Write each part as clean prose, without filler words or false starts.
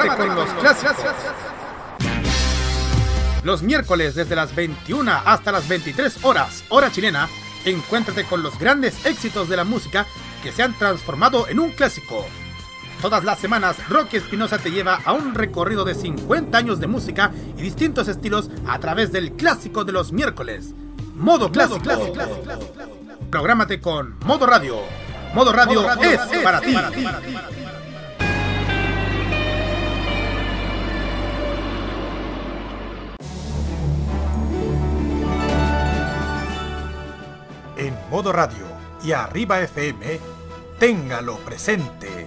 con los clásicos. Los miércoles desde las 21 hasta las 23 horas, hora chilena, encuéntrate con los grandes éxitos de la música que se han transformado en un clásico. Todas las semanas, Rocky Espinosa te lleva a un recorrido de 50 años de música y distintos estilos a través del clásico de los miércoles. Modo Clásico. Prográmate con Modo Radio. Modo Radio es para ti. En Modo Radio y Arriba FM, téngalo presente.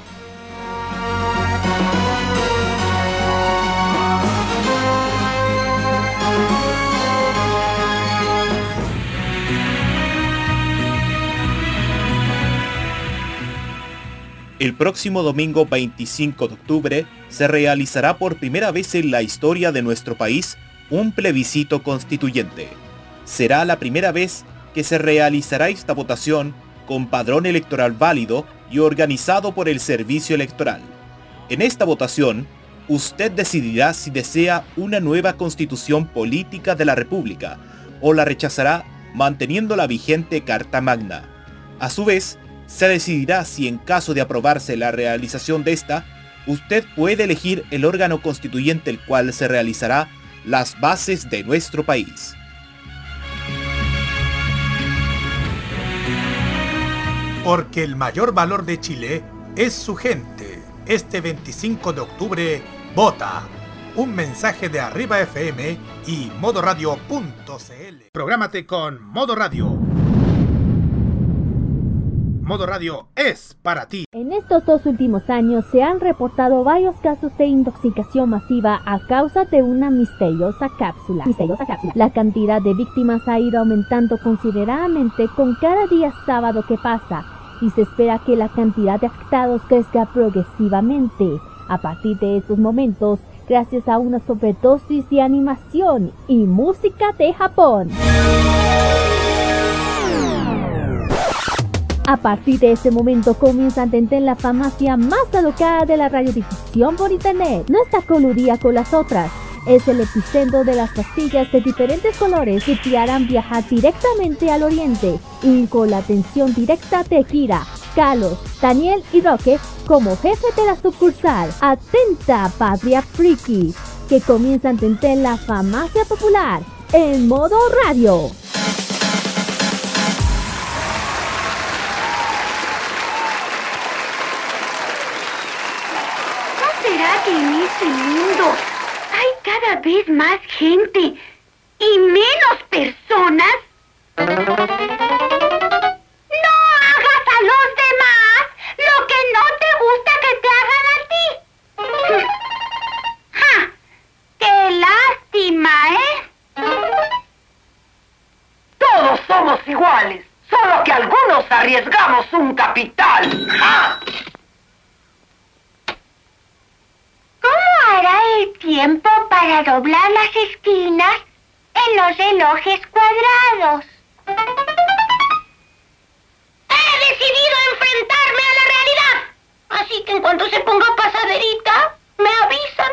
El próximo domingo 25 de octubre se realizará por primera vez en la historia de nuestro país un plebiscito constituyente. Será la primera vez que se realizará esta votación con padrón electoral válido y organizado por el Servicio Electoral. En esta votación, usted decidirá si desea una nueva constitución política de la República o la rechazará manteniendo la vigente Carta Magna. A su vez, se decidirá si en caso de aprobarse la realización de esta, usted puede elegir el órgano constituyente el cual se realizará las bases de nuestro país. Porque el mayor valor de Chile es su gente. Este 25 de octubre, vota. Un mensaje de Arriba FM y modoradio.cl. Prográmate con Modo Radio. Modo Radio es para ti. En estos 2 últimos años se han reportado varios casos de intoxicación masiva a causa de una misteriosa cápsula. La cantidad de víctimas ha ido aumentando considerablemente con cada día sábado que pasa y se espera que la cantidad de afectados crezca progresivamente. A partir de estos momentos, gracias a una sobredosis de animación y música de Japón. A partir de ese momento comienza a entender la farmacia más alocada de la radiodifusión por internet. No está coludida con las otras. Es el epicentro de las pastillas de diferentes colores que te harán viajar directamente al oriente y con la atención directa de Kira, Carlos, Daniel y Roque como jefe de la sucursal. Atenta, Patria Friki, que comienza a entender la farmacia popular en Modo Radio. Que en este mundo hay cada vez más gente y menos personas? No hagas a los demás lo que no te gusta que te hagan a ti. ¡Ja! ¡Qué lástima, Todos somos iguales, solo que algunos arriesgamos un capital. ¡Ja! ¿Cómo hará el tiempo para doblar las esquinas en los relojes cuadrados? He decidido enfrentarme a la realidad. Así que en cuanto se ponga pasaderita, me avisan.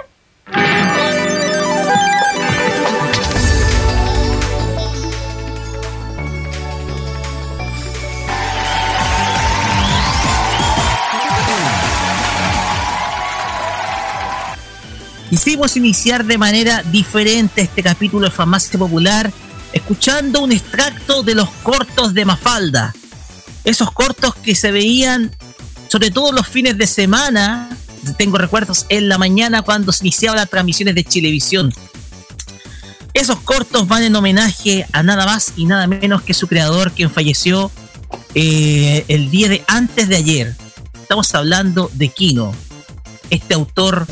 Quisimos iniciar de manera diferente este capítulo de Farmacia Popular, escuchando un extracto de los cortos de Mafalda. Esos cortos que se veían sobre todo los fines de semana. Tengo recuerdos en la mañana cuando se iniciaban las transmisiones de Chilevisión. Esos cortos van en homenaje a nada más y nada menos que su creador, quien falleció el día de antes de ayer. Estamos hablando de Kino, este autor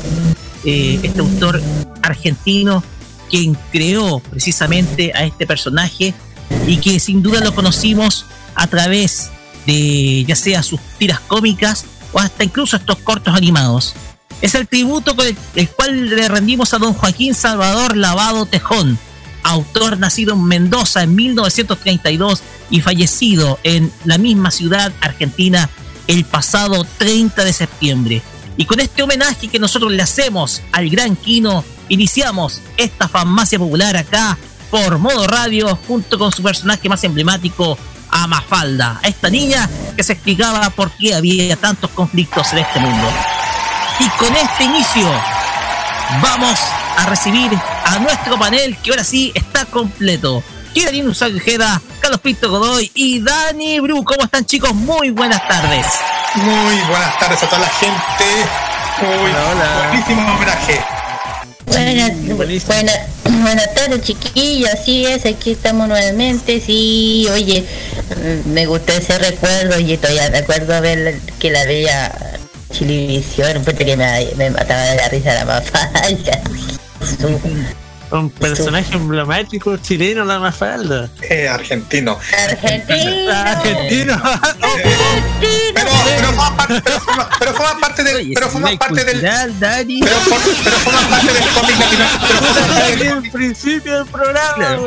argentino quien creó precisamente a este personaje y que sin duda lo conocimos a través de ya sea sus tiras cómicas o hasta incluso estos cortos animados. Es el tributo con el cual le rendimos a don Joaquín Salvador Lavado Tejón, autor nacido en Mendoza en 1932 y fallecido en la misma ciudad argentina el pasado 30 de septiembre. Y con este homenaje que nosotros le hacemos al gran Kino, iniciamos esta farmacia popular acá por Modo Radio, junto con su personaje más emblemático, a Mafalda, a esta niña que se explicaba por qué había tantos conflictos en este mundo. Y con este inicio vamos a recibir a nuestro panel, que ahora sí está completo. Kiranin Ujeda, Carlos Pinto Godoy y Dani Bru. ¿Cómo están, chicos? Muy buenas tardes. Muy buenas tardes a toda la gente. Hola. Buenísimo homenaje. Buenas tardes, chiquillos. Así es, aquí estamos nuevamente. Sí, oye, me gustó ese recuerdo. Oye, todavía recuerdo ver que la veía Chilevisión, porque me mataba de la risa la Mafalda. Un personaje emblemático chileno, la Mafalda. Argentino. Argentino. Pero forma parte del Dani. pero forma parte del cómic latinoamericano. El principio del programa, Claro.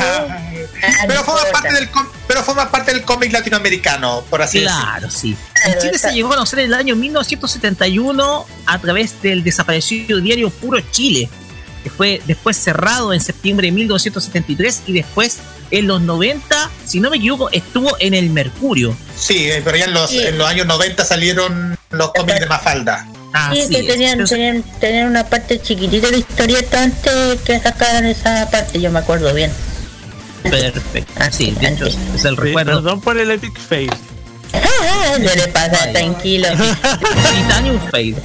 Pero forma parte del cómic latinoamericano, por así decirlo. Claro, sí. En Chile se llegó a conocer en el año 1971 a través del desaparecido diario Puro Chile, que fue después cerrado en septiembre de 1973 y después en los 90, si no me equivoco, estuvo en el Mercurio. Sí, pero ya en los años 90 salieron los cómics de Mafalda. Sí, que tenían una parte chiquitita de historieta antes que sacaran esa parte, yo me acuerdo bien. Perfecto. Sí, de hecho, es el recuerdo. Perdón por el epic fail. No le pasa, tranquilo. Titanium Fade.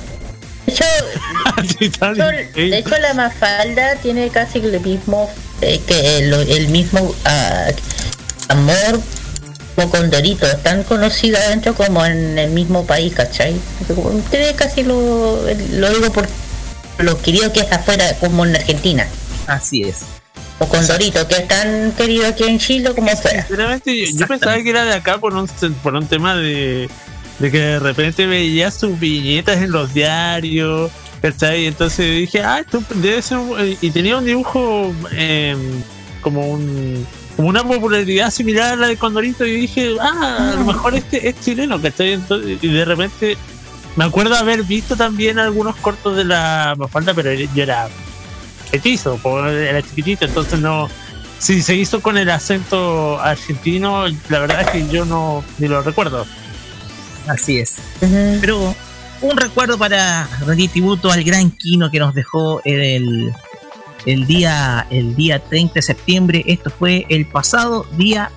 De hecho, la Mafalda tiene casi el mismo el mismo amor como Condorito, tan conocida dentro como en el mismo país, ¿cachai? Tiene casi lo digo por lo querido que es afuera, como en Argentina. Así es. O Condorito, que es tan querido aquí en Chile como afuera. Sinceramente, yo pensaba que era de acá por un tema de que de repente veía sus viñetas en los diarios, ¿cachai? Entonces dije, esto debe ser y tenía un dibujo como una popularidad similar a la de Condorito, y dije, a lo mejor este es chileno, ¿cachai? Entonces, y de repente me acuerdo haber visto también algunos cortos de la Mafalda, pero yo era petizo, era chiquitito, entonces no. Si se hizo con el acento argentino, la verdad es que yo ni lo recuerdo. Así es. Pero un recuerdo para rendir tributo al gran Kino que nos dejó el día 30 de septiembre. Esto fue el pasado día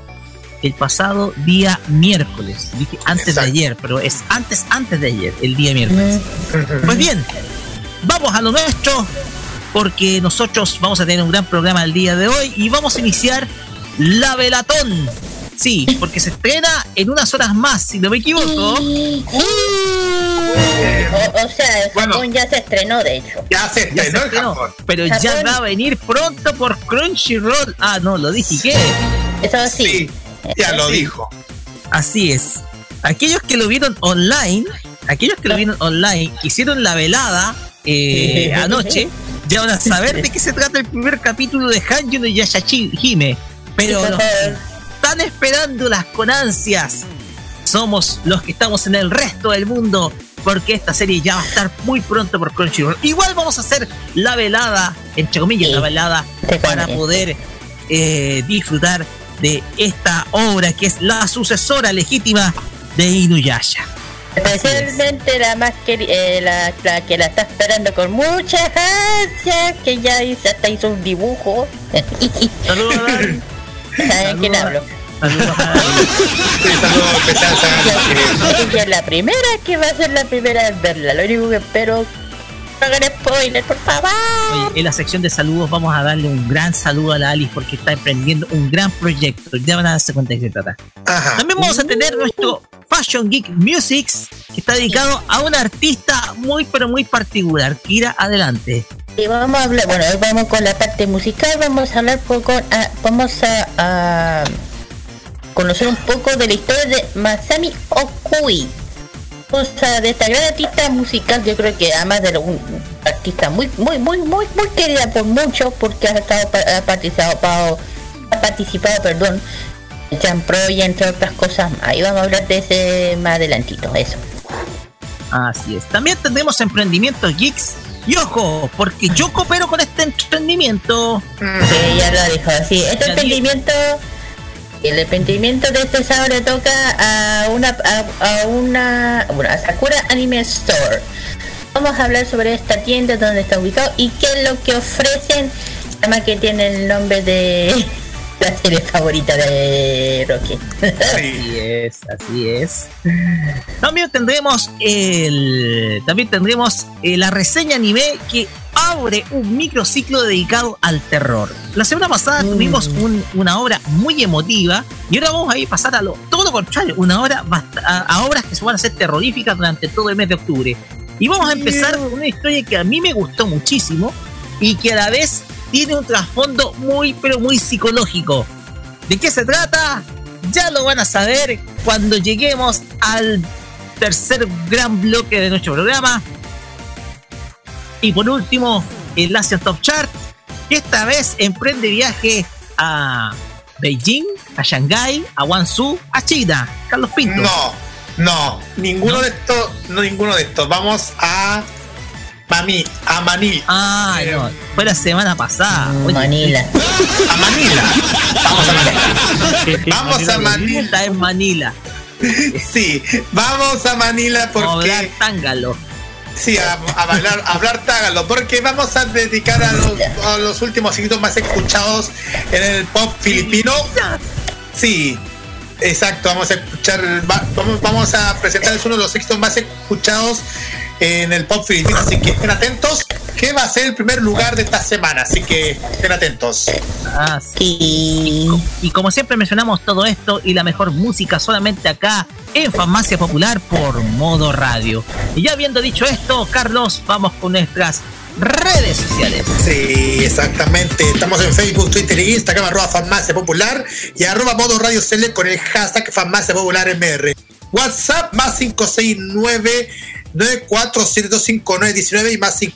miércoles. Dije antes de ayer, pero es antes de ayer, el día miércoles. Pues bien, vamos a lo nuestro, porque nosotros vamos a tener un gran programa el día de hoy y vamos a iniciar la Velatón. Sí, porque se estrena en unas horas más, si no me equivoco. O sea, el Japón ya se estrenó, de hecho. Ya se estrenó, pero Japón ya va a venir pronto por Crunchyroll. No lo dije, ¿qué? Eso sí. Ya lo dijo. Así es. Aquellos que lo vieron online, hicieron la velada anoche, ya van a saber de qué se trata el primer capítulo de Hanjo no Yashahime. Pero los que están esperándolas con ansias somos los que estamos en el resto del mundo, porque esta serie ya va a estar muy pronto por Crunchyroll. Igual vamos a hacer la velada, entre comillas, la velada, para poder disfrutar de esta obra que es la sucesora legítima de Inuyasha. Especialmente la más la que la está esperando con muchas ansias, que ya hasta hizo un dibujo. Saludos, ¿Saben quién hablo? saludos especial. Ella es la primera que va a ser la primera en verla. Lo único que espero, no hagan spoiler, por favor. Oye, en la sección de saludos vamos a darle un gran saludo a la Alice, porque está emprendiendo un gran proyecto. Ya van a darse cuenta de qué se trata. También vamos a tener nuestro Fashion Geek Musics, que está dedicado a una artista muy pero muy particular. Kira, adelante. Y vamos a hablar, bueno, hoy vamos con la parte musical, vamos a hablar vamos a conocer un poco de la historia de Masami Okui. O sea, de esta gran artista musical, yo creo que además de un artista muy querida por muchos, porque ha participado en Jam Pro y entre otras cosas más. Ahí vamos a hablar de ese más adelantito, eso. Así es. También tendremos emprendimientos geeks. Y ojo, porque yo coopero con este emprendimiento. Sí, ya lo dijo. Sí, este emprendimiento... El emprendimiento de este sábado le toca a a Sakura Anime Store. Vamos a hablar sobre esta tienda, donde está ubicado y qué es lo que ofrecen. Además que tiene el nombre de la serie favorita de Rocky. Así es. También tendremos la reseña anime que abre un microciclo dedicado al terror. La semana pasada tuvimos una obra muy emotiva y ahora vamos a ir a pasar a todo lo contrario, a obras que se van a hacer terroríficas durante todo el mes de octubre. Y vamos a empezar con una historia que a mí me gustó muchísimo y que a la vez tiene un trasfondo muy, pero muy psicológico. ¿De qué se trata? Ya lo van a saber cuando lleguemos al tercer gran bloque de nuestro programa. Y por último, el Asian Top Chart, que esta vez emprende viaje a Beijing, a Shanghái, a Guangzhou, a China. Carlos Pinto. Ninguno de estos. Vamos a Manila. No, fue la semana pasada. Manila. A Manila. Vamos a Manila. Está en Manila. Sí, vamos a Manila porque... Vamos a hablar tángalo. Sí, a hablar tágalo, porque vamos a dedicar a los últimos éxitos más escuchados en el pop filipino. Sí, exacto, vamos a presentarles uno de los éxitos más escuchados en el pop filipino, así que estén atentos, que va a ser el primer lugar de esta semana, así que estén atentos. Sí. Y como siempre mencionamos todo esto y la mejor música solamente acá en Farmacia Popular por Modo Radio. Y ya habiendo dicho esto, Carlos, vamos con nuestras redes sociales. Sí, exactamente. Estamos en Facebook, Twitter e Instagram, @Farmacia Popular y @Modo Radio CL con el hashtag Farmacia Popular MR. WhatsApp más 569-94725919 y más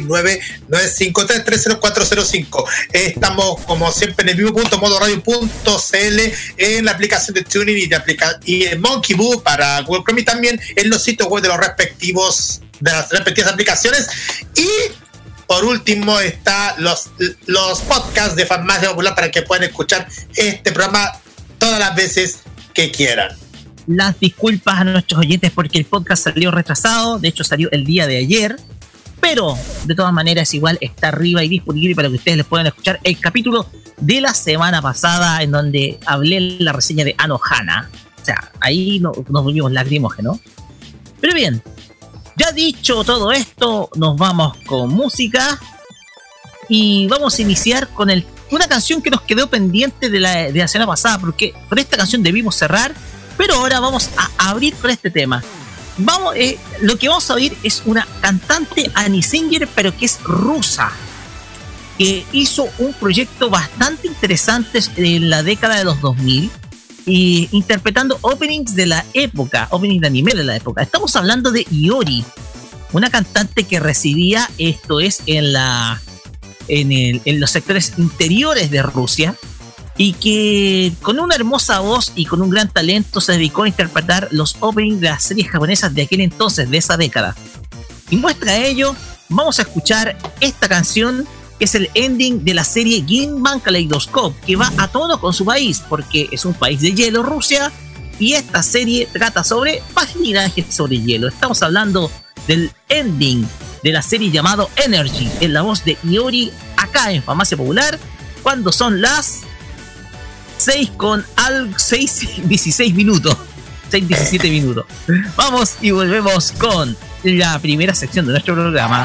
569-953-30405. Estamos como siempre en el vivo.modoradio.cl, en la aplicación de TuneIn y en Monkey Boo para Google Chrome y también en los sitios web de las respectivas aplicaciones. Y por último está los podcasts de Farmacia Popular para que puedan escuchar este programa todas las veces que quieran. Las disculpas a nuestros oyentes porque el podcast salió retrasado, de hecho salió el día de ayer, pero de todas maneras igual está arriba y disponible para que ustedes les puedan escuchar el capítulo de la semana pasada en donde hablé en la reseña de Anohana. O sea, ahí nos volvimos lacrimógenos. Pero bien, ya dicho todo esto, nos vamos con música y vamos a iniciar con una canción que nos quedó pendiente de la semana pasada, porque con esta canción debimos cerrar. Pero ahora vamos a abrir con este tema. Lo que vamos a oír es una cantante Annie Singer, pero que es rusa, que hizo un proyecto bastante interesante en la década de los 2000, y interpretando openings de la época, openings de anime de la época. Estamos hablando de Iori, una cantante que residía, esto es, en los sectores interiores de Rusia, y que con una hermosa voz y con un gran talento se dedicó a interpretar los openings de las series japonesas de aquel entonces, de esa década. Y muestra ello, vamos a escuchar esta canción, que es el ending de la serie Ginban Kaleidoscope, que va a tono con su país, porque es un país de hielo, Rusia, y esta serie trata sobre patinaje sobre hielo. Estamos hablando del ending de la serie llamado Energy, en la voz de Iori, acá en Farmacia Popular, cuando son las 6:16 minutos. 6:17 minutos. Vamos y volvemos con la primera sección de nuestro programa.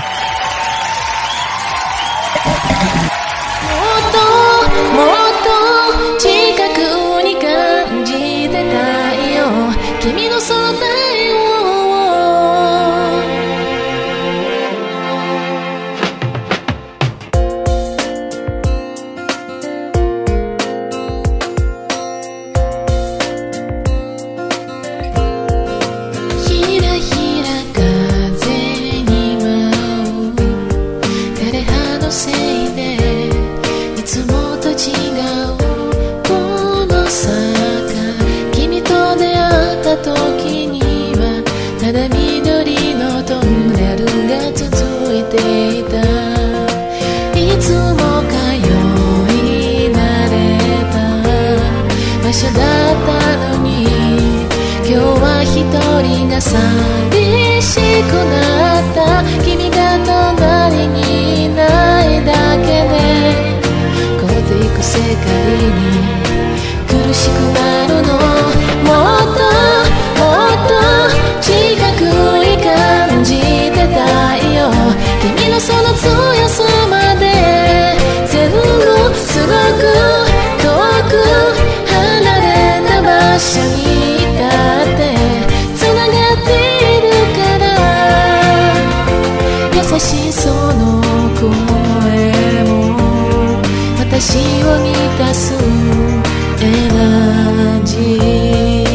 緒だったのに今日は一人が寂しくなった。君が隣にいないだけで凍っていく世界に苦しくなるの。もっともっと近くに感じてたいよ。君のその強さまで全部すごく遠く離れた場所にいたってつながっているから。優しいその声も私を満たすエナジー。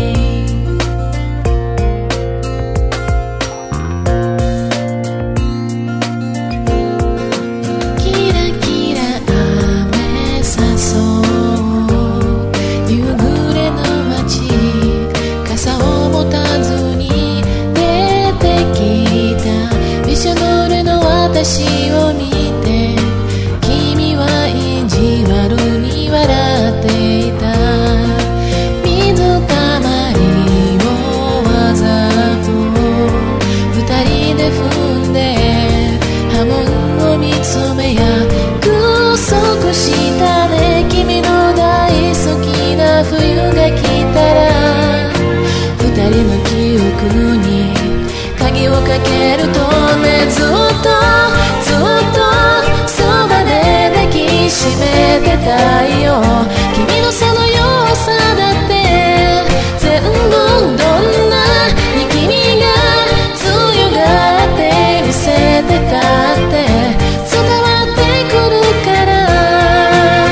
キラキラ雨さそう夕暮れの街、傘を持たずに出てきたびしょ濡れの私を見て君は意地悪に笑っていた。水たまりをわざと二人で踏んで波紋を見つめ約束したね。君の大好きな冬が来たら二人の記憶に鍵をかけるとね。ずっとずっとそばで抱きしめてたいよ。君のその弱さだって全部どんなに君が強がって見せてたって伝わってくるから。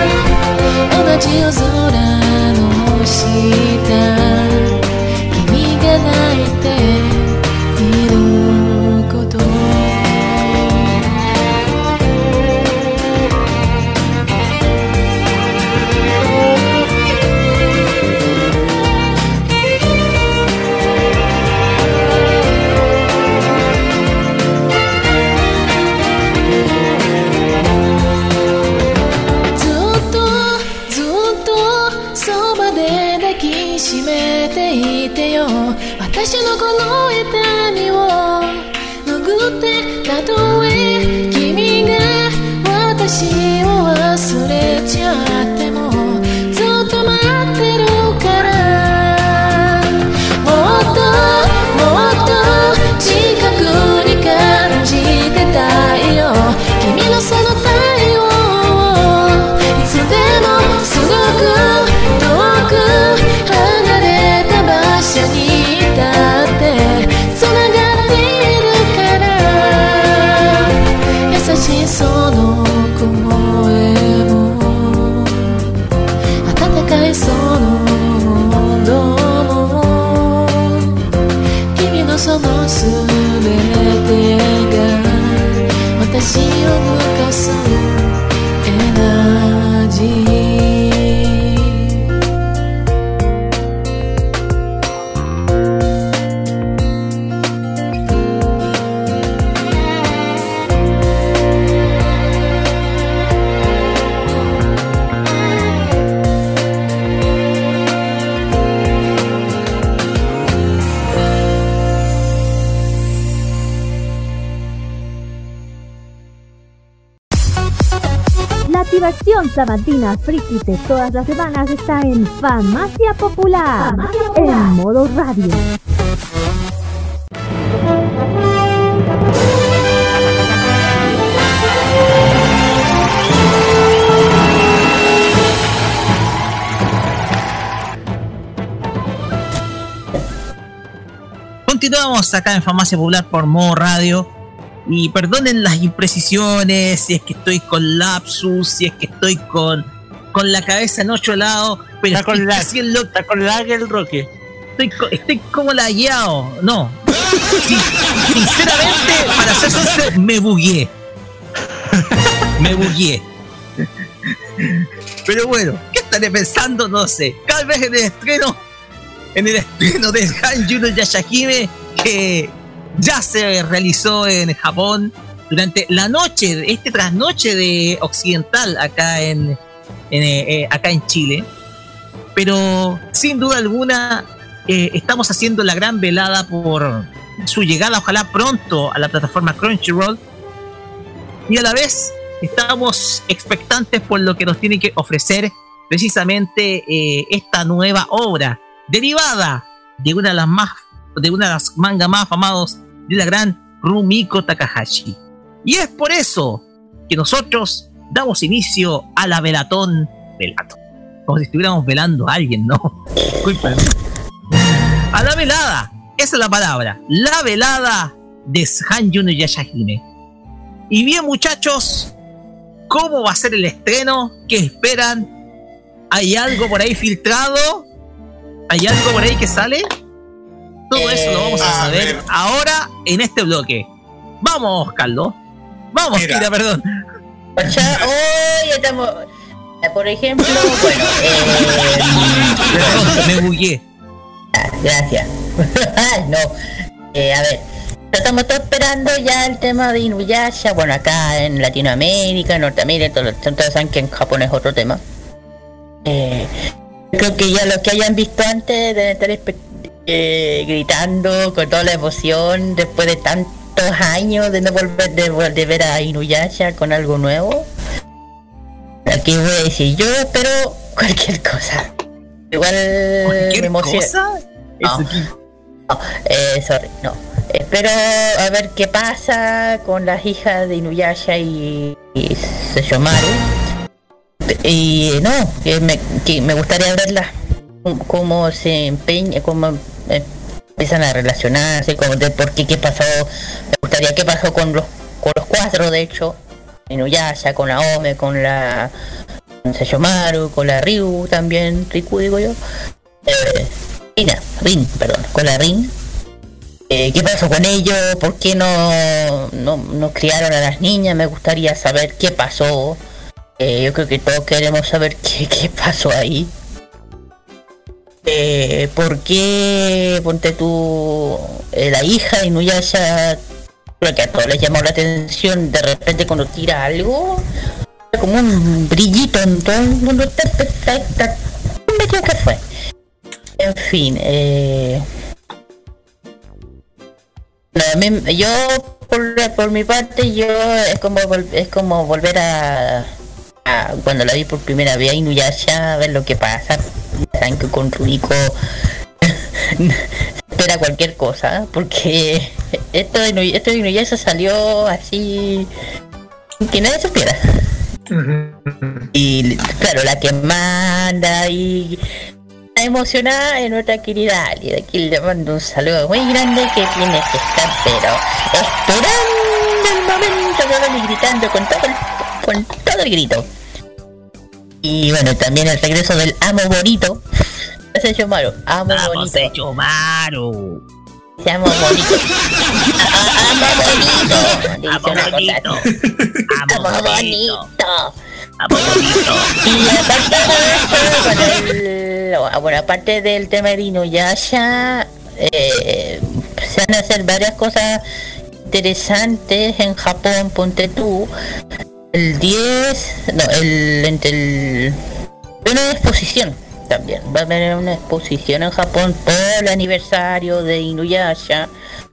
同じ夜空の下君が泣いていること。ずっとずっとそばで抱きしめていてよ。私のこの痛みを拭ってたとえ君が私を忘れちゃってもずっと待ってるから。もっともっと近くに感じてたいよ。君のその対応をいつでもすごく遠く離れた場所にいたってつながっているから。優しいその声も温かいその温も君のそのすべてが私を動かすエナジー。 La activación sabatina friki de todas las semanas está en Farmacia Popular, en modo radio. Continuamos acá en Farmacia Popular por modo radio. Y perdonen las imprecisiones, si es que estoy con lapsus, si es que estoy con la cabeza en 8 lados, pero está con está con lag el Roque. Estoy como lagueado, no. Sí, sinceramente, para ser sincero, me bugueé. Pero bueno, ¿qué estaré pensando? No sé. Tal vez en el estreno de Hanjuno Yashahime, que ya se realizó en Japón durante la noche, trasnoche de occidental acá en Chile. pero sin duda alguna estamos haciendo la gran velada por su llegada, ojalá pronto, a la plataforma Crunchyroll, y a la vez estamos expectantes por lo que nos tiene que ofrecer precisamente esta nueva obra derivada de una de las mangas más afamados de la gran Rumiko Takahashi. Y es por eso que nosotros damos inicio a la velatón, como si estuviéramos velando a alguien, ¿no? Disculpen. A la velada, esa es la palabra, la velada de Hanyu no Yashahime. Y bien, muchachos, ¿cómo va a ser el estreno? ¿Qué esperan? ¿Hay algo por ahí filtrado? ¿Hay algo por ahí que sale? Todo eso lo vamos a saber ahora en este bloque. Vamos, Carlos. Vamos, Kira, perdón. Hoy estamos... Por ejemplo, bueno... Perdón, me bugué. Gracias. No. A ver. Estamos todos esperando ya el tema de Inuyasha. Bueno, acá en Latinoamérica, en Norteamérica, todos saben que en Japón es otro tema. Creo que ya los que hayan visto antes deben estar gritando con toda la emoción después de tantos años de no volver de ver a Inuyasha con algo nuevo. Aquí voy a decir, yo espero cualquier cosa. Igual me emociona. No. Espero a ver qué pasa con las hijas de Inuyasha y Seishomaru. Y no, que me gustaría verlas cómo se empeña, cómo empiezan a relacionarse, como de por qué pasó. Me gustaría qué pasó con los cuatro, de hecho, Inuyasha, con la Ome, con Seishomaru, con la Ryu también, Riku digo yo. Con la Rin. ¿Qué pasó con ellos? ¿Por qué no criaron a las niñas? Me gustaría saber qué pasó. Yo creo que todos queremos saber qué pasó ahí. ¿Por qué, ponte tú, la hija de Inuyasha, creo que a todos les llamó la atención de repente cuando tira algo, como un brillito en todo el mundo, me creo que fue. En fin, yo por mi parte, yo es como volver a cuando la vi por primera vez a Inuyasha, a ver lo que pasa. Saben que con Rumiko espera cualquier cosa, porque esto de Inuyasha salió así que nadie supiera. Y claro, la que manda y emocionada es nuestra querida Ali. De aquí le mando un saludo muy grande, que tiene que estar pero esperando el momento de verlo y gritando con todo el grito. Y bueno, también el regreso del Amo Bonito. Seishomaru, Amo Bonito. Seishomaru. Amo Bonito. Amo Bonito. Y aparte del tema de Inuyasha, se van a hacer varias cosas interesantes en Japón, ponte tú. El 10, una exposición también. Va a haber una exposición en Japón por el aniversario de Inuyasha.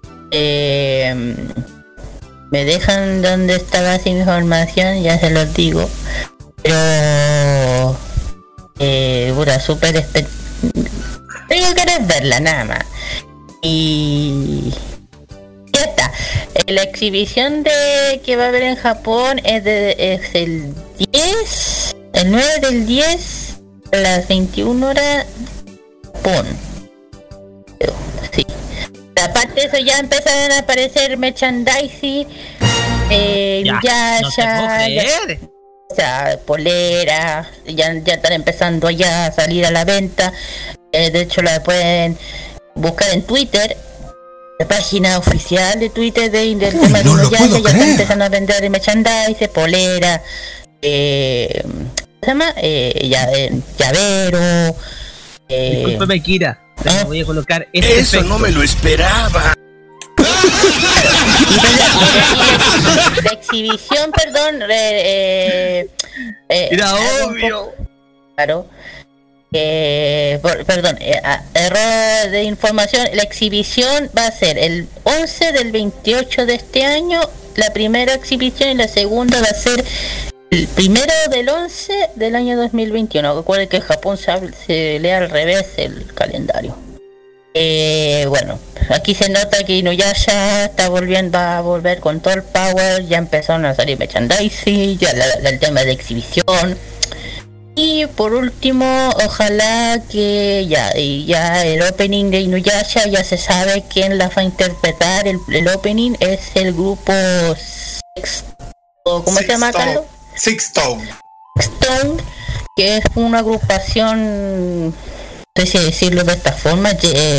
Me dejan donde estaba esa información, ya se los digo. Pero súper tengo que verla nada más. Y ya está. La exhibición que va a haber en Japón es el 10, el 9 del 10 a las 21 horas Japón. Sí. Aparte de eso, ya empezaron a aparecer merchandising, o sea, poleras, ya están empezando ya a salir a la venta. De hecho, la pueden buscar en Twitter. La página oficial de Twitter del tema de Inuyasha, ya están empezando a vender de merchandise, polera, ¿qué se llama? Llavero. Discúlpame, Kira, voy a colocar eso efecto. No me lo esperaba. La exhibición, perdón, era obvio. Claro. Perdón, error de información. La exhibición va a ser el 11 del 28 de este año, la primera exhibición, y la segunda va a ser el primero del 11 del año 2021. Recuerden que en Japón se lee al revés el calendario. Bueno, aquí se nota que Inuyasha va a volver con todo el power. Ya empezaron a salir merchandising, ya el tema de exhibición. Y por último, ojalá que ya el opening de Inuyasha ya se sabe quién la va a interpretar. El opening es el grupo ¿cómo se llama, Carlos? Sixtone, que es una agrupación, no sé si decirlo de esta forma.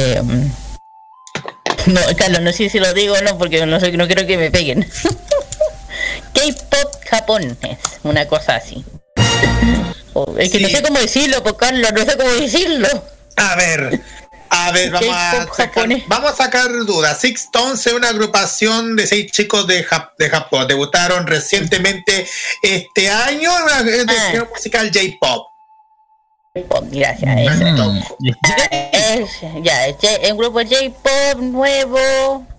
No, Carlos, no sé si lo digo o no, porque no quiero que me peguen. K-pop japonés, una cosa así. Es que sí. No sé cómo decirlo, pues, Carlos, no sé cómo decirlo. A ver, vamos a sacar dudas. Sixtone es una agrupación de 6 chicos de Japón. Debutaron recientemente este año en el género musical J-pop. Gracias. Es un grupo J-pop nuevo.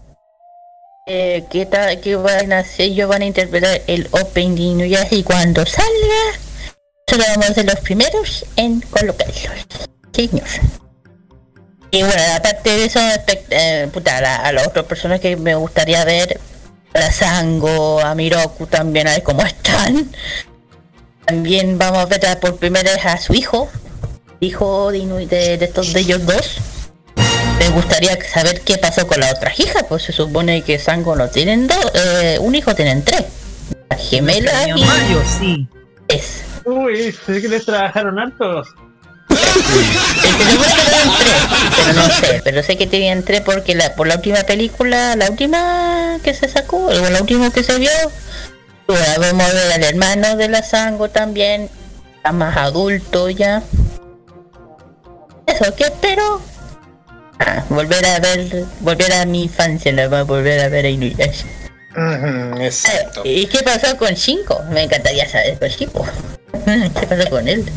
Que van a hacer? Ellos van a interpretar el opening de Inuyasha, y cuando salga solo vamos a ser los primeros en colocarlos, señor. Y bueno, aparte de eso, a las otras personas que me gustaría ver, a Sango, a Miroku también, a ver cómo están. También vamos a ver por primera vez a su hijo de ellos dos. Me gustaría saber qué pasó con la otra hija, pues se supone que Sango no tienen un hijo, tienen 3. Las gemelas y Mario, sí. Es. Uy, sé que les trabajaron hartos. Pero no sé, pero sé que tenían 3 porque por la última película, la última que se sacó, o la última que se vio, vamos a ver al hermano de la Sango también, está más adulto ya. Eso que espero. Volver a mi infancia, volver a ver a Inuyasha. Exacto. ¿Y qué pasó con Shinko? Me encantaría saber con Shinko. ¿Qué pasó con él?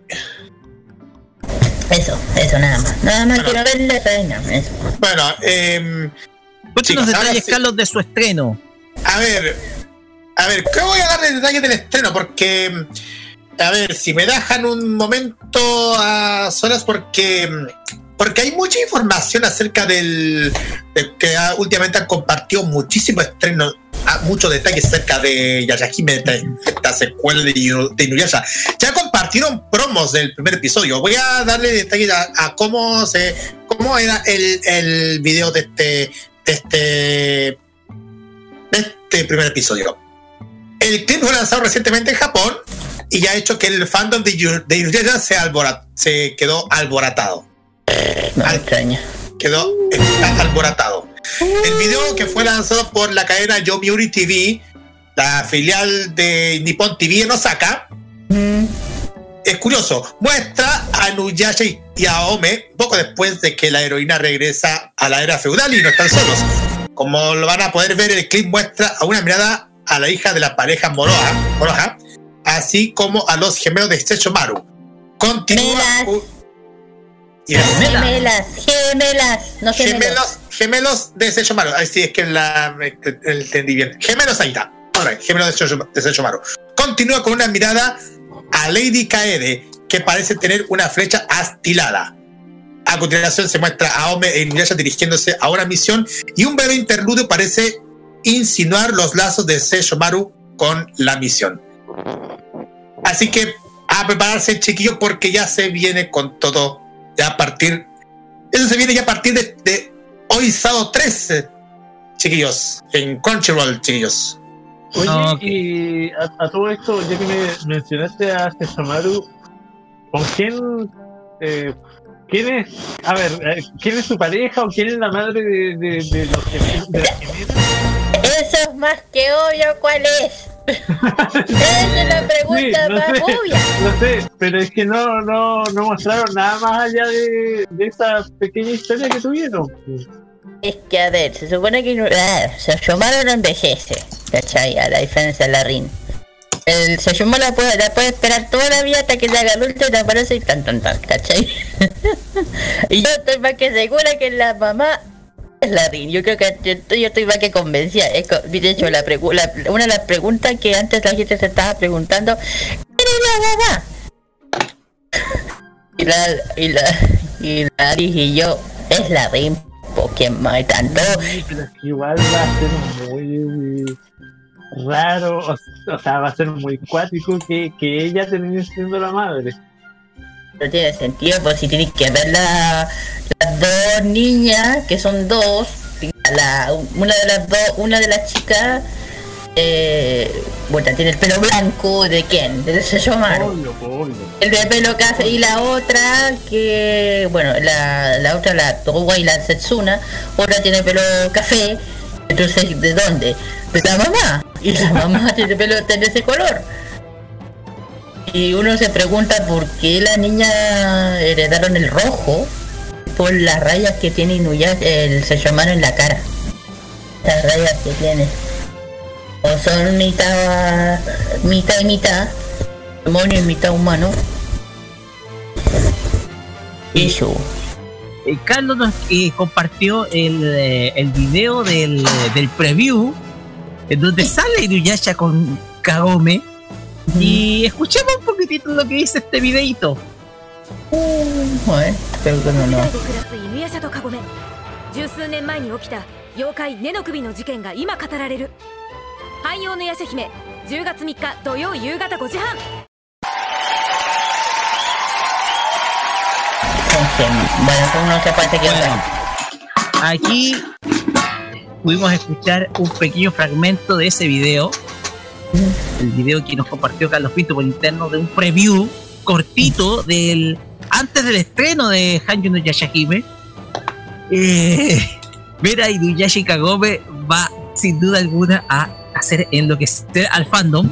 Eso nada más. Nada más quiero verle, eso. Bueno, cuéntanos detalles, Carlos, de su estreno. A ver, ¿qué voy a darle detalles del estreno? Porque, a ver, si me dejan un momento a solas, porque hay mucha información acerca de que últimamente han compartido muchísimos estrenos, muchos detalles acerca de Yashahime, esta secuela de Inuyasha. Ya compartieron promos del primer episodio. Voy a darle detalles a cómo era el video de este primer episodio. El clip fue lanzado recientemente en Japón y ya ha hecho que el fandom de Inuyasha se quedó alborotado. Quedó alborotado. El video, que fue lanzado por la cadena Yomiuri TV, la filial de Nippon TV en Osaka, es curioso. Muestra a Inuyasha y a Aome poco después de que la heroína regresa a la era feudal y no están solos. Como lo van a poder ver, el clip muestra a una mirada a la hija de la pareja Moroha, así como a los gemelos de Sesshomaru. Continúa. Gemelos de Sesshomaru. Ahí sí, es que entendí bien. Gemelos, ahí está. Right, gemelos de Sesshomaru. Continúa con una mirada a Lady Kaede, que parece tener una flecha astilada. A continuación se muestra a Aome e Inuyasha dirigiéndose a una misión, y un breve interludio parece insinuar los lazos de Sesshomaru con la misión. Así que a prepararse, chiquillos, porque ya se viene con todo. Eso se viene ya a partir de hoy, sábado 13, chiquillos, en Crunchyroll, chiquillos. Oye, y a todo esto, ya que me mencionaste a Sesshomaru, ¿con quién es? A ver, ¿quién es su pareja o quién es la madre de los gemelos? Eso es más que obvio, ¿cuál es? Esa es la pregunta más obvia. No sé, pero es que no mostraron nada más allá de esa pequeña historia que tuvieron. Es que, a ver, se supone que Sesshomaru no envejece, ¿cachai? A la diferencia de la Rin. El Sayuma la puede esperar toda la vida hasta que se haga adulto y te aparece y tan, ¿cachai? Y yo estoy más que segura que la mamá es la Rin. Yo creo que yo estoy más que convencida. De hecho, una de las preguntas que antes la gente se estaba preguntando, ¿quién es la mamá? Y la Aris y yo, es la Rin. ¿Quién más tanto? Pero igual va a ser muy raro, o sea, va a ser muy cuático que ella termine siendo la madre. No tiene sentido, pues si tienes que ver las dos niñas, que son dos, una de las chicas, bueno, tiene el pelo blanco, ¿de quién? De Seyomaru. El de pelo café, y la otra que, bueno, la otra, la Towa y la Setsuna, otra tiene pelo café. Entonces, ¿de dónde? De la mamá. Y la mamá tiene pelo de ese color. Y uno se pregunta por qué la niña heredaron el rojo por las rayas que tiene Inuyasha, el Seyomaru en la cara. Las rayas que tiene. O son mitad y mitad, demonio y mitad humano. Eso. Carlos nos compartió el video del preview en donde sale Inuyasha con Kagome. Y escuchemos un poquitito lo que dice este videito. Bueno, pero que no. 十数年前に起きた妖怪根の首の事件が今語られる。汎用のヤシャ姫10月3日土曜夕方5時半。 Bueno, no se puede quedar. Aquí pudimos escuchar un pequeño fragmento de ese video. El video que nos compartió Carlos Pinto por interno de un preview cortito del antes del estreno de Hanyu no Yashahime. Ver a Inuyasha y Kagome va sin duda alguna a hacer enloquecer al fandom.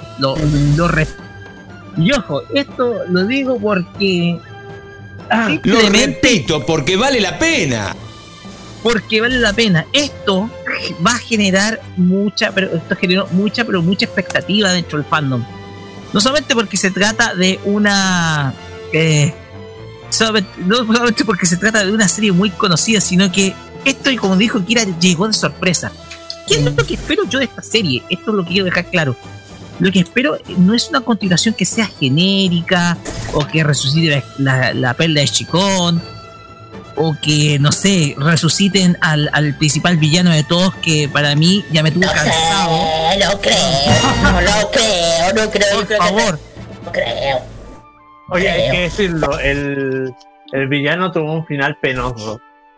Y ojo, esto lo digo porque lo repito, porque vale la pena. Porque vale la pena. Esto va a generar mucha expectativa dentro del fandom. No solamente porque se trata de una no solamente porque se trata de una serie muy conocida, sino que esto, y como dijo Kira, llegó de sorpresa. ¿Qué es lo que espero yo de esta serie? Esto es lo que quiero dejar claro. Lo que espero no es una continuación que sea genérica, o que resucite la perla de Chicón, o que, no sé, resuciten al principal villano de todos, que para mí ya me tuvo cansado. No creo. Por favor. No creo. Oye, hay que decirlo, el villano tuvo un final penoso.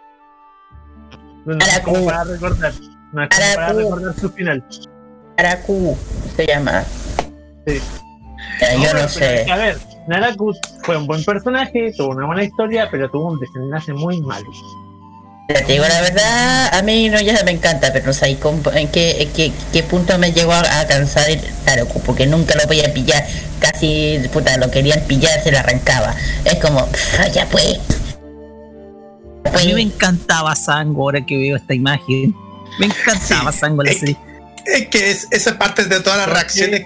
No es como para recordar. No es como para recordar su final. Naraku se llama. Sí. Yo no sé. A ver, Naraku fue un buen personaje, tuvo una buena historia, pero tuvo un desenlace muy malo. Te digo la verdad, a mí no ya me encanta, pero no sé en qué punto me llegó a cansar el Naraku, porque nunca lo podía pillar. Casi, puta, lo querían pillar, se lo arrancaba. Es como, ya pues. A mí me encantaba Sango ahora que veo esta imagen. Me encantaba Sango la serie. Es que esa es parte de todas las reacciones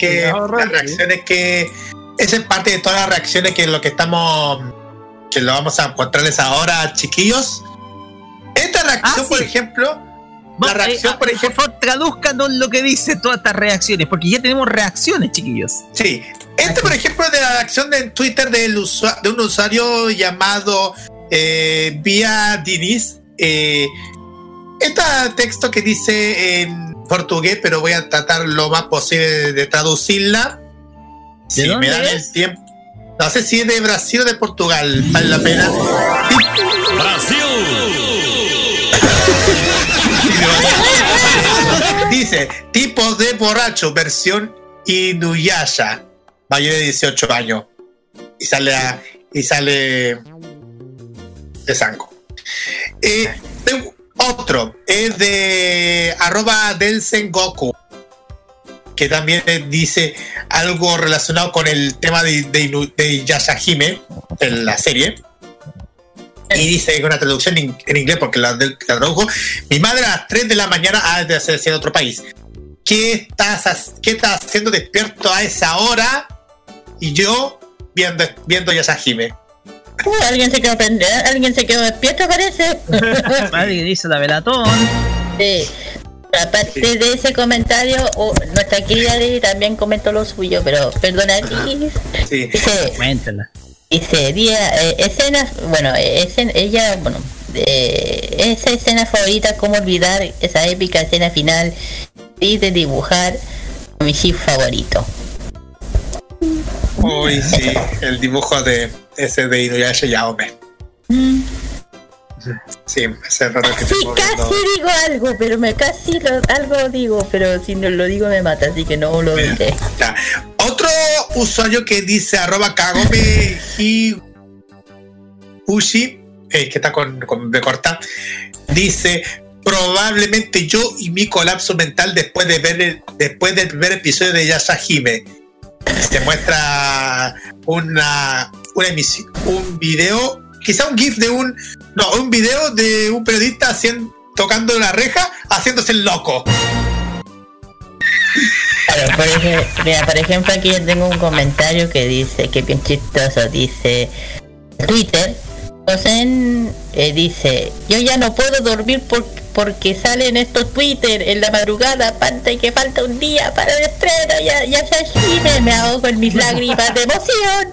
esa es parte de todas las reacciones que lo vamos a encontrarles ahora, chiquillos. Esta reacción, por ejemplo, por favor, tradúzcanos lo que dice todas estas reacciones, porque ya tenemos reacciones, chiquillos. Sí, por ejemplo, de la reacción en Twitter de un usuario llamado Via Diniz. Este texto que dice en portugués, pero voy a tratar lo más posible de traducirla. Si me dan el tiempo. No sé si es de Brasil o de Portugal. Vale la pena. ¡Brasil! Dice: tipo de borracho, versión Inuyasha, mayor de 18 años. Y sale de Sanko. Otro es de @delsengoku, que también dice algo relacionado con el tema de Yashahime en la serie. Y dice con una traducción en inglés, porque la tradujo: mi madre a las 3 de la mañana ha de hacer en otro país. ¿qué estás haciendo despierto a esa hora? Y yo viendo Yashahime. Alguien se quedó despierto, parece. Alguien hizo la velatón. Sí. Aparte de ese comentario, nuestra querida Lili también comentó lo suyo, pero perdona, Liz. Sí. Cuéntala. Dice, escenas, bueno, esa escena favorita, cómo olvidar esa épica escena final y de dibujar mi chip favorito. Uy, sí, el dibujo de ese de Inuyasha Yaome. Sí, ese error que sí, casi digo algo, pero algo digo, pero si no lo digo me mata, así que no lo diré. Otro usuario que dice @Kagome Ushi, que está con B corta, dice: probablemente yo y mi colapso mental después del primer episodio de Yashahime. Se muestra una emisión, un video, quizá un GIF de un video de un periodista tocando la reja, haciéndose el loco. Claro, por ejemplo, aquí yo tengo un comentario que dice, que bien chistoso, dice Twitter, dice: yo ya no puedo dormir porque salen estos Twitter en la madrugada, y que falta un día para el estreno, ya Yashahime, me ahogo en mis lágrimas de emoción.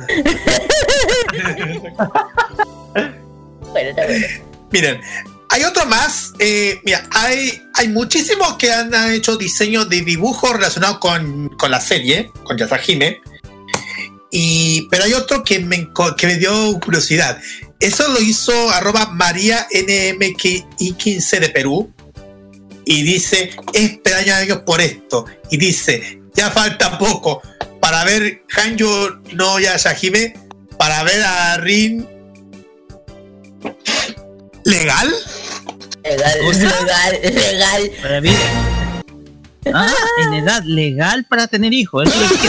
Bueno. Miren, hay otro más. Mira, hay muchísimos que han hecho diseños de dibujos relacionados con la serie, con Yashahime. Pero hay otro que me dio curiosidad. Eso lo hizo @MariaNMKI15 de Perú. Y dice: esperamos por esto. Y dice: ya falta poco para ver Hanyo no Yashahime, para ver a Rin. ¿Legal? Legal. Para mí. En edad legal para tener hijos. Eso es lo que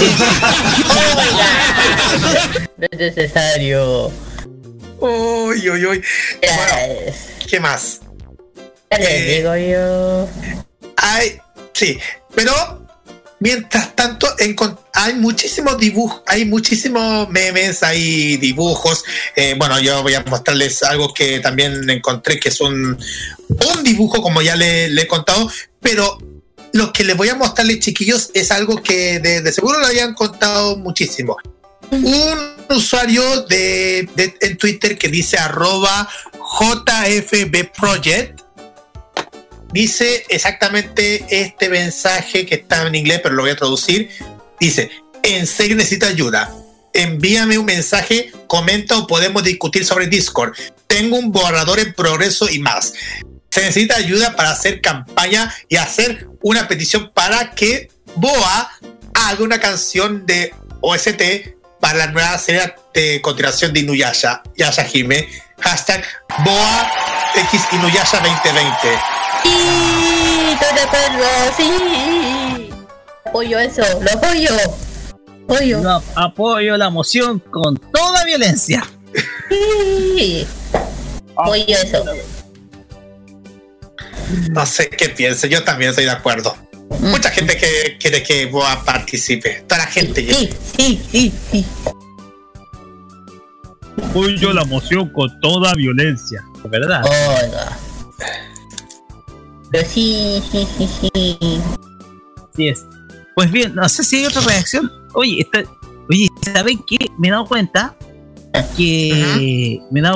no es necesario. Uy. Bueno, ¿qué más? Digo yo. Sí, pero mientras tanto hay muchísimos dibujos, hay muchísimos memes, hay dibujos. Bueno, yo voy a mostrarles algo que también encontré, que es un dibujo, como ya le he contado, pero lo que les voy a mostrarles, chiquillos, es algo que de seguro lo habían contado muchísimo. Un usuario en Twitter que dice @JFBProject dice exactamente este mensaje, que está en inglés, pero lo voy a traducir. Dice: en serio necesito ayuda, envíame un mensaje, comenta o podemos discutir sobre Discord. Tengo un borrador en progreso y más. Se necesita ayuda para hacer campaña y hacer una petición para que BoA haga una canción de OST para la nueva serie de continuación de Inuyasha, Yashahime. #BoA X Inuyasha 2020. Sí, estoy de acuerdo, sí. Apoyo eso, lo apoyo. No, apoyo la moción con toda violencia. Sí. Apoyo eso. No sé qué piensa, yo también estoy de acuerdo. Mucha gente que quiere que Boa participe. Toda la gente. Sí. Apoyo la moción con toda violencia, ¿verdad? Oiga. Pero sí. Sí es. Pues bien, no sé si hay otra reacción. Oye, ¿saben qué? Me he dado cuenta de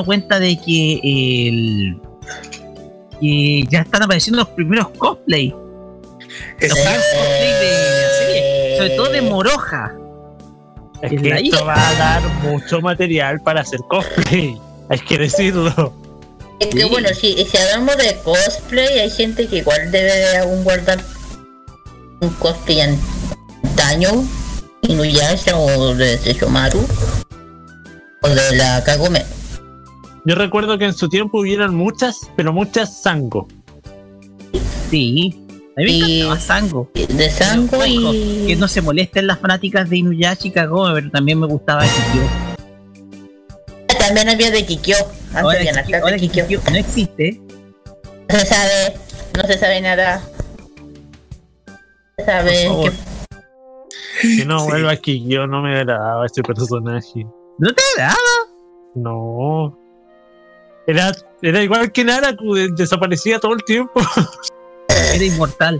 que que ya están apareciendo los primeros cosplay. Los primeros cosplay de la serie, sobre todo de Moroja. Es que esto va a dar mucho material para hacer cosplay, hay que decirlo. Es que bueno, si hablamos de cosplay, hay gente que igual debe aún guardar un cosplay antaño, Inuyasha o de Sesshomaru o de la Kagome. Yo recuerdo que en su tiempo hubieron muchas, pero muchas Sango. Sí, a mí me encantaba Sango. De Sango y... Que no se molesten las fanáticas de Inuyasha y Kagome, pero también me gustaba Kikyo. También había de Kikyo. Ahora Kikyo no existe. No se sabe nada. ¿Sabes Por qué? Que no vuelva aquí, yo no me agradaba este personaje. ¿No te agrada? No. Era igual que Naraku, desaparecía todo el tiempo. Era inmortal.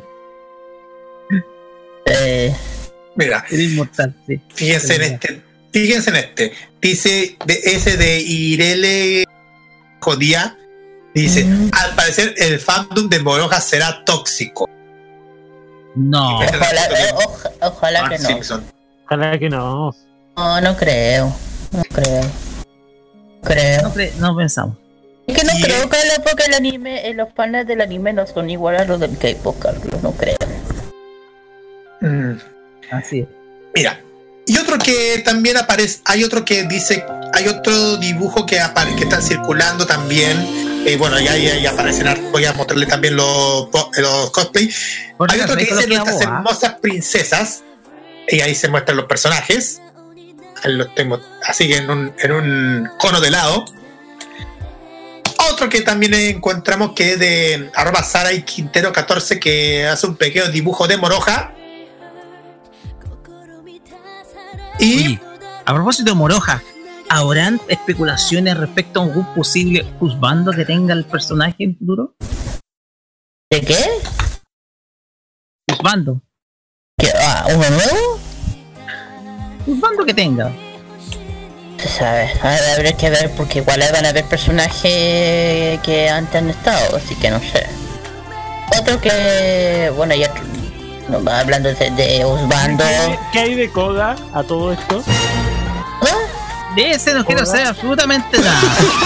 Mira, Era inmortal, sí. fíjense en este. Dice ese de Irele Jodía. Dice, al parecer el fandom de Moroja será tóxico. No. Ojalá que no. Simpson. Ojalá que no. No, no creo. No creo. No pensamos. Es que no creo, Carlos, porque el anime, los paneles del anime no son igual a los del K-pop, Carlos, no creo. Así es. Mira, y otro que también aparece, hay otro que dice, hay otro dibujo que está circulando también. Bueno, ya aparecen, voy a mostrarle también los cosplay. Hay otro que dice nuestras hermosas princesas, y ahí se muestran los personajes. Ahí los tengo así en un cono de helado. Otro que también encontramos que es de @Sara y Quintero 14, que hace un pequeño dibujo de Moroja. Y oye, a propósito de Moroja, ¿habrán especulaciones respecto a un posible juzgando que tenga el personaje en futuro? ¿De qué? Juzgando. ¿Uno nuevo? Juzgando que tenga. Se sabe, habrá que ver porque igual van a haber personajes que antes han estado, así que no sé. Otro que, bueno, ya hablando de Osvaldo. ¿Qué hay de Koga a todo esto? De ese no quiero saber absolutamente nada.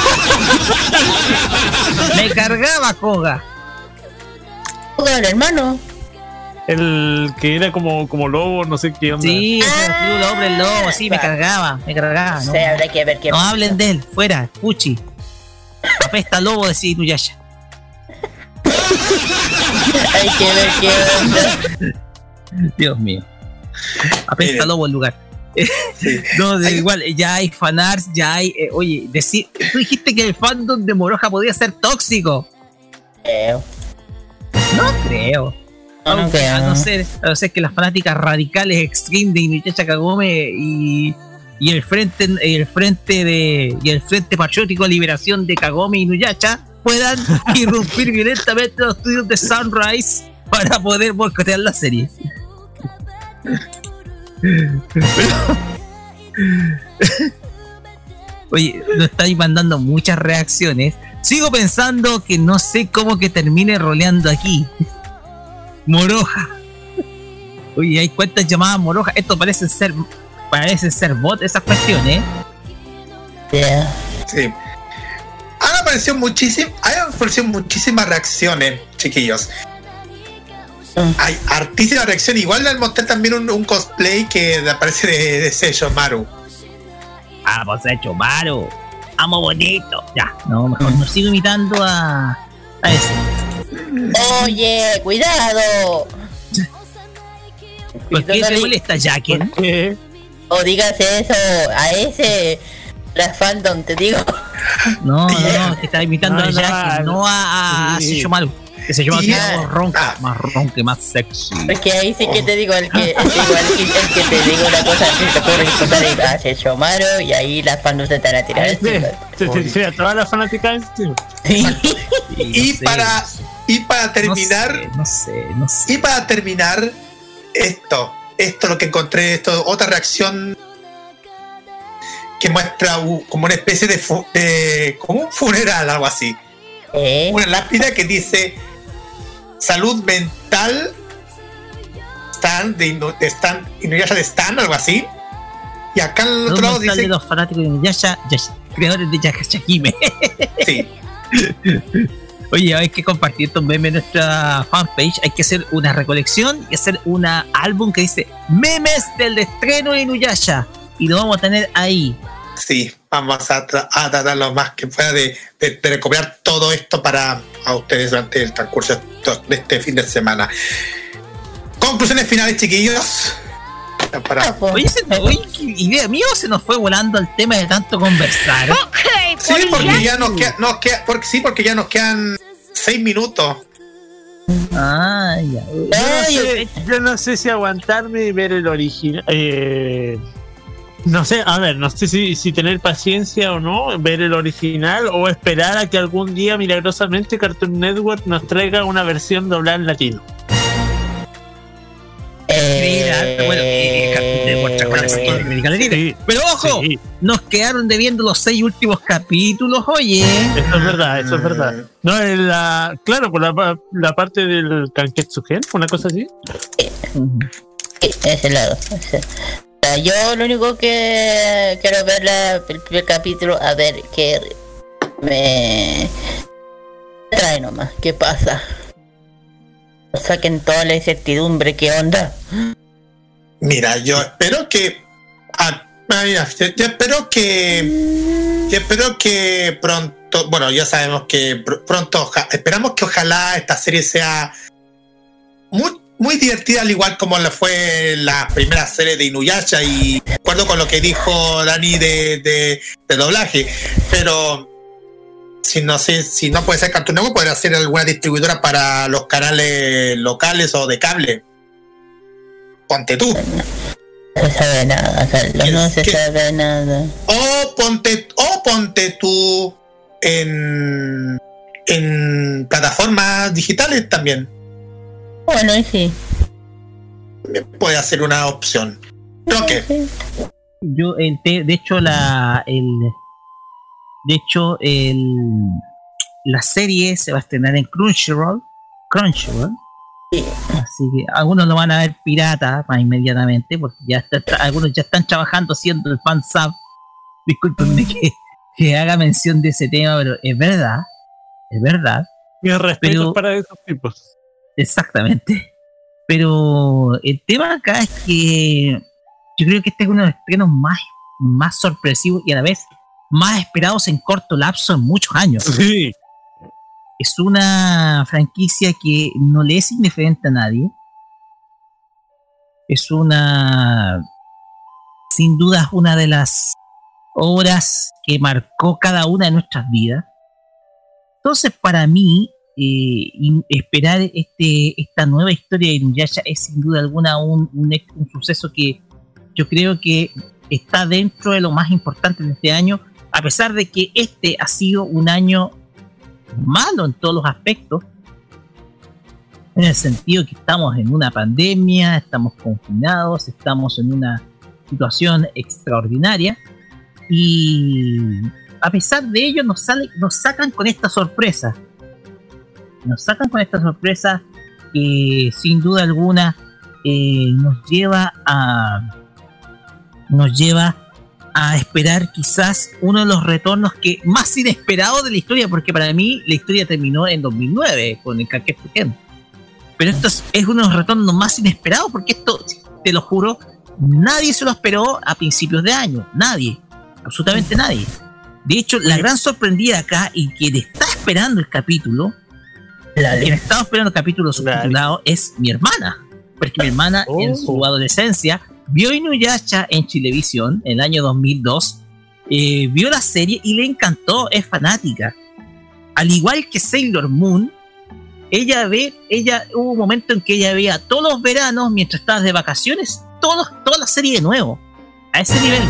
Me cargaba Koga. Koga, el hermano. El que era como lobo, no sé qué onda. Sí, el hombre el lobo, sí, me cargaba. No sé, habrá que ver qué. No hablen de él, fuera, Puchi. Apesta lobo de Inuyasha. Hay que ver qué onda. Dios mío. Apesta lobo el lugar. No, igual, ya hay fanarts, ya hay. Oye, tú dijiste que el fandom de Moroja podía ser tóxico. No creo. No creo. A no ser que las fanáticas radicales extreme de Inuyasha Kagome y el frente patriótico de liberación de Kagome y Inuyasha puedan irrumpir violentamente los estudios de Sunrise para poder boicotear la serie. Oye, nos estáis mandando muchas reacciones. Sigo pensando que no sé cómo que termine roleando aquí. Moroja. Oye, hay cuántas llamadas Moroja. Esto parece ser bot esas cuestiones. Sí. Han aparecido muchísimas reacciones, chiquillos. Hay hartísimas reacciones. Igual les mostré también un cosplay que aparece de Seiyo Maru. Ah, pues Seiyo Maru. Amo bonito. Ya, no, mejor no sigo imitando a ese. Oye, cuidado. ¿Por qué te molesta, Jacken? O digas eso a ese. La fandom, te digo. No, que está imitando a Jacken, no a Seiyo Maru. Que se llama más ronque, más sexy. Porque ahí sí que te digo, el que te digo una cosa, si te puedo responder a Seiyo Maru y ahí las fans se están a tirar encima. Sí, a todas las fanáticas encima. Y para terminar, no sé. Y para terminar, esto lo que encontré, otra reacción que muestra como una especie de como un funeral, algo así. Una lápida que dice salud mental Stan Inuyasha de Stan, algo así. Y acá al otro lado dice los fanáticos de Inuyasha, creadores de Yakashakime. Sí. Oye, hay que compartir estos memes en nuestra fanpage. Hay que hacer una recolección y hacer un álbum que dice memes del estreno de Inuyasha. Y lo vamos a tener ahí. Sí, vamos a tratar lo más que pueda de recopilar todo esto para a ustedes durante el transcurso de este fin de semana. Conclusiones finales, chiquillos. Oye, idea mía, se nos fue volando el tema de tanto conversar. Sí, porque ya nos quedan 6 minutos. Ya. Yo no sé si aguantarme y ver el original. No sé, a ver, no sé si tener paciencia o no, ver el original o esperar a que algún día milagrosamente Cartoon Network nos traiga una versión doblada en latino. Pero ojo, nos quedaron debiendo los 6 últimos capítulos, oye. Eso es verdad. No, claro, por la parte del Kanketsuken, una cosa así. Ese lado. Yo lo único que quiero ver el primer capítulo, a ver qué me trae nomás, qué pasa. Saquen toda la incertidumbre, qué onda. Mira, yo espero que yo espero que pronto, bueno, ya sabemos que pronto esperamos que ojalá esta serie sea muy divertida, al igual como fue la primera serie de Inuyasha, y de acuerdo con lo que dijo Dani de doblaje, pero si no puede ser Cartoon Network, podría ser alguna distribuidora para los canales locales o de cable. Ponte tú. No se sabe nada, Carlos, no se sabe nada. O ponte tú en plataformas digitales también. Bueno, y sí. Puede ser una opción. ¿Pero qué? Yo, de hecho, la serie se va a estrenar en Crunchyroll. Sí. Así que algunos lo van a ver pirata más inmediatamente, porque algunos ya están trabajando haciendo el fansub. Discúlpenme que haga mención de ese tema, pero es verdad. Mi respeto para esos tipos. Exactamente. Pero el tema acá es que yo creo que este es uno de los estrenos más sorpresivos y a la vez más esperados en corto lapso en muchos años. Sí. Es una franquicia que no le es indiferente a nadie. Es sin duda, una de las obras que marcó cada una de nuestras vidas. Entonces, para mí, esperar esta nueva historia de Inuyasha es sin duda alguna un suceso que yo creo que está dentro de lo más importante de este año, a pesar de que este ha sido un año malo en todos los aspectos, en el sentido que estamos en una pandemia, estamos confinados, estamos en una situación extraordinaria, y a pesar de ello nos sacan con esta sorpresa. Nos sacan con esta sorpresa que sin duda alguna nos lleva a esperar quizás uno de los retornos más inesperados de la historia, porque para mí la historia terminó en 2009 con el Kanketsuken. Pero esto es uno de los retornos más inesperados, porque esto, te lo juro, nadie se lo esperó a principios de año. Nadie. Absolutamente nadie. De hecho, la gran sorprendida acá, y quien está esperando el capítulo, quien estaba esperando el capítulo subtitulado, es mi hermana. Porque mi hermana en su adolescencia vio Inuyasha en Chilevisión en el año 2002, vio la serie y le encantó, es fanática. Al igual que Sailor Moon, ella hubo un momento en que ella veía todos los veranos, mientras estaba de vacaciones, toda la serie de nuevo, a ese nivel.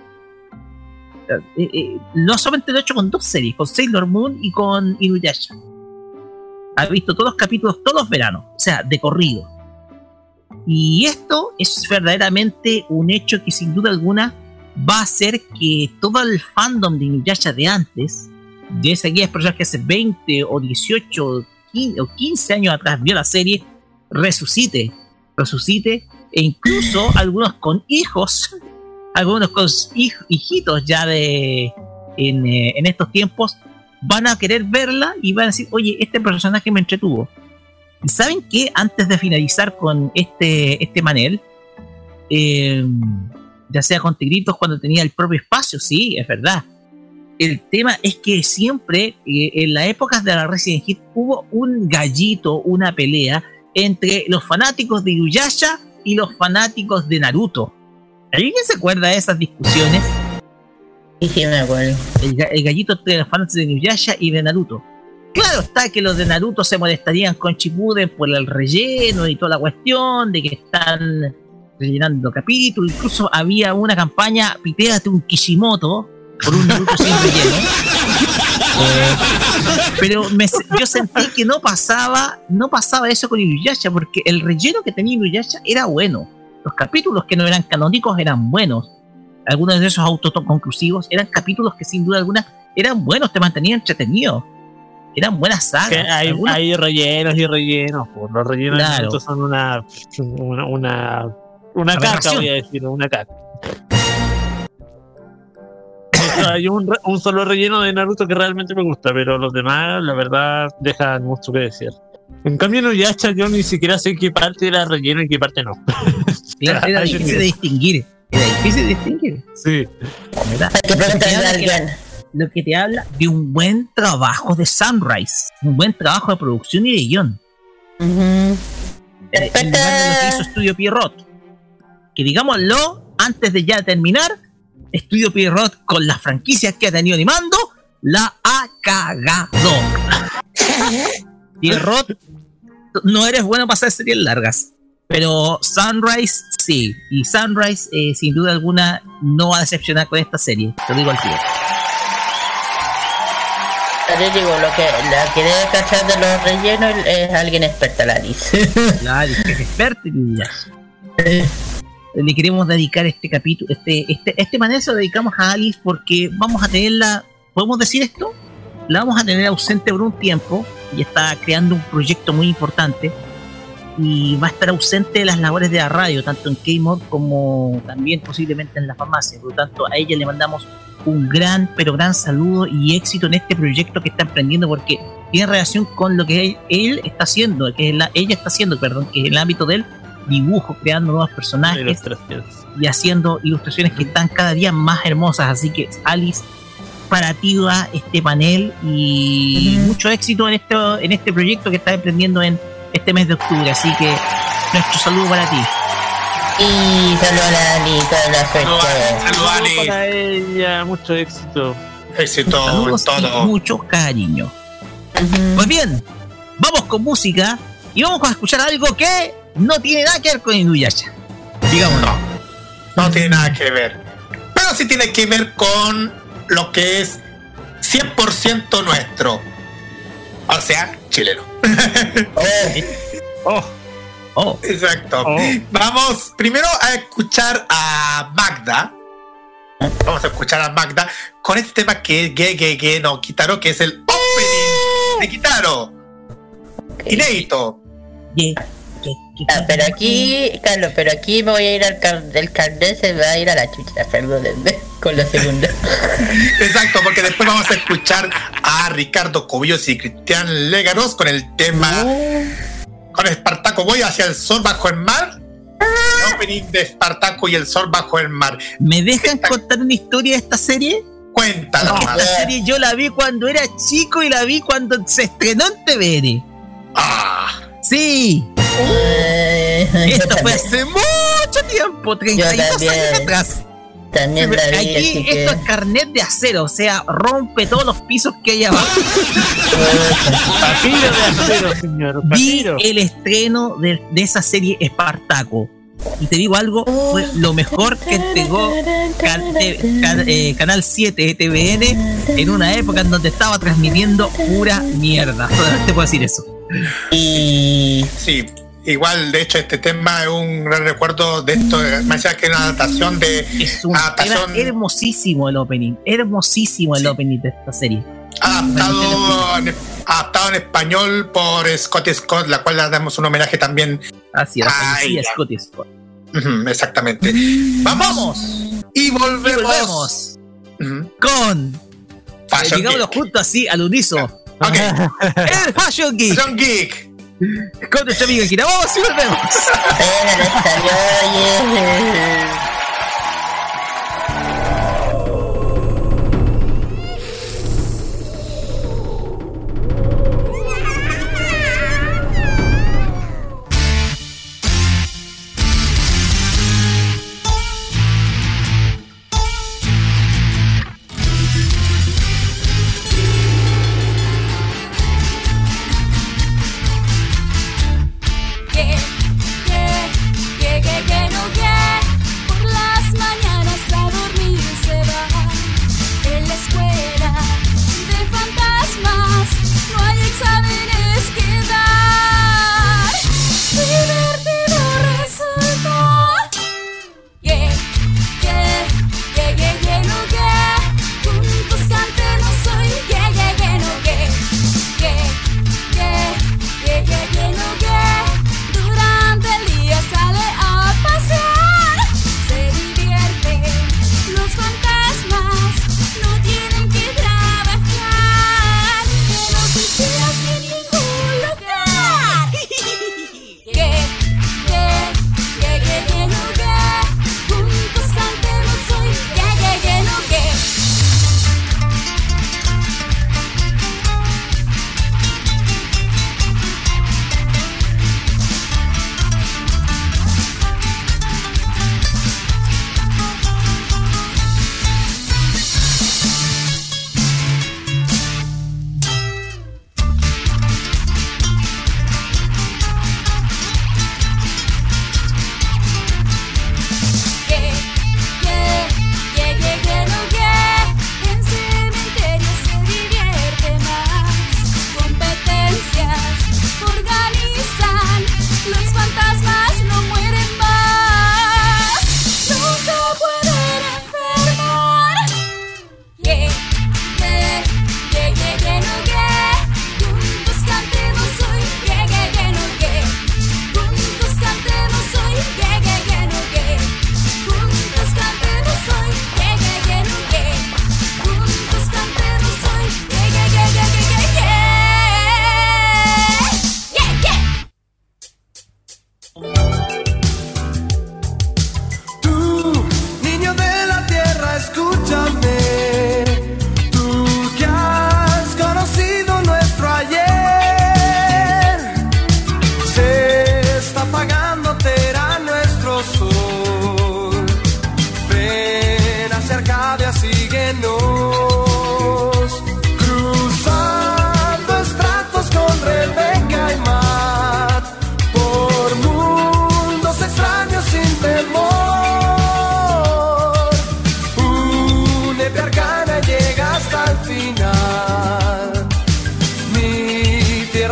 No solamente lo he hecho con 2 series, con Sailor Moon y con Inuyasha. Ha visto todos los capítulos todos los veranos, o sea, de corrido. Y esto es verdaderamente un hecho que sin duda alguna va a hacer que todo el fandom de Inuyasha de antes, de aquellas personas que hace 20 o 18 o 15 años atrás vio la serie, resucite, e incluso algunos con hijos, algunos con hijitos ya en estos tiempos, van a querer verla y van a decir, oye, este personaje me entretuvo. ¿Y saben qué? Antes de finalizar con este Manel, ya sea con Tigritos cuando tenía el propio espacio, sí, es verdad. El tema es que siempre, en las épocas de la Resident Evil, hubo un gallito, una pelea entre los fanáticos de Inuyasha y los fanáticos de Naruto. ¿Alguien se acuerda de esas discusiones? Sí, me acuerdo. El gallito entre los fanáticos de Inuyasha y de Naruto. Claro está que los de Naruto se molestarían con Shippuden por el relleno y toda la cuestión de que están rellenando capítulos. Incluso había una campaña, pipéate un Kishimoto por un Naruto sin relleno. Pero yo sentí que no pasaba eso con Inuyasha, porque el relleno que tenía Inuyasha era bueno. Los capítulos que no eran canónicos eran buenos. Algunos de esos autoconclusivos eran capítulos que sin duda alguna eran buenos, te mantenían entretenido. Eran buenas sagas. Que hay rellenos y rellenos. Pues los rellenos Claro. de Naruto son una caca, voy a decir, una caca. Hay un solo relleno de Naruto que realmente me gusta, pero los demás, la verdad, dejan mucho que decir. En cambio, en Inuyasha yo ni siquiera sé qué parte era relleno y qué parte no. Era difícil de distinguir. Sí. Lo que te habla de un buen trabajo de Sunrise, un buen trabajo de producción y de guión. En lugar de lo que hizo Estudio Pierrot, que digámoslo, antes de ya terminar, Estudio Pierrot con las franquicias que ha tenido animando, la ha cagado. Pierrot, no eres bueno para hacer series largas, pero Sunrise sí, y Sunrise sin duda alguna no va a decepcionar con esta serie, te lo digo al tiro. Yo digo, lo que debe cachar de los rellenos es alguien experta, la Alice. La Alice, que es experta en Inuyasha. Le queremos dedicar este capítulo, este panel se lo dedicamos a Alice porque vamos a tenerla, ¿podemos decir esto? La vamos a tener ausente por un tiempo y está creando un proyecto muy importante y va a estar ausente de las labores de la radio, tanto en K-Mod como también posiblemente en la farmacia. Por lo tanto, a ella le mandamos un gran, pero gran saludo y éxito en este proyecto que está emprendiendo, porque tiene relación con lo que él está haciendo, ella está haciendo, que es el ámbito del dibujo, creando nuevos personajes y haciendo ilustraciones que están cada día más hermosas. Así que, Alice, para ti va este panel y mucho éxito en este proyecto que estás emprendiendo en este mes de octubre. Así que nuestro saludo para ti. Y saludos a la Ali, toda la suerte. Saludos, Ali. Para ella, mucho éxito. Éxito, Saludos todo. y mucho cariño. Pues bien, vamos con música y vamos a escuchar algo que no tiene nada que ver con Inuyasha. Digámoslo. No tiene nada que ver. Pero sí tiene que ver con lo que es 100% nuestro. O sea, chileno. Exacto. Vamos primero a escuchar a Magda. Vamos a escuchar a Magda con este tema que es Ge no Kitaro, que es el opening de Kitaro. Inédito. Pero aquí, Carlos, me voy a ir el carnet se va a ir a la chucha, perdónenme, con la segunda. Exacto, porque después vamos a escuchar a Ricardo Cobillos y Cristian Légaros con el tema con Espartaco Boy hacia el sol bajo el mar. El opening de Espartaco y el sol bajo el mar. ¿Me dejan contar una historia de esta serie? Cuéntala. Esta serie yo la vi cuando era chico y la vi cuando se estrenó en TVN. Sí. Esto fue hace mucho tiempo, 32 años atrás. También la vi, aquí esto es carnet de acero, o sea, rompe todos los pisos que hay abajo. Papiro de acero, señor. Vi el estreno de esa serie Espartaco. Y te digo algo, fue lo mejor que entregó Canal 7 de TVN en una época en donde estaba transmitiendo pura mierda. Te puedo decir eso. Y sí, igual de hecho este tema es un gran recuerdo de esto, más allá que una adaptación de era hermosísimo el opening de esta serie, adaptado en español por Scott Scott, la cual le damos un homenaje también así a Scott Scott. Exactamente. Vamos y volvemos con digámoslo juntos así al unísono. El Fashion Geek con nuestra amiga Kira. Vamos y volvemos.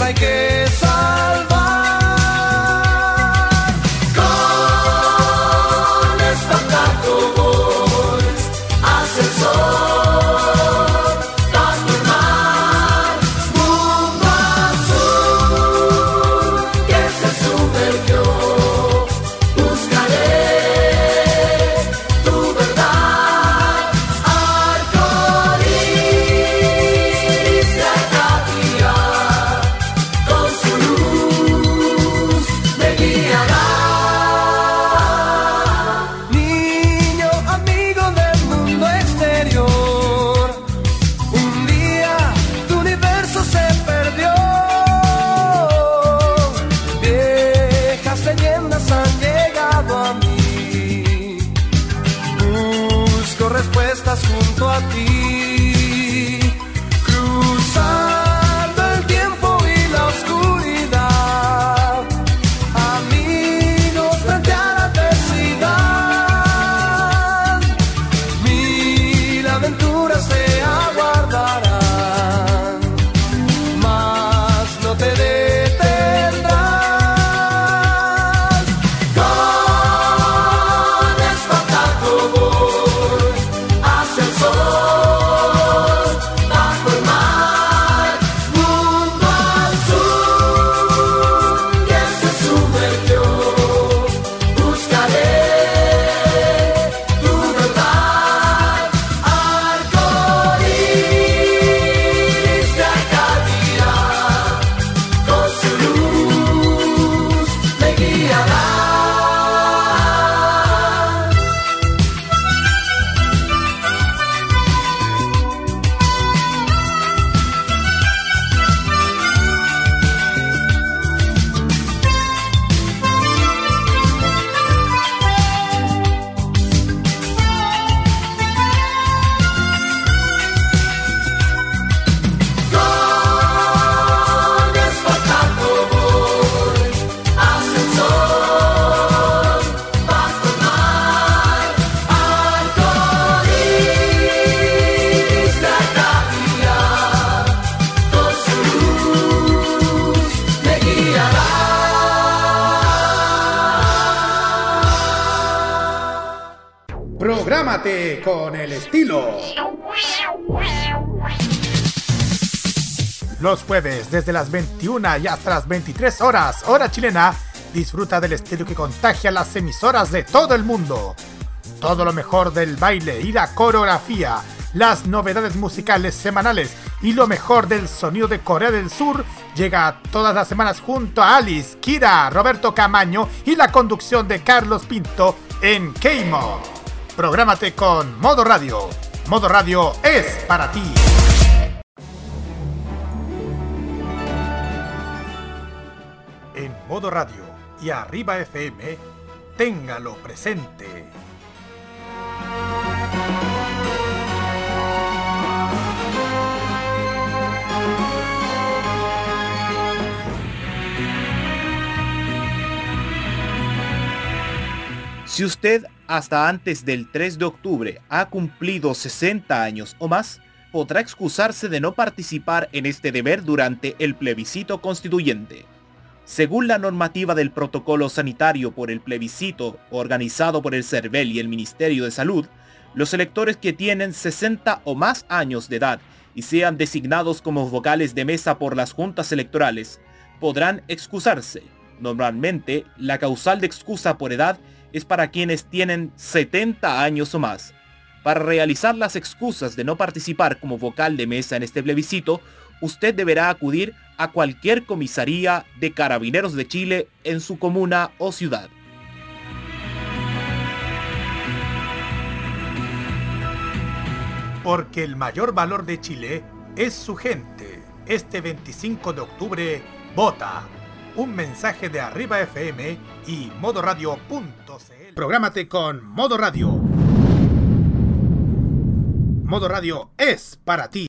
tierra hay que salvar. Con Espartaco Boys hacia el sol, bajo el mar, mundo azul que se sumergió. Buscaré tu verdad, arcoíris de Arcadia, con su luz me guiará. Niño amigo del mundo exterior, un día tu universo se perdió. Viejas leyendas han llegado a mí, busco respuestas junto a ti. Cruzando el tiempo y la oscuridad, amigos frente a la adversidad, mil aventuras te aguardarán, mas no te detendrás. Con Espartaco voy hacia el sol, bajo el mar, mundo azul que se sumergió. Buscaré tu verdad, arcoíris de Arcadia, con su luz me guiará. Con Espartaco voy hacia el sol, bajo el mar, arcoíris de Arcadia, con su luz me guiará. Prográmate con el estilo. Los jueves desde las 21 y hasta las 23 horas, hora chilena, disfruta del estilo que contagia las emisoras de todo el mundo. Todo lo mejor del baile y la coreografía, las novedades musicales semanales y lo mejor del sonido de Corea del Sur llega todas las semanas junto a Alice, Kira, Roberto Camaño y la conducción de Carlos Pinto en K-Mod. Prográmate con Modo Radio. Modo Radio es para ti. En Modo Radio y Arriba FM, téngalo presente. Si usted hasta antes del 3 de octubre ha cumplido 60 años o más, podrá excusarse de no participar en este deber durante el plebiscito constituyente. Según la normativa del protocolo sanitario por el plebiscito organizado por el CERVEL y el Ministerio de Salud, los electores que tienen 60 o más años de edad y sean designados como vocales de mesa por las juntas electorales, podrán excusarse. Normalmente, la causal de excusa por edad es para quienes tienen 70 años o más. Para realizar las excusas de no participar como vocal de mesa en este plebiscito, usted deberá acudir a cualquier comisaría de Carabineros de Chile en su comuna o ciudad. Porque el mayor valor de Chile es su gente. Este 25 de octubre, vota. Un mensaje de Arriba FM y modoradio.cl. Prográmate con Modo Radio. Modo Radio es para ti.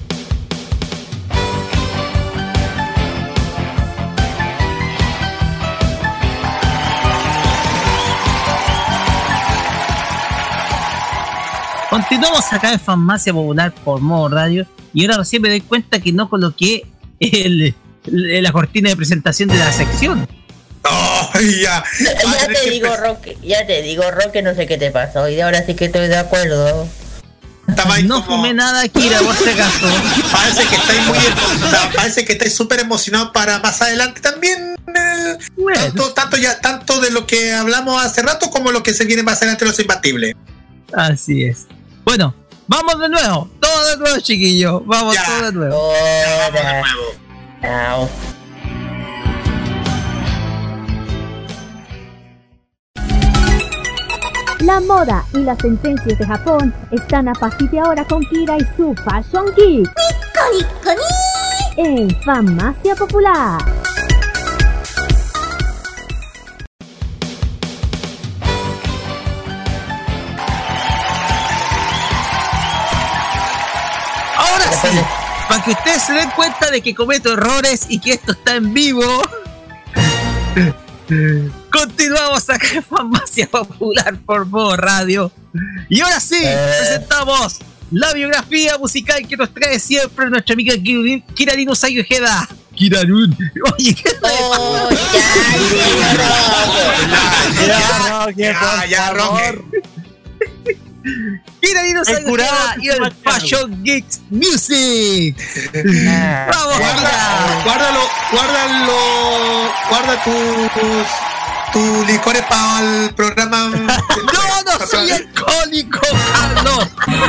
Continuamos acá en Farmacia Popular por Modo Radio y ahora recién me doy cuenta que no coloqué la cortina de presentación de la sección. Oh, ya. Ya te digo, Roque, no sé qué te pasó. Y ahora sí que estoy de acuerdo. No fumé nada, Kira, por si acaso. Parece que estáis parece que estáis súper emocionados para más adelante también. Tanto de lo que hablamos hace rato como lo que se viene más adelante, los imbatibles. Así es. Bueno, vamos de nuevo. Todo de nuevo, chiquillos. Vamos todo de nuevo. Vamos de nuevo. Chao. La moda y las tendencias de Japón están a partir de ahora con Kira y su Fashion Geek. En Farmacia Popular. Ahora sí, para que ustedes se den cuenta de que cometo errores y que esto está en vivo. Continuamos acá en Farmacia Popular por Modo Radio. Y ahora sí, presentamos la biografía musical que nos trae siempre nuestra amiga Kirarino Sayo Ojeda. Kirarun. Oye, ¿qué Ya, Roque. Kirarino Sayo Ojeda y el Fashion Geeks Music. Vamos, guarda tus licores para el programa. No soy alcohólico, Carlos.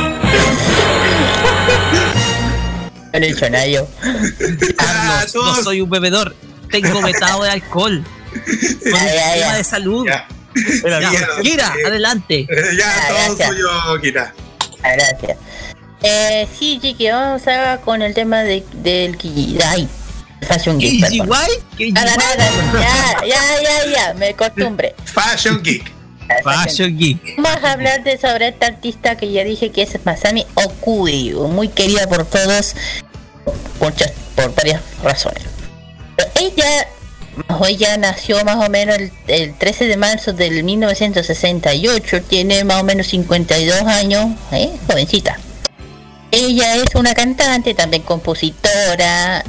No he dicho nada yo. Carlos, no soy un bebedor. Tengo vetado de alcohol. Con el tema de salud. Kira, adelante. Todo suyo, Kira. Gracias. Sí, Chiqui, vamos a con el tema del Kirai. Fashion Geek. Ya, me acostumbré. Fashion Geek. Vamos a hablar sobre esta artista que ya dije que es Masami Okui, muy querida por todos, por varias razones. Pero ella nació más o menos el 13 de marzo del 1968, tiene más o menos 52 años, jovencita. Ella es una cantante, también compositora,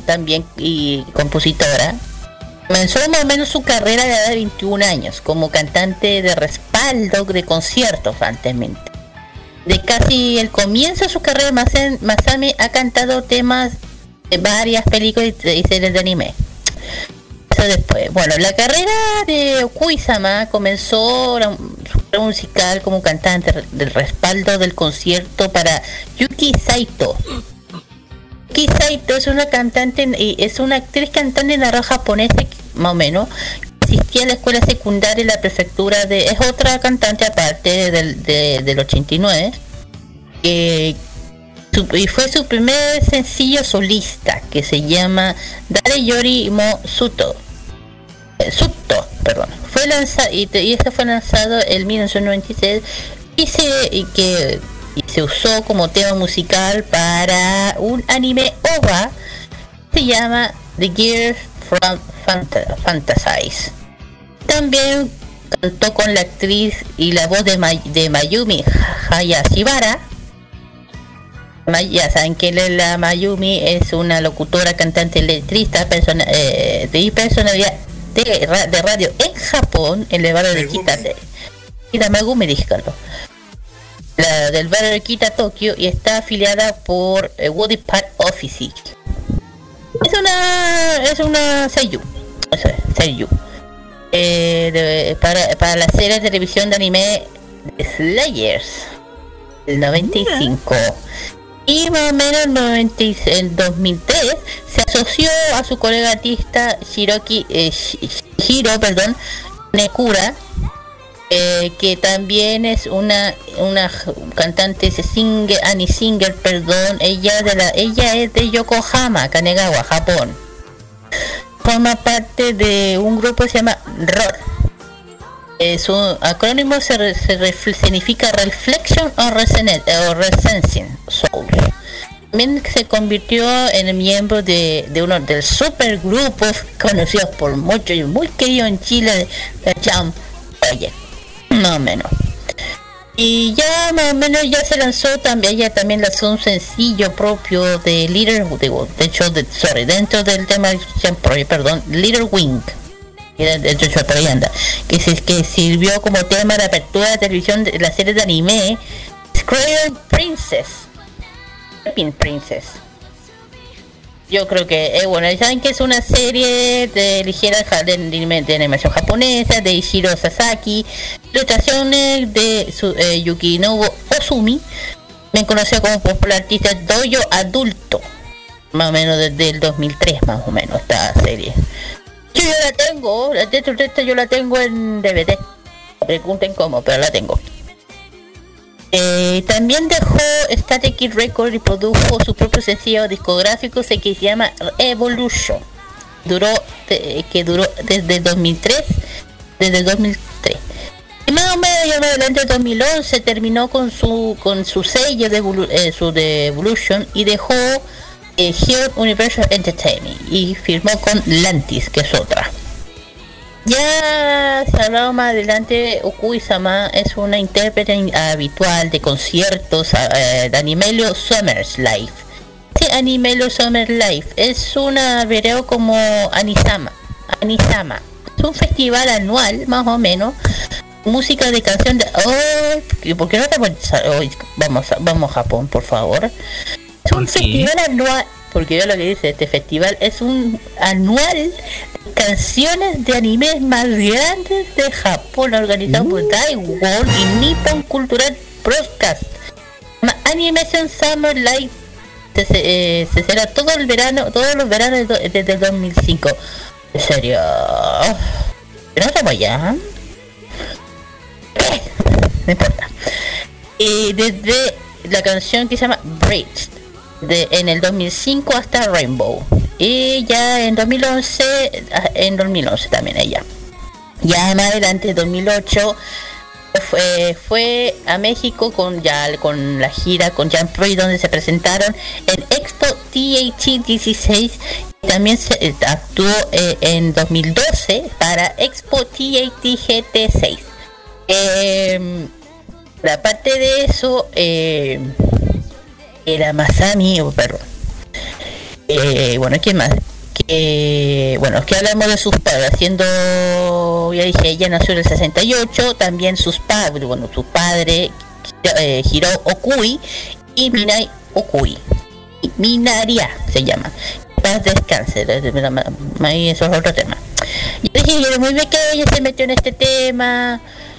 Comenzó más o menos su carrera a la edad de 21 años como cantante de respaldo de conciertos anteriormente. De casi el comienzo de su carrera, Masami ha cantado temas de varias películas y series de anime. Eso después. Bueno, la carrera de Okui-sama comenzó su carrera musical como cantante del respaldo del concierto para Yuki Saito. Yuki Saito es una cantante y es una actriz cantante naranja japonesa, más o menos. Asistía a la escuela secundaria en la prefectura es otra cantante aparte del 89. Y fue su primer sencillo solista, que se llama Dare Yori Mo Suto, fue lanzado y este fue lanzado en 1996 y se usó como tema musical para un anime OVA que se llama The Girls from Fantasize. También cantó con la actriz y la voz de Mayumi Hayashibara. Ya saben que la Mayumi es una locutora, cantante, letrista, de personalidad de radio en Japón, en el barrio de Kita. La Megumi, dígalo. La del barrio de Kita, Tokio, y está afiliada por Woody Park Office. Es una seiyuu. Para la serie de televisión de anime Slayers del 95. Y más o menos en 2003 se asoció a su colega artista Hiro Nekura, que también es una cantante singer, ella es de Yokohama, Kanegawa, Japón. Forma parte de un grupo que se llama ROR. Su acrónimo significa Reflection o Resensing Soul. También se convirtió en miembro de uno del supergrupo conocidos por muchos y muy querido en Chile, de Jump Project, más o menos. Y ya más o menos ya se lanzó también, ella también lanzó un sencillo propio de dentro del tema Little Wing, que sirvió como tema de apertura de televisión de la serie de anime Scream Princess. Yo creo que bueno, saben que es una serie ligera de animación japonesa de Ishiro Sasaki, ilustraciones de Yukinobu Ozumi, bien conocido como popular artista dojo adulto, más o menos desde el 2003 más o menos esta serie. Yo la tengo, yo la tengo en DVD, pregunten cómo, pero la tengo. También dejó Static Kid Record y produjo su propio sencillo discográfico que se llama Evolution. Que duró desde el 2003. Y más o menos ya más adelante en 2011 terminó con su sello de Evolution y dejó Here Universal Entertainment y firmó con Lantis, que es otra. Ya se hablado más adelante, Okui-sama es una intérprete habitual de conciertos de Animelio Summer's Life. Sí, Animelio Summer Life es una video como Anisama. Es un festival anual, más o menos, música de canción de... ¿por qué no te vamos a Japón, por favor? Es un festival anual, porque yo lo que dice, este festival es un anual de canciones de animes más grandes de Japón, organizado por Taiwan y Nippon Cultural Broadcast. Animation Summer Live se será todos los veranos desde el 2005. En serio, ¿no estamos allá? No importa. Y desde la canción que se llama Bridge en el 2005 hasta Rainbow, y ya en 2011 también ella. Ya más adelante, en 2008 fue a México con la gira con Jam Pro, donde se presentaron en Expo THT 16, y también se actuó en 2012 para Expo THT GT 6. Aparte de eso, era Masami, bueno, ¿quién más? Es que hablamos de sus padres, ya dije, ella nació en el 68, también sus padres, su padre, Hiro Okui y Minai Okui, Minaria se llama, paz descanse, ahí eso es otro tema. Yo dije que muy bien que ella se metió en este tema.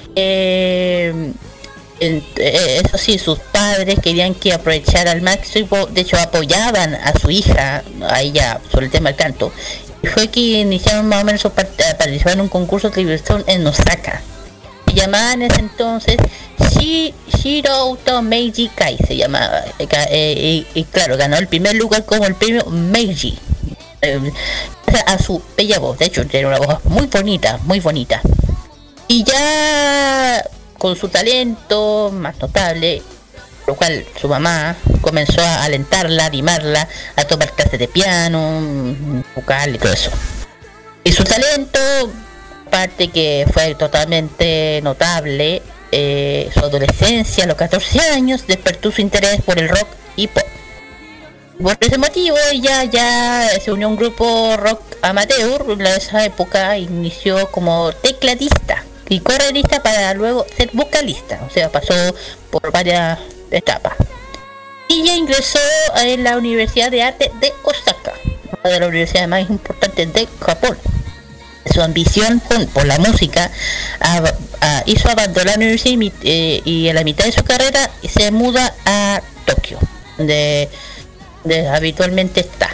Eso sí, sus padres querían que aprovechara al máximo, de hecho apoyaban a su hija, a ella, sobre el tema del canto, y fue que iniciaron más o menos a participar en un concurso de televisión en Osaka. Se llamaba en ese entonces Shirouto Meiji Kai, se llamaba, y claro, ganó el primer lugar como el premio Meiji, a su bella voz. De hecho tiene una voz muy bonita, y ya con su talento más notable, lo cual su mamá comenzó a alentarla, animarla a tomar clases de piano, vocal y todo eso. Y su talento, aparte que fue totalmente notable, su adolescencia, a los 14 años, despertó su interés por el rock y pop. Por ese motivo ella ya se unió a un grupo rock amateur. En esa época inició como tecladista y corredista para luego ser vocalista, o sea, pasó por varias etapas. Y ella ingresó en la Universidad de Arte de Osaka, una de las universidades más importantes de Japón. Su ambición por la música hizo abandonar la universidad y a la mitad de su carrera se muda a Tokio, donde habitualmente está.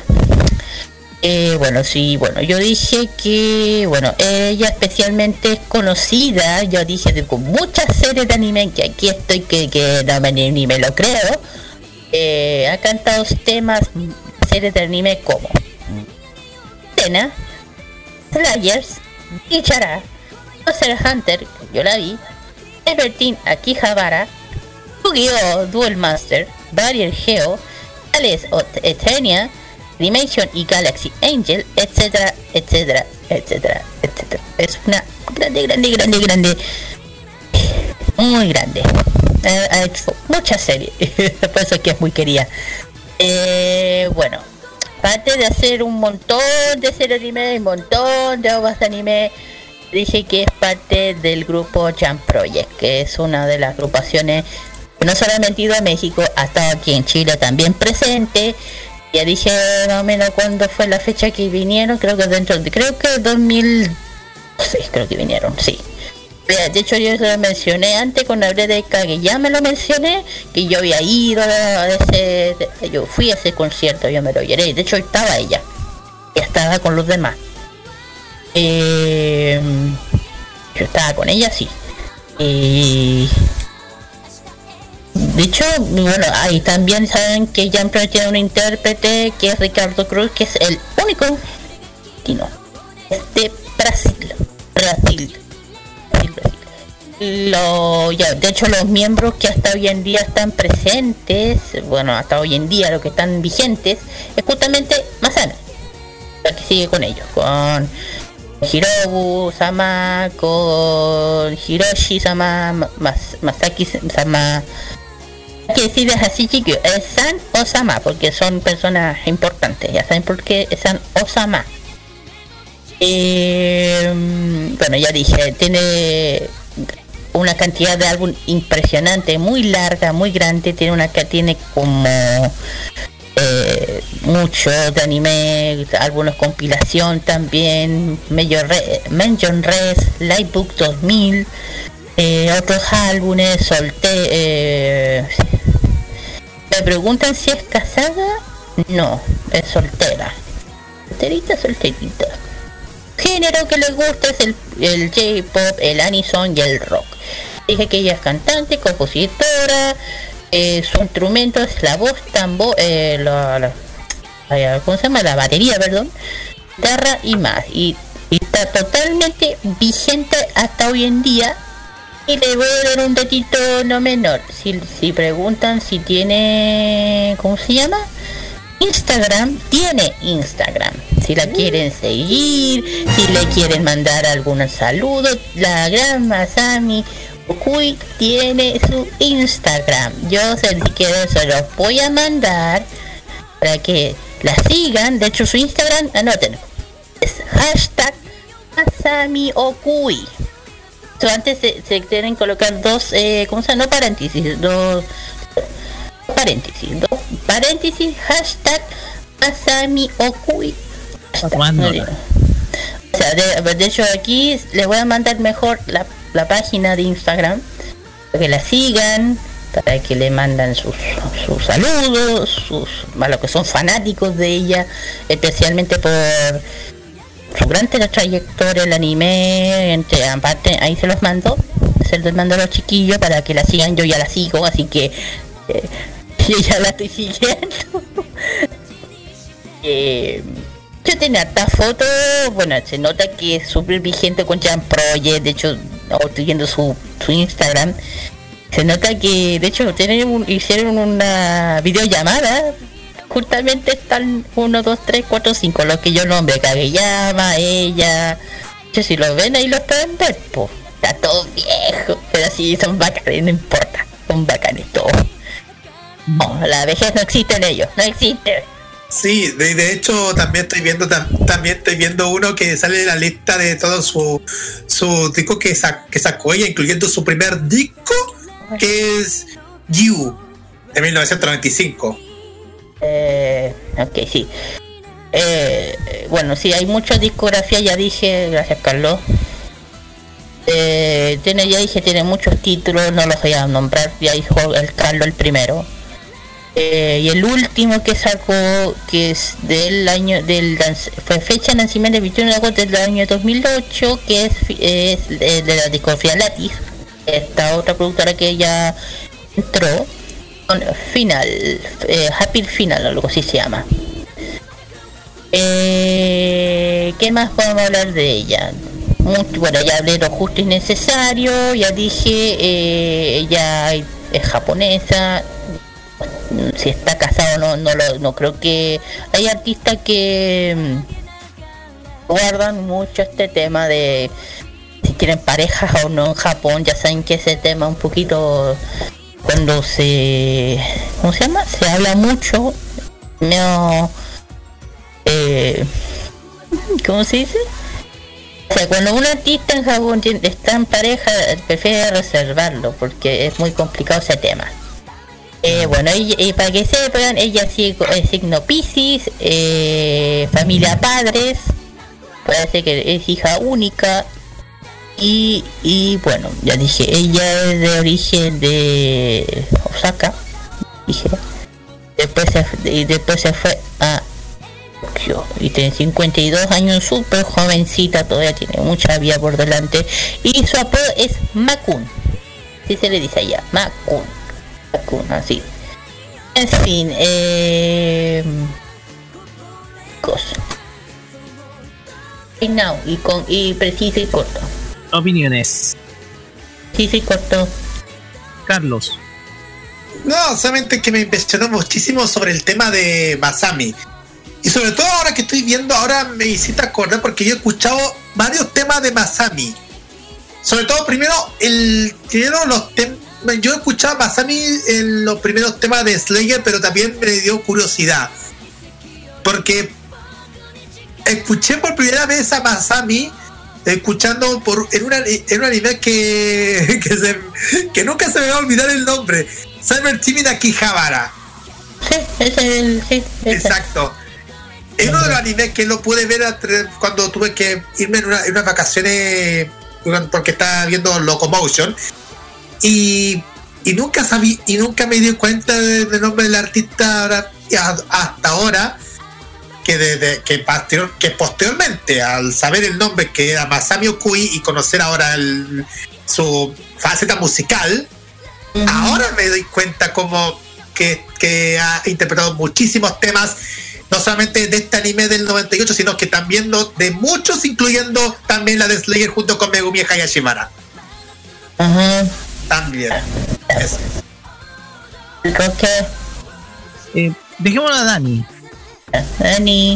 Yo dije que, ella especialmente es conocida, yo dije, con muchas series de anime, que aquí estoy, que no ni me lo creo. Ha cantado temas, series de anime como Tena, Slayers, Ichara, Monster Hunter, yo la vi, Everything Akihabara, Yu-Gi-Oh! Duel Master, Barrier Geo, Alice Eternia, Dimension y Galaxy Angel, etcétera. Es una grande, muy grande. ha hecho muchas series, por eso es que es muy querida. Bueno, aparte de hacer un montón de series de anime, un montón de obras de anime, dije que es parte del grupo Jump Project, que es una de las agrupaciones que no solamente ha ido a México, ha estado aquí en Chile también presente. Ya dije más o menos cuándo fue la fecha que vinieron, creo que 2012, creo que vinieron, sí. De hecho yo se lo mencioné antes cuando hablé de Kageyama, lo mencioné, que yo había ido yo fui a ese concierto, yo me lo lloré, de hecho estaba ella, y estaba con los demás. Yo estaba con ella, sí. De hecho, bueno, ahí también saben que Jump Project tiene un intérprete que es Ricardo Cruz, que es el único latino. Es de Brasil. De hecho, los miembros que hasta hoy en día están presentes, bueno, hasta hoy en día los que están vigentes, es justamente Masami, la que sigue con ellos, con Hirobu Sama, con Hiroshi Sama, Masaki Sama. Hay que decirles así, chicos, es San o Sama, porque son personas importantes, ya saben por qué es San o Sama. Bueno, ya dije, tiene una cantidad de álbum impresionante, muy larga, muy grande, tiene como mucho de anime, álbumes compilación también, Mention Res, Livebook 2000, otros álbumes, me preguntan si es casada, no, es solterita. Género que les gusta es el J-pop, el anison y el rock. Dije que ella es cantante, compositora, su instrumento es la voz, tambor, ¿cómo se llama? La batería, perdón, guitarra y más. Y está totalmente vigente hasta hoy en día. Y le voy a dar un datito no menor. Si preguntan si tiene, ¿cómo se llama? Instagram, tiene Instagram. Si la quieren seguir, si le quieren mandar algún saludo, la gran Masami Okui tiene su Instagram. Yo si quieren se los voy a mandar para que la sigan. De hecho su Instagram, anoten, es hashtag Masami Okui. Antes se tienen que colocar dos, ¿cómo se llama? No paréntesis, dos paréntesis, hashtag Masami Okui. O sea, de hecho aquí les voy a mandar mejor la página de Instagram para que la sigan, para que le mandan sus saludos, a los que son fanáticos de ella, especialmente por su gran trayectoria el anime. Aparte ahí se los mando a los chiquillos para que la sigan. Yo ya la sigo, así que yo ya la estoy siguiendo. Yo tenía harta fotos, bueno, se nota que es súper vigente con Jump Project. De hecho, estoy viendo su Instagram, se nota que de hecho hicieron una videollamada. Justamente están 1, 2, 3, 4, 5 los que yo nombré, Kageyama, ella. Yo, si lo ven ahí lo pueden ver, pues. Está todo viejo, pero sí son bacanes, no importa, son bacanes todos. No, la vejez no existe en ellos, no existe. Sí, de hecho también estoy viendo uno que sale en la lista de todos su disco que sacó ella, incluyendo su primer disco, que es You, de 1995. Ok, sí. Bueno, sí, hay mucha discografía, ya dije, gracias Carlos. Tiene muchos títulos, no los voy a nombrar, ya dijo el Carlos el primero. Y el último que sacó, que es del año fue fecha de nacimiento del 21 de agosto del año 2008, que es de la discografía Lattice, esta otra productora que ya entró con Final, Happy Final, algo así se llama. ¿Qué más podemos hablar de ella? Bueno, ya hablé lo justo y necesario, ya dije, ella es japonesa. Si está casado no creo que hay artistas que guardan mucho este tema de si tienen parejas o no en Japón. Ya saben que ese tema un poquito cuando ¿cómo se llama? Se habla mucho, no, ¿cómo se dice? O sea, cuando un artista en Japón está en pareja, prefiere reservarlo porque es muy complicado ese tema. Bueno, y para que sepan, ella sí es signo Piscis, familia padres, parece que es hija única. Y bueno, ya dije, ella es de origen de Osaka, dije. Después se fue a Tokio y tiene 52 años, súper jovencita, todavía tiene mucha vida por delante. Y su apodo es Makun, así se le dice allá, Makun, así. En fin, cosa. Y now, y preciso y corto. Opiniones. Sí, corto. Carlos. No, solamente que me impresionó muchísimo sobre el tema de Masami. Y sobre todo ahora que estoy viendo, ahora me hiciste acordar porque yo he escuchado varios temas de Masami. Sobre todo primero yo he escuchado a Masami en los primeros temas de Slayer, pero también me dio curiosidad. Porque escuché por primera vez a Masami escuchando en un anime que nunca se me va a olvidar el nombre, Cyber Chimi Akihabara. Sí, exacto. Es uno de los animes que lo pude ver cuando tuve que irme en unas vacaciones porque estaba viendo Locomotion y nunca sabía y nunca me di cuenta del nombre del artista hasta ahora. Que posteriormente, al saber el nombre que era Masami Okui y conocer ahora su faceta musical, ahora me doy cuenta como que ha interpretado muchísimos temas, no solamente de este anime del 98, sino que también de muchos, incluyendo también la de Slayer junto con Megumi Hayashibara. También. Eso. Creo que dejémoslo a Dani. Dani.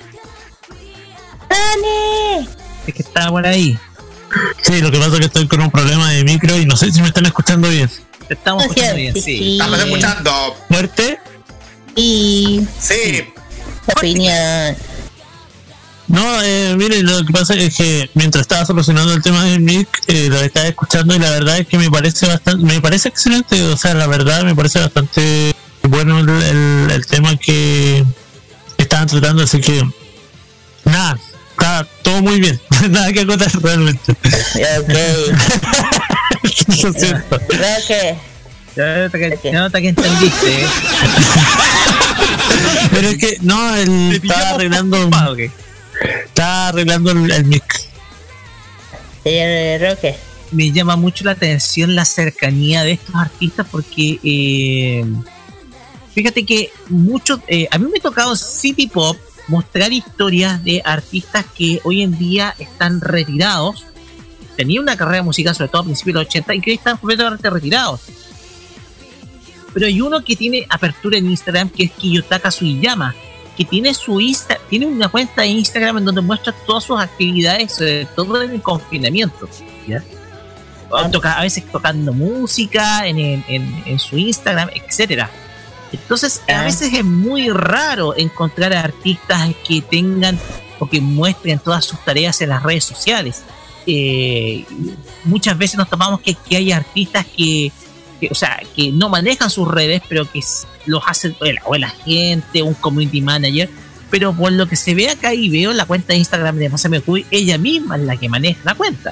Es que está por ahí. Sí, lo que pasa es que estoy con un problema de micro y no sé si me están escuchando bien. Te estamos escuchando bien, sí. Estamos escuchando. ¿Fuerte? Y sí. Opinión. No, miren, lo que pasa es que mientras estaba solucionando el tema del mic, lo estaba escuchando y la verdad es que me parece excelente. O sea, la verdad me parece bastante bueno el tema que estaban tratando, así que nada, está todo muy bien. Nada que acotar realmente. Lo siento. Se nota que entendiste. Pero es que no, él estaba arreglando el mic. Roque. Me llama mucho la atención la cercanía de estos artistas porque fíjate que muchos, a mí me ha tocado City Pop mostrar historias de artistas que hoy en día están retirados, tenían una carrera musical sobre todo a principios de los 80 y que hoy están completamente retirados. Pero hay uno que tiene apertura en Instagram, que es Kiyotaka Sugiyama, que tiene tiene una cuenta de Instagram en donde muestra todas sus actividades, sobre todo en el confinamiento, ¿ya? A veces tocando música en su Instagram, etcétera. Entonces a veces es muy raro encontrar artistas que tengan o que muestren todas sus tareas en las redes sociales. Muchas veces nos topamos que hay artistas que no manejan sus redes, pero que los hace o la gente, un community manager. Pero por lo que se ve acá y veo la cuenta de Instagram de Masami Okui, ella misma es la que maneja la cuenta.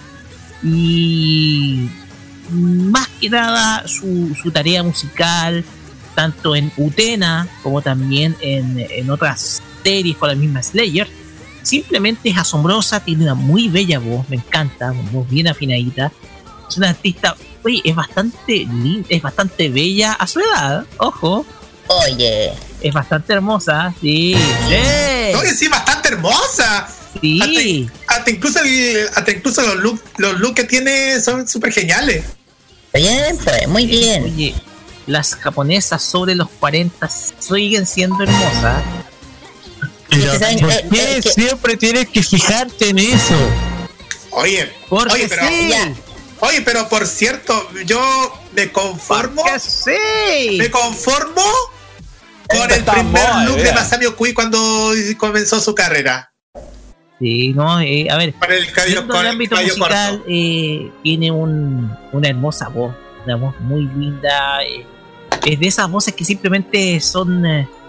Y más que nada su tarea musical, tanto en Utena como también en otras series con la misma Slayer, simplemente es asombrosa, tiene una muy bella voz, me encanta, una voz bien afinadita, es una artista, oye, es bastante linda, es bastante bella a su edad, ojo. Oye, es bastante hermosa, sí. Oye, sí, bastante hermosa. Sí. Hasta incluso los looks que tiene son súper geniales. Bien, pues, muy bien. Oye, las japonesas sobre los 40 siguen siendo hermosas. Pero, ¿por qué siempre tienes que fijarte en eso? Oye, porque pero sí. Oye, pero por cierto, yo me conformo. Sí. Me conformo con el primer look de Masami Okui cuando comenzó su carrera. Sí, no, a ver, con el dentro del ámbito musical tiene una hermosa voz, una voz muy linda. Es de esas voces que simplemente son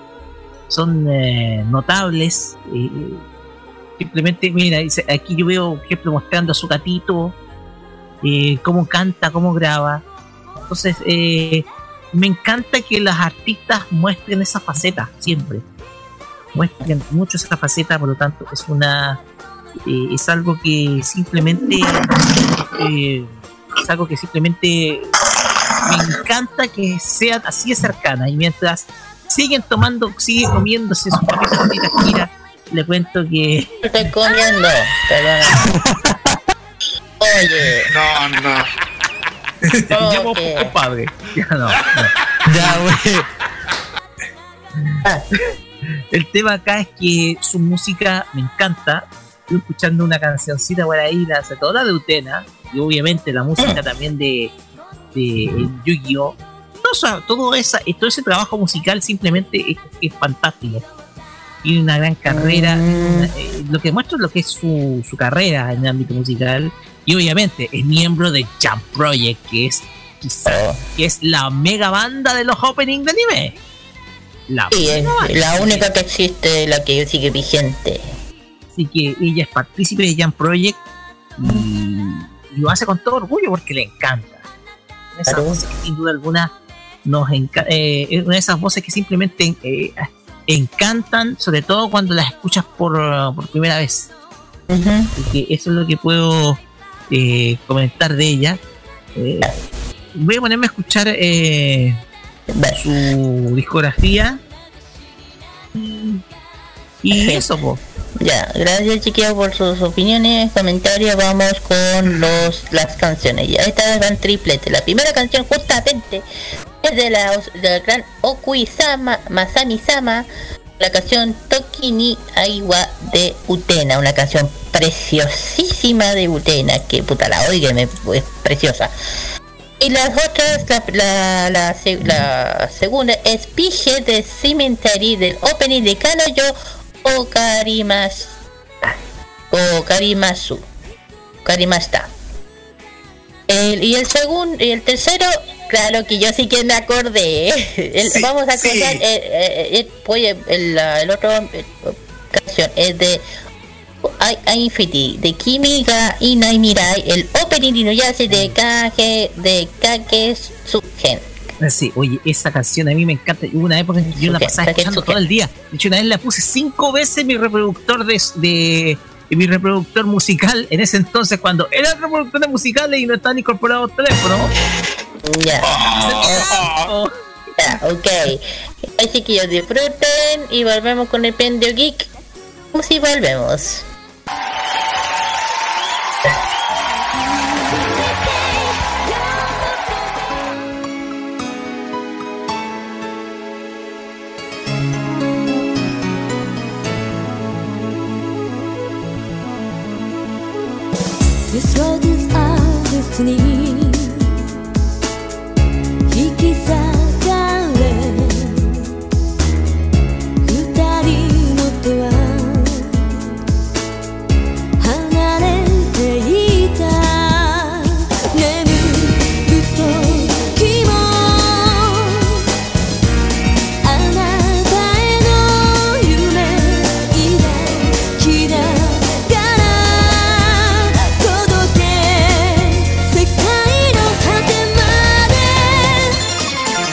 notables. Simplemente, mira, aquí yo veo, por ejemplo, mostrando a su gatito, cómo canta, cómo graba. Entonces, me encanta que las artistas muestren esa faceta siempre. Muestren mucho esa faceta, por lo tanto, es algo que simplemente me encanta que sea así de cercana. Y mientras sigue comiéndose sus papitas fritas, mira, le cuento que estoy comiendo, perdona. Oye, no. Ya vos, compadre. Ya no. Ya, güey. El tema acá es que su música me encanta. Estoy escuchando una cancioncita por ahí, toda la de Utena, y obviamente la música también de Yu-Gi-Oh! Todo ese trabajo musical simplemente es fantástico. Tiene una gran carrera. Lo que muestra es lo que es su carrera en el ámbito musical. Y obviamente es miembro de Jump Project, que es la mega banda de los openings de anime. La única que existe, la que sigue vigente. Así que ella es partícipe de Jump Project y lo hace con todo orgullo porque le encanta. Esas voces que sin duda alguna es una de esas voces que simplemente encantan, sobre todo cuando las escuchas por primera vez. Así que eso es lo que puedo comentar de ella. Voy a ponerme a escuchar su discografía y eso, po. Ya, gracias chiquillos por sus opiniones, comentarios. Vamos con las canciones. Ya, estas van triplete. La primera canción justamente es de la gran Okui-sama, Masami-sama, la canción Toki ni Aiwa de Utena, una canción preciosísima de Utena, que puta la oigan, es preciosa. Y las otras, la segunda es Pige de Cemetery del opening de Kanoyo Karimasta. Y el tercero, claro que yo sí que me acordé. Vamos a acordar. El otro canción es de Infinity de Kimi ga Inai Mirai, el opening de Inuyasha de Kage Sugen. Sí, oye, esa canción a mí me encanta. Hubo una época en que yo la pasaba escuchando todo el día. De hecho, una vez la puse 5 veces en mi reproductor mi reproductor musical en ese entonces, cuando eran reproductores musicales y no estaban incorporados al teléfono. Ya. Ok. Así que ellos disfruten y volvemos con el Pendio Geek. Pues sí, volvemos. This road is our destiny. 引き裂かれ二人の手は離れていた。眠る時もあなたへの夢抱きながら届け世界の果てまで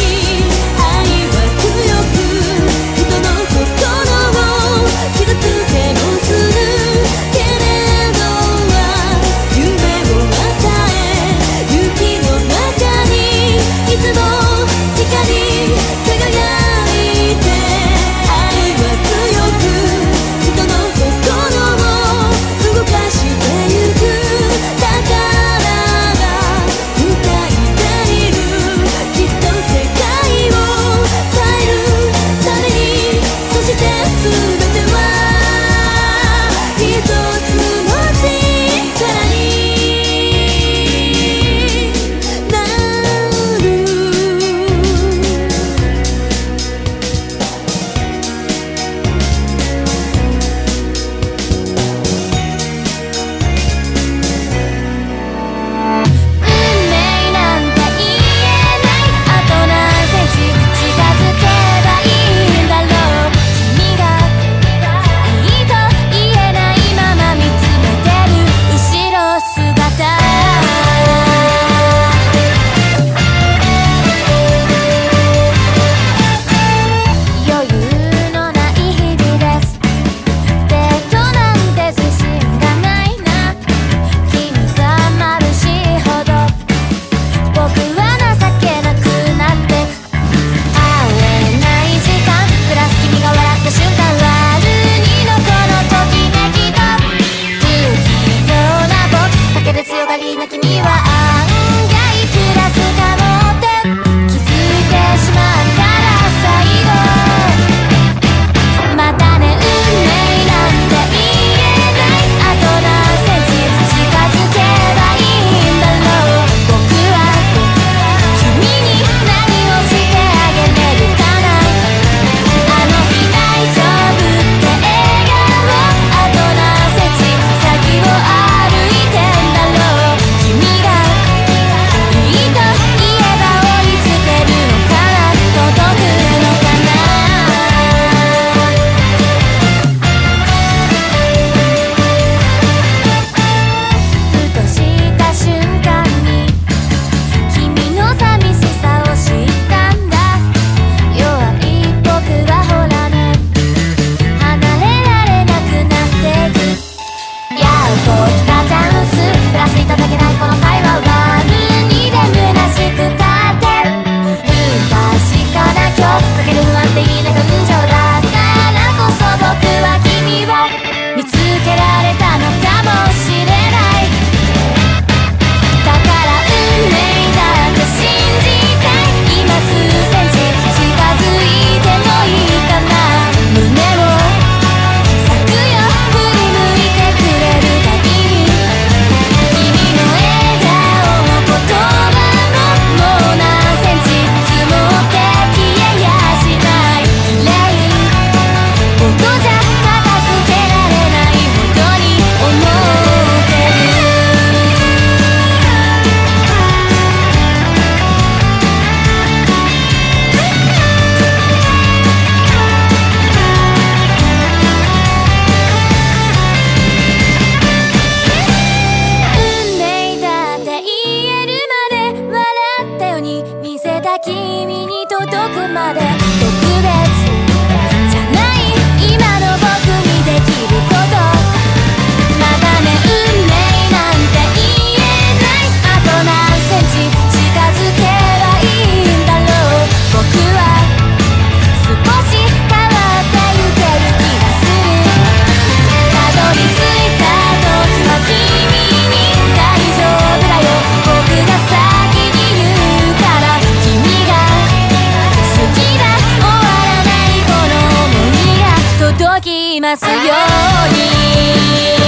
ますように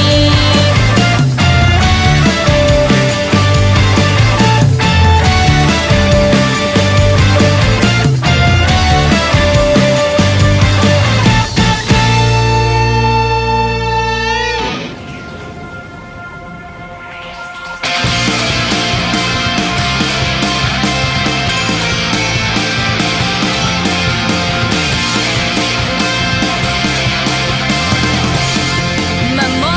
守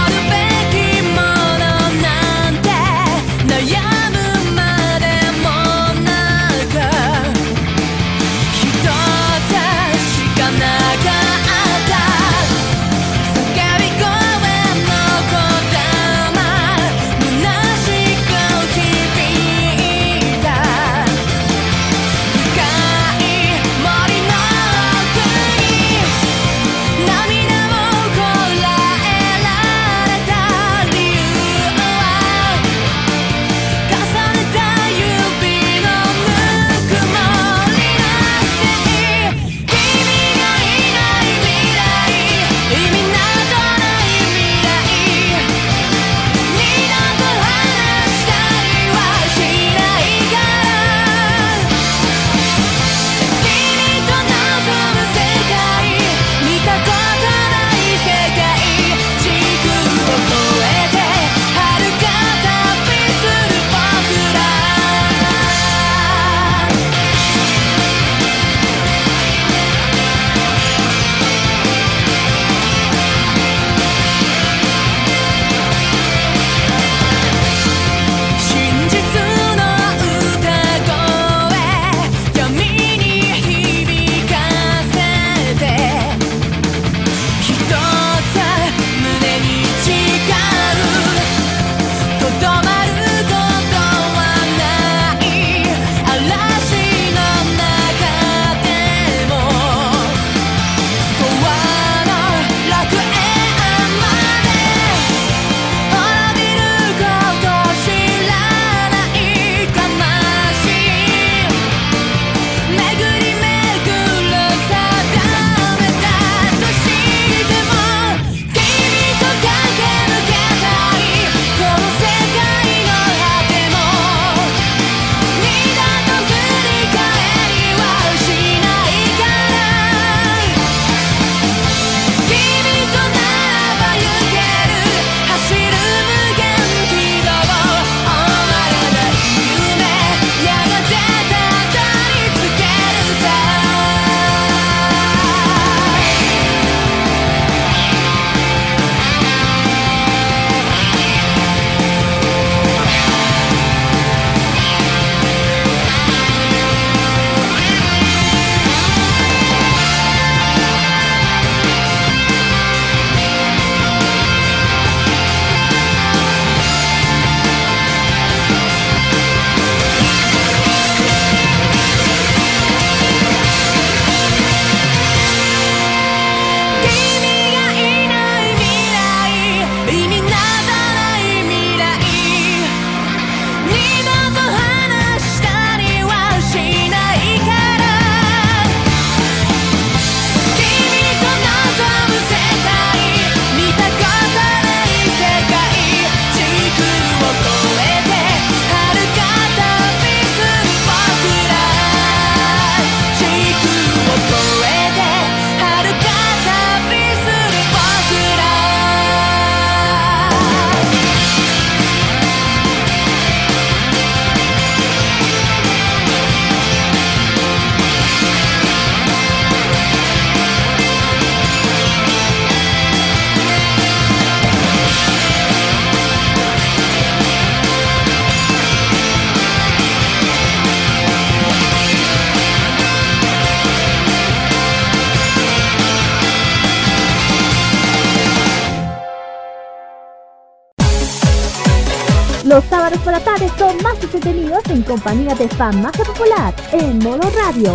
sábados por la tarde son más entretenidos en compañía de Farmacia Popular en modo radio.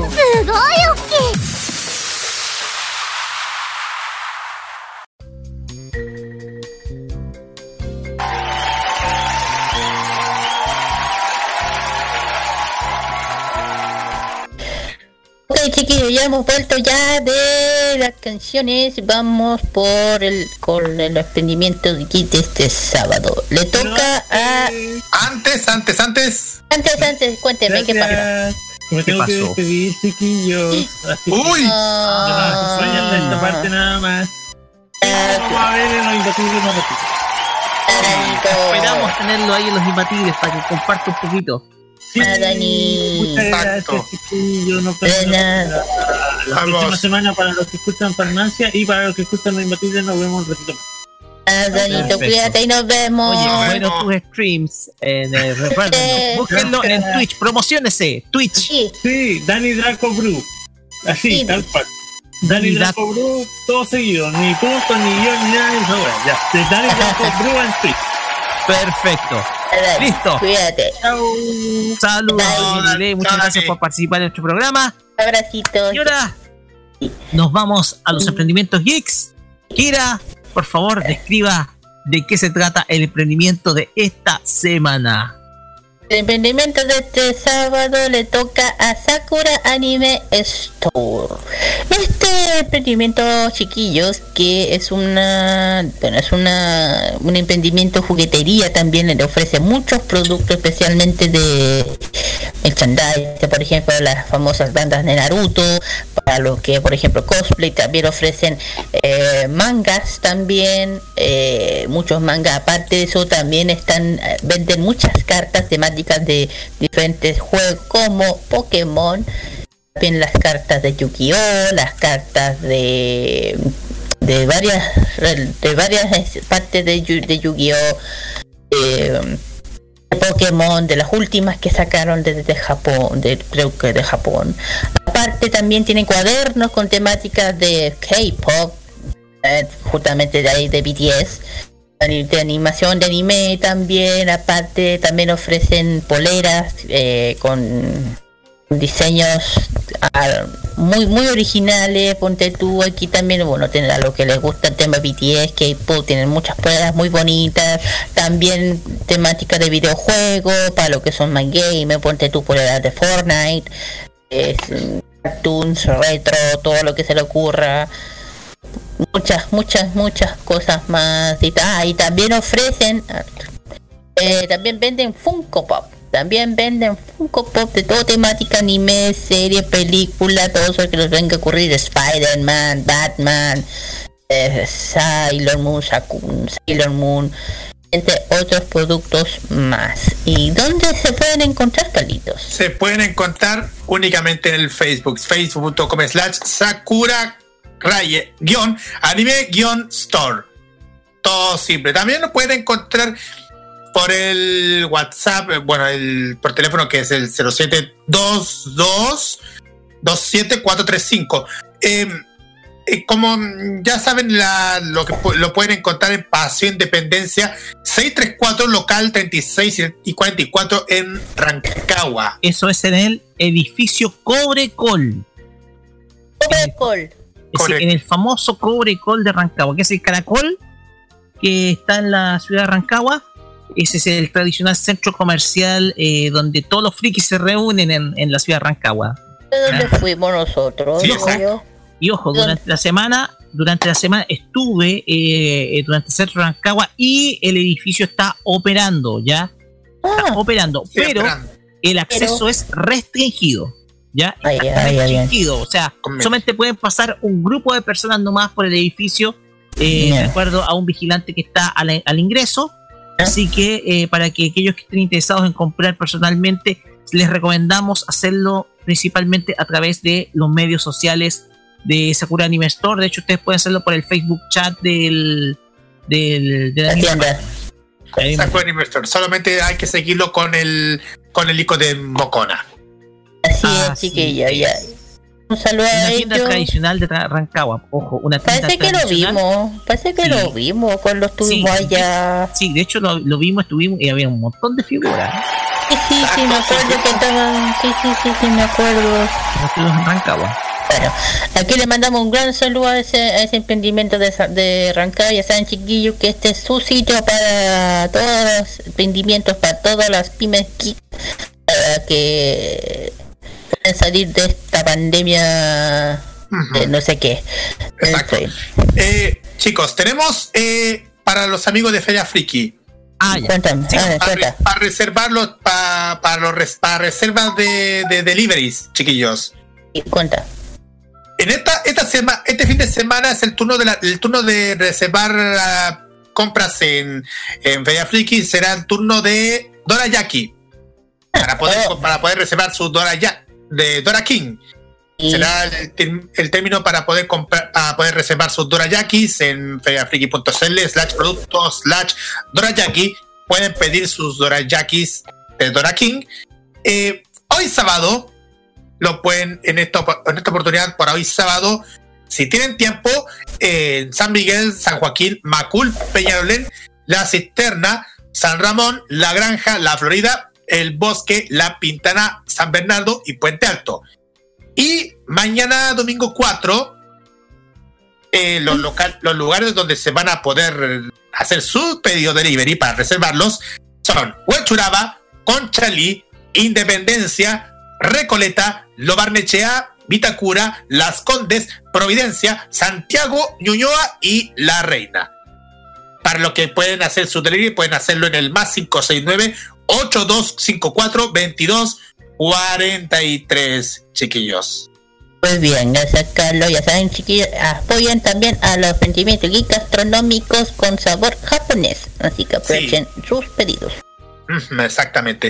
Ok, chiquillos, ya hemos vuelto ya de las canciones. Vamos con el emprendimiento de Kit este sábado. Le toca a... Antes, cuénteme qué pasa. Me tengo que despedir, chiquillos. Así ¡Uy! Vayan de esta parte nada más. Vamos a ver en los imbatibles más ratito. Esperamos tenerlo ahí en los imbatibles para que comparta un poquito. Sí, muchas gracias, chiquillos. Nos vemos la próxima semana para los que escuchan Farmacia y para los que escuchan los imbatibles. Nos vemos un ratito más. Danito, cuídate y nos vemos. Oye, bueno, tus streams, búsquenlo en Twitch, promocionese, Twitch. Sí, Danny Draco Brew. Así, tal cual. Danny Draco Brew, todo seguido, ni punto, ni yo, ni nada, ni eso. Ya, de Danny Draco Brew en Twitch. Perfecto. Listo. Cuídate. Saludos, muchas gracias por participar en nuestro programa. Abracitos. Y ahora nos vamos a los emprendimientos geeks. Kira, por favor, describa de qué se trata el emprendimiento de esta semana. El emprendimiento de este sábado le toca a Sakura Anime Store. Este emprendimiento, chiquillos, que es un emprendimiento juguetería también, le ofrece muchos productos, especialmente de merchandise, por ejemplo, las famosas bandas de Naruto, para los que, por ejemplo, cosplay, también ofrecen mangas también, muchos mangas. Aparte de eso, también venden muchas cartas temáticas de diferentes juegos como Pokémon, también las cartas de Yu-Gi-Oh, las cartas de varias partes de Yu-Gi-Oh, de Pokémon, de las últimas que sacaron desde Japón, creo que de Japón. Aparte también tienen cuadernos con temáticas de K-pop, justamente de ahí de BTS, de animación de anime también. Aparte también ofrecen poleras con diseños muy originales. Ponte tú aquí también, bueno, tienen a lo que les gusta el tema BTS, K-pop, tienen muchas poleras muy bonitas. También temática de videojuegos para lo que son My Game, ponte tú poleras de Fortnite, cartoons, retro, todo lo que se le ocurra. Muchas cosas más. Y también ofrecen, también venden Funko Pop. También venden Funko Pop de todo temática, anime, serie, película, todo eso que les venga a ocurrir. Spider-Man, Batman, Sailor Moon, entre otros productos más. ¿Y dónde se pueden encontrar, Carlitos? Se pueden encontrar únicamente en el facebook.com/Sakura _anime-store. Todo simple. También lo pueden encontrar por el WhatsApp, por teléfono, que es el 0722274435. Como ya saben, lo pueden encontrar en Paseo Independencia 634, local 36 y 44 en Rancagua. Eso es en el edificio Cobrecol. En el famoso Cobrecol de Rancagua, que es el caracol que está en la ciudad de Rancagua. Ese es el tradicional centro comercial donde todos los frikis se reúnen en la ciudad de Rancagua. ¿De dónde fuimos nosotros? Y ojo, durante la semana estuve durante el centro de Rancagua y el edificio está operando, ¿ya? Está operando, pero el acceso es restringido, ¿ya? Restringido, o sea, solamente pueden pasar un grupo de personas nomás por el edificio, de acuerdo a un vigilante que está al ingreso. Así que para que aquellos que estén interesados en comprar personalmente, les recomendamos hacerlo principalmente a través de los medios sociales de Sakura Anime Store. De hecho, ustedes pueden hacerlo por el Facebook chat de la tienda. Sakura Anime Store. Solamente hay que seguirlo con el icono de Mocona. Así es, chiquillo, ya. Un saludo a Una tienda ellos. tradicional de Rancagua. Ojo, una tienda Parece que lo tradicional. vimos. Parece que Sí. lo vimos cuando estuvimos Sí. allá. Sí, de hecho lo vimos, estuvimos y había un montón de figuras. Sí, me acuerdo que estaban. Sí, me acuerdo. Estuvimos en Rancagua. Bueno, aquí le mandamos un gran saludo a ese emprendimiento de Rancagua. Ya saben, chiquillos, que este es su sitio para todos los emprendimientos, para todas las pymes geek, para que puedan salir de esta pandemia de no sé qué. Exacto. Chicos, tenemos para los amigos de Feria Friki. Cuéntame, cuenta. Para reservarlos, para reservas de deliveries, chiquillos. Y cuenta. En este fin de semana es el turno de reservar compras en Feria Friki. Será el turno de Dorayaki para poder reservar su de Dora King. Será el término para poder reservar sus Dorayakis en feriafriki.cl/productos/Dorayaki. Pueden pedir sus Dorayakis de Dora King. Hoy sábado lo pueden, en esta oportunidad, para hoy sábado, si tienen tiempo, en San Miguel, San Joaquín, Macul, Peñalolén, La Cisterna, San Ramón, La Granja, La Florida, El Bosque, La Pintana, San Bernardo y Puente Alto. Y mañana, domingo 4, los lugares donde se van a poder hacer su pedido delivery para reservarlos son Huechuraba, Conchalí, Independencia, Recoleta, Lobarnechea, Vitacura, Las Condes, Providencia, Santiago, Ñuñoa y La Reina. Para lo que pueden hacer su delivery, pueden hacerlo en el más 569-8254-2243, chiquillos. Pues bien, gracias Carlos. Ya saben, chiquillos, apoyan también a los emprendimientos geek gastronómicos con sabor japonés. Así que aprovechen sus pedidos. Exactamente.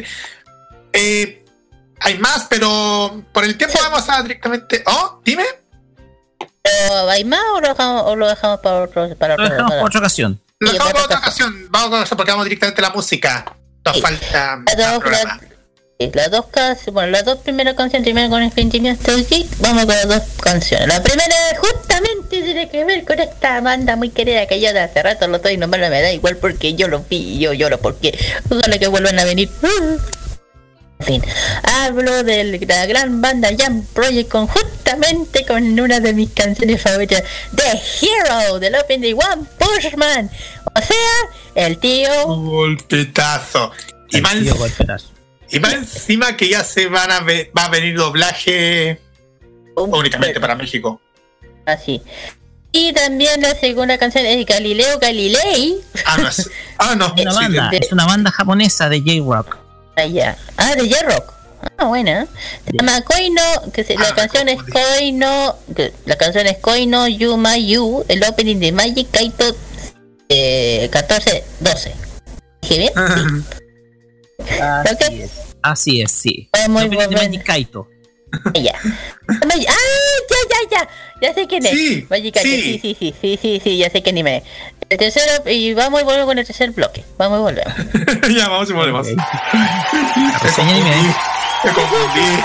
Hay más, pero por el tiempo vamos a directamente... ¿Oh? Dime. ¿Hay más o lo dejamos para otro? Lo dejamos para otra ocasión. Lo dejamos para otra ocasión. Vamos a eso porque vamos directamente a la música. Nos falta... Las dos primeras canciones, primero con el emprendimiento geek, vamos con las dos canciones. La primera justamente tiene que ver con esta banda muy querida que yo de hace rato lo estoy nombrando, me da igual porque yo lo vi y yo lloro porque ojalá que vuelvan a venir. En fin, hablo de la gran banda Jam Project justamente con una de mis canciones favoritas, The Hero, del Open de One Punch Man. O sea, el tío Golpetazo. Y más encima que ya va a venir doblaje únicamente para México. Así. Y también la segunda canción es Galileo Galilei. Es una banda japonesa de J-Rock. De J-Rock. Buena. Se llama Koino, la canción es Koino, la canción es Koino Yuma Yu, el opening de Magic Kaito 14-12. ¿Dije bien? Así es, sí. Muy bueno. Magic Kaito. Ya sé quién es. Magic Kaito. Sí, ya sé qué anime. El tercero, y vamos y volvemos con el tercer bloque. Vamos y volvemos. Ya, vamos y volvemos. Okay. Me confundí.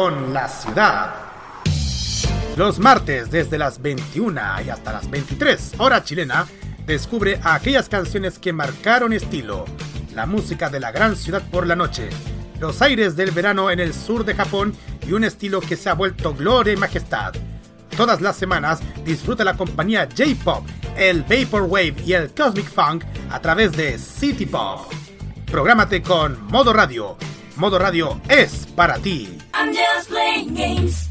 con la ciudad. Los martes desde las 21 y hasta las 23 hora chilena, descubre aquellas canciones que marcaron estilo, la música de la gran ciudad por la noche, los aires del verano en el sur de Japón y un estilo que se ha vuelto gloria y majestad. Todas las semanas disfruta la compañía J-Pop, el Vaporwave y el Cosmic Funk a través de City Pop. Prográmate con Modo Radio. Modo Radio es para ti. I'm just playing games.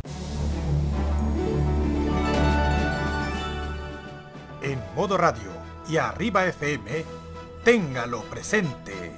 En Modo Radio y Arriba FM, téngalo presente.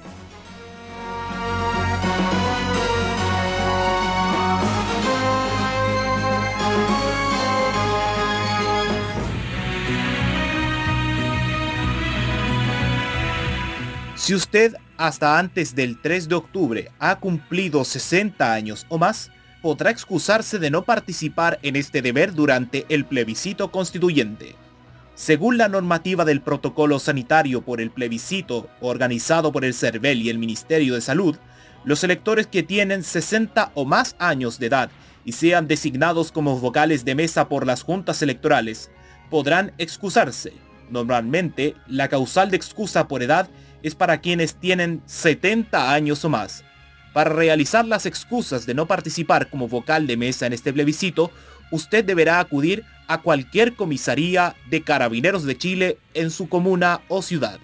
Si usted hasta antes del 3 de octubre ha cumplido 60 años o más, podrá excusarse de no participar en este deber durante el plebiscito constituyente. Según la normativa del protocolo sanitario por el plebiscito organizado por el CERVEL y el Ministerio de Salud, los electores que tienen 60 o más años de edad y sean designados como vocales de mesa por las juntas electorales, podrán excusarse. Normalmente, la causal de excusa por edad es para quienes tienen 70 años o más. Para realizar las excusas de no participar como vocal de mesa en este plebiscito, usted deberá acudir a cualquier comisaría de Carabineros de Chile en su comuna o ciudad.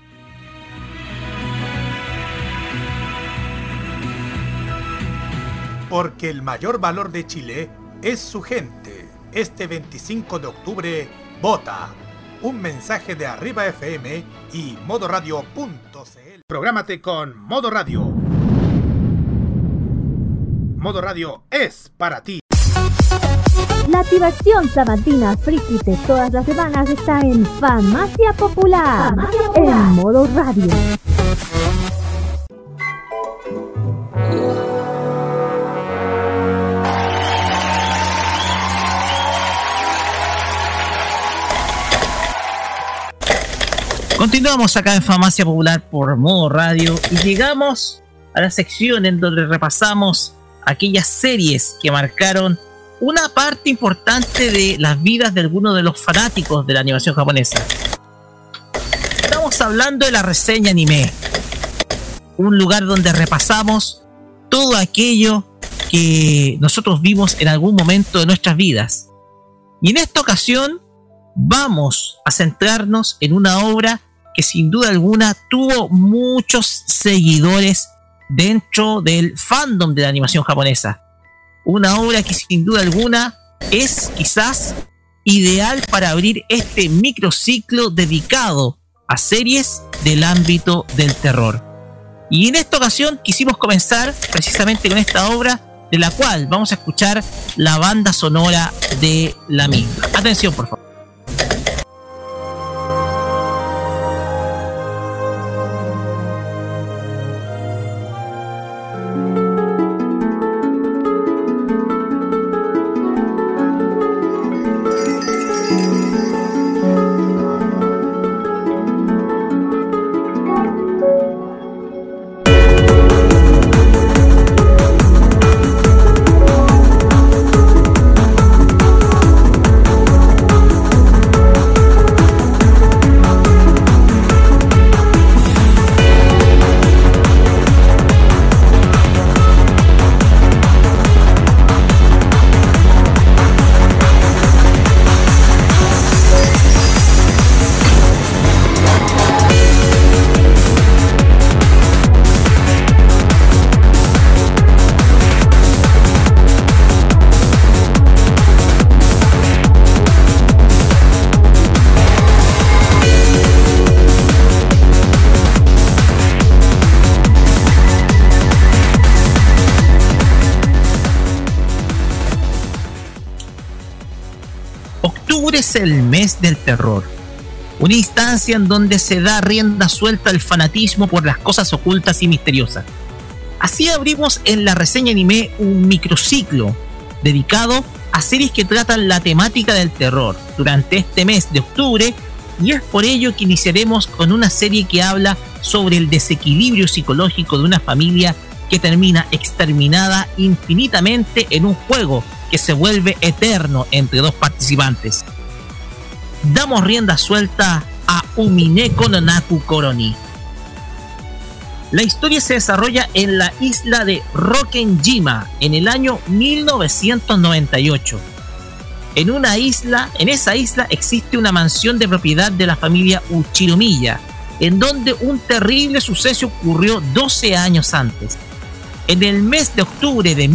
Porque el mayor valor de Chile es su gente. Este 25 de octubre, vota. Un mensaje de Arriba FM y modoradio.cl. Prográmate con Modo Radio. Modo Radio es para ti. La diversión sabatina friki de todas las semanas está en Farmacia Popular, en Modo Radio. Continuamos acá en Farmacia Popular por Modo Radio y llegamos a la sección en donde repasamos aquellas series que marcaron una parte importante de las vidas de algunos de los fanáticos de la animación japonesa. Estamos hablando de la reseña anime, un lugar donde repasamos todo aquello que nosotros vimos en algún momento de nuestras vidas. Y en esta ocasión vamos a centrarnos en una obra que sin duda alguna tuvo muchos seguidores dentro del fandom de la animación japonesa. Una obra que sin duda alguna es quizás ideal para abrir este microciclo dedicado a series del ámbito del terror. Y en esta ocasión quisimos comenzar precisamente con esta obra, de la cual vamos a escuchar la banda sonora de la misma. Atención, por favor. Es el mes del terror, una instancia en donde se da rienda suelta al fanatismo por las cosas ocultas y misteriosas. Así abrimos en la reseña anime un microciclo dedicado a series que tratan la temática del terror durante este mes de octubre, y es por ello que iniciaremos con una serie que habla sobre el desequilibrio psicológico de una familia que termina exterminada infinitamente en un juego que se vuelve eterno entre dos participantes. Damos rienda suelta a Umineko no Naku Koroni. La historia se desarrolla en la isla de Rokkenjima en el año 1998. En esa isla existe una mansión de propiedad de la familia Uchinomiya, en donde un terrible suceso ocurrió 12 años antes. En el mes de octubre de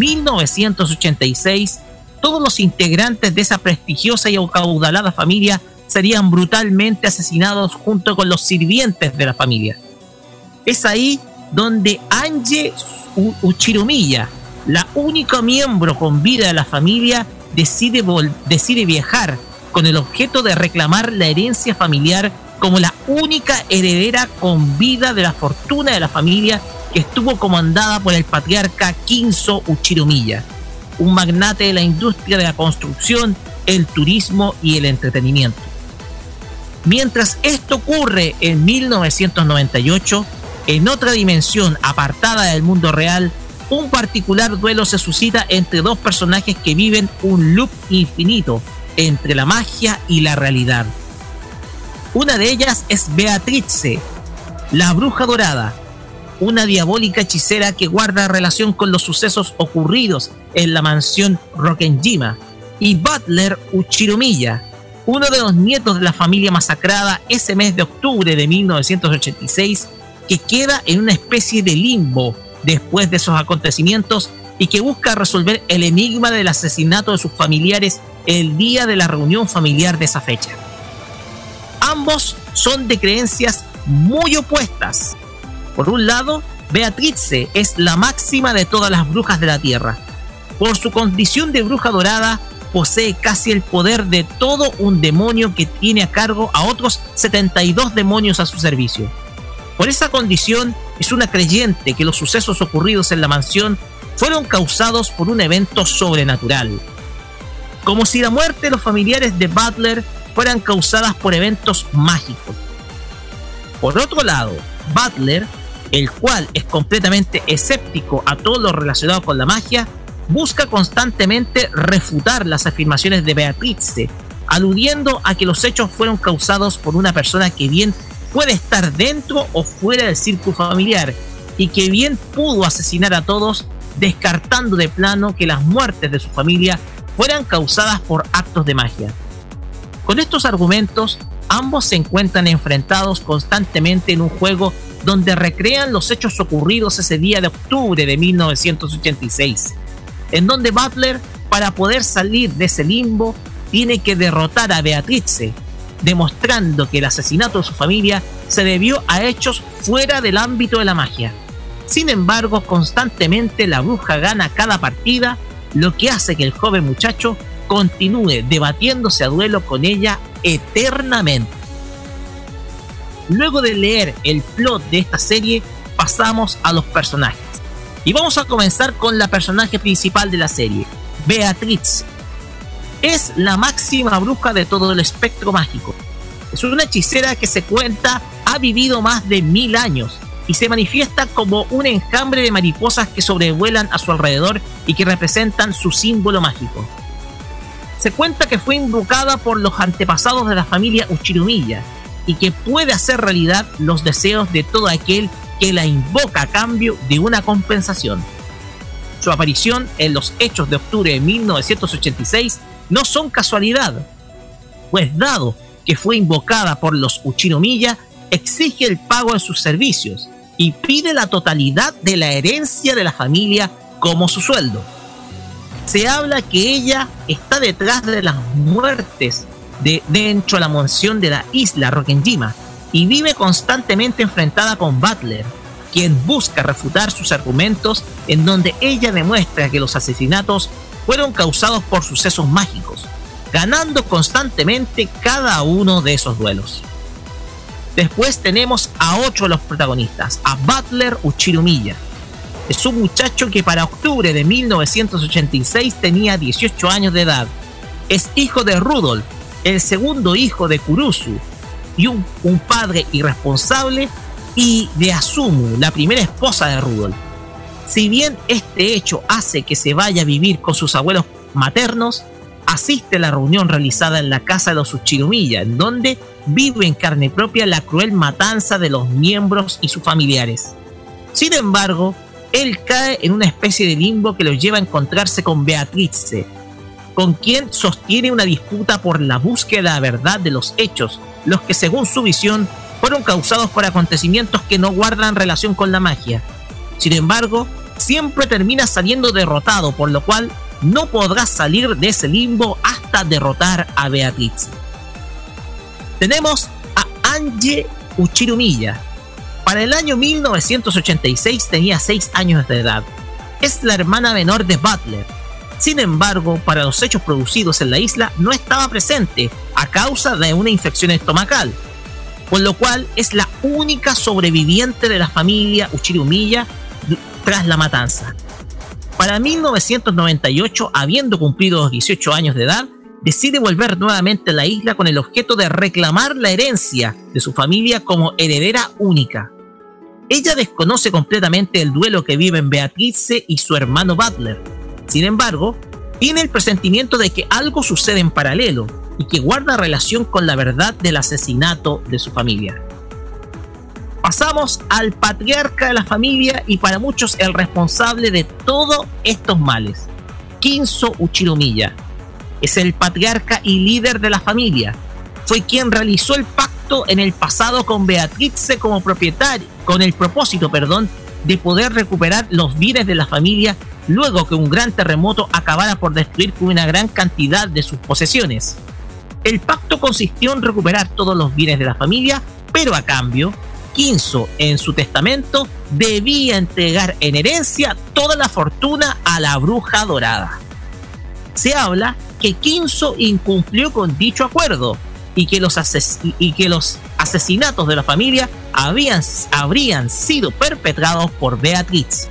1986, todos los integrantes de esa prestigiosa y acaudalada familia serían brutalmente asesinados junto con los sirvientes de la familia. Es ahí donde Ange Uchinomiya, la única miembro con vida de la familia, decide viajar con el objeto de reclamar la herencia familiar como la única heredera con vida de la fortuna de la familia, que estuvo comandada por el patriarca Kinzo Uchinomiya, un magnate de la industria de la construcción, el turismo y el entretenimiento. Mientras esto ocurre en 1998, en otra dimensión apartada del mundo real, un particular duelo se suscita entre dos personajes que viven un loop infinito entre la magia y la realidad. Una de ellas es Beatrice, la bruja dorada, una diabólica hechicera que guarda relación con los sucesos ocurridos en la mansión Rokkenjima, y Butler Uchinomiya, uno de los nietos de la familia masacrada ese mes de octubre de 1986, que queda en una especie de limbo después de esos acontecimientos y que busca resolver el enigma del asesinato de sus familiares el día de la reunión familiar de esa fecha. Ambos son de creencias muy opuestas. Por un lado, Beatrice es la máxima de todas las brujas de la Tierra. Por su condición de bruja dorada, posee casi el poder de todo un demonio que tiene a cargo a otros 72 demonios a su servicio. Por esa condición, es una creyente que los sucesos ocurridos en la mansión fueron causados por un evento sobrenatural. Como si la muerte de los familiares de Butler fueran causadas por eventos mágicos. Por otro lado, Butler, el cual es completamente escéptico a todo lo relacionado con la magia, busca constantemente refutar las afirmaciones de Beatrice, aludiendo a que los hechos fueron causados por una persona que bien puede estar dentro o fuera del círculo familiar y que bien pudo asesinar a todos, descartando de plano que las muertes de su familia fueran causadas por actos de magia. Con estos argumentos, ambos se encuentran enfrentados constantemente en un juego donde recrean los hechos ocurridos ese día de octubre de 1986, en donde Butler, para poder salir de ese limbo, tiene que derrotar a Beatrice, demostrando que el asesinato de su familia se debió a hechos fuera del ámbito de la magia. Sin embargo, constantemente la bruja gana cada partida, lo que hace que el joven muchacho continúe debatiéndose a duelo con ella eternamente. Luego de leer el plot de esta serie, pasamos a los personajes. Y vamos a comenzar con la personaje principal de la serie, Beatrice. Es la máxima bruja de todo el espectro mágico. Es una hechicera que se cuenta ha vivido más de 1000 años y se manifiesta como un enjambre de mariposas que sobrevuelan a su alrededor y que representan su símbolo mágico. Se cuenta que fue invocada por los antepasados de la familia Uchinomiya y que puede hacer realidad los deseos de todo aquel que la invoca a cambio de una compensación. Su aparición en los hechos de octubre de 1986 no son casualidad, pues dado que fue invocada por los Uchinomiya, exige el pago de sus servicios y pide la totalidad de la herencia de la familia como su sueldo. Se habla que ella está detrás de las muertes dentro de la mansión de la isla Rokkenjima y vive constantemente enfrentada con Butler, quien busca refutar sus argumentos, en donde ella demuestra que los asesinatos fueron causados por sucesos mágicos, ganando constantemente cada uno de esos duelos. Después tenemos a otro de los protagonistas, a Butler Uchinomiya. Es un muchacho que para octubre de 1986 tenía 18 años de edad. Es hijo de Rudolf, el segundo hijo de Kurusu, y un padre irresponsable, y de Asumu, la primera esposa de Rudolf. Si bien este hecho hace que se vaya a vivir con sus abuelos maternos, asiste a la reunión realizada en la casa de los Uchinomiya, en donde vive en carne propia la cruel matanza de los miembros y sus familiares. Sin embargo, él cae en una especie de limbo que lo lleva a encontrarse con Beatrice, con quien sostiene una disputa por la búsqueda de la verdad de los hechos, los que según su visión fueron causados por acontecimientos que no guardan relación con la magia. Sin embargo, siempre termina saliendo derrotado, por lo cual no podrá salir de ese limbo hasta derrotar a Beatriz. Tenemos a Angie Uchinomiya. Para el año 1986 tenía 6 años de edad. Es la hermana menor de Butler. Sin embargo, para los hechos producidos en la isla no estaba presente a causa de una infección estomacal, por lo cual es la única sobreviviente de la familia Uchinomiya tras la matanza. Para 1998, habiendo cumplido los 18 años de edad, decide volver nuevamente a la isla con el objeto de reclamar la herencia de su familia como heredera única. Ella desconoce completamente el duelo que viven Beatrice y su hermano Butler. Sin embargo, tiene el presentimiento de que algo sucede en paralelo y que guarda relación con la verdad del asesinato de su familia. Pasamos al patriarca de la familia y para muchos el responsable de todos estos males, Kinzo Uchinomiya. Es el patriarca y líder de la familia. Fue quien realizó el pacto en el pasado con Beatrice como propietario, con el propósito, de poder recuperar los bienes de la familia luego que un gran terremoto acabara por destruir una gran cantidad de sus posesiones. El pacto consistió en recuperar todos los bienes de la familia, pero a cambio, Kinzo, en su testamento, debía entregar en herencia toda la fortuna a la bruja dorada. Se habla que Kinzo incumplió con dicho acuerdo y que los asesinatos de la familia habrían sido perpetrados por Beatriz.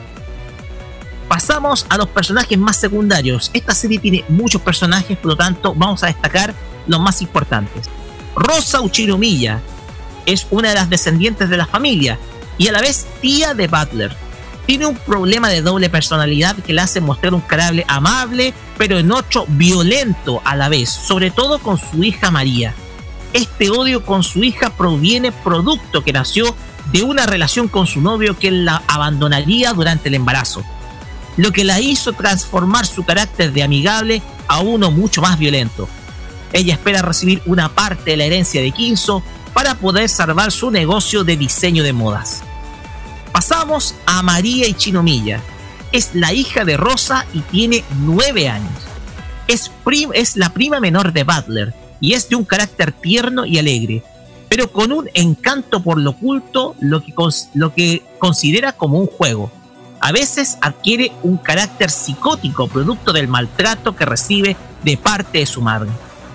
Pasamos a los personajes más secundarios. Esta serie tiene muchos personajes, por lo tanto vamos a destacar los más importantes. Rosa Uchinomiya es una de las descendientes de la familia y a la vez tía de Butler. Tiene un problema de doble personalidad que le hace mostrar un carácter amable, pero en otro violento a la vez, sobre todo con su hija María. Este odio con su hija proviene producto que nació de una relación con su novio que la abandonaría durante el embarazo, lo que la hizo transformar su carácter de amigable a uno mucho más violento. Ella espera recibir una parte de la herencia de Kinzo para poder salvar su negocio de diseño de modas. Pasamos a María Uchinomiya. Es la hija de Rosa y tiene 9 años. Es la prima menor de Butler y es de un carácter tierno y alegre, pero con un encanto por lo oculto, lo que considera como un juego. A veces adquiere un carácter psicótico producto del maltrato que recibe de parte de su madre.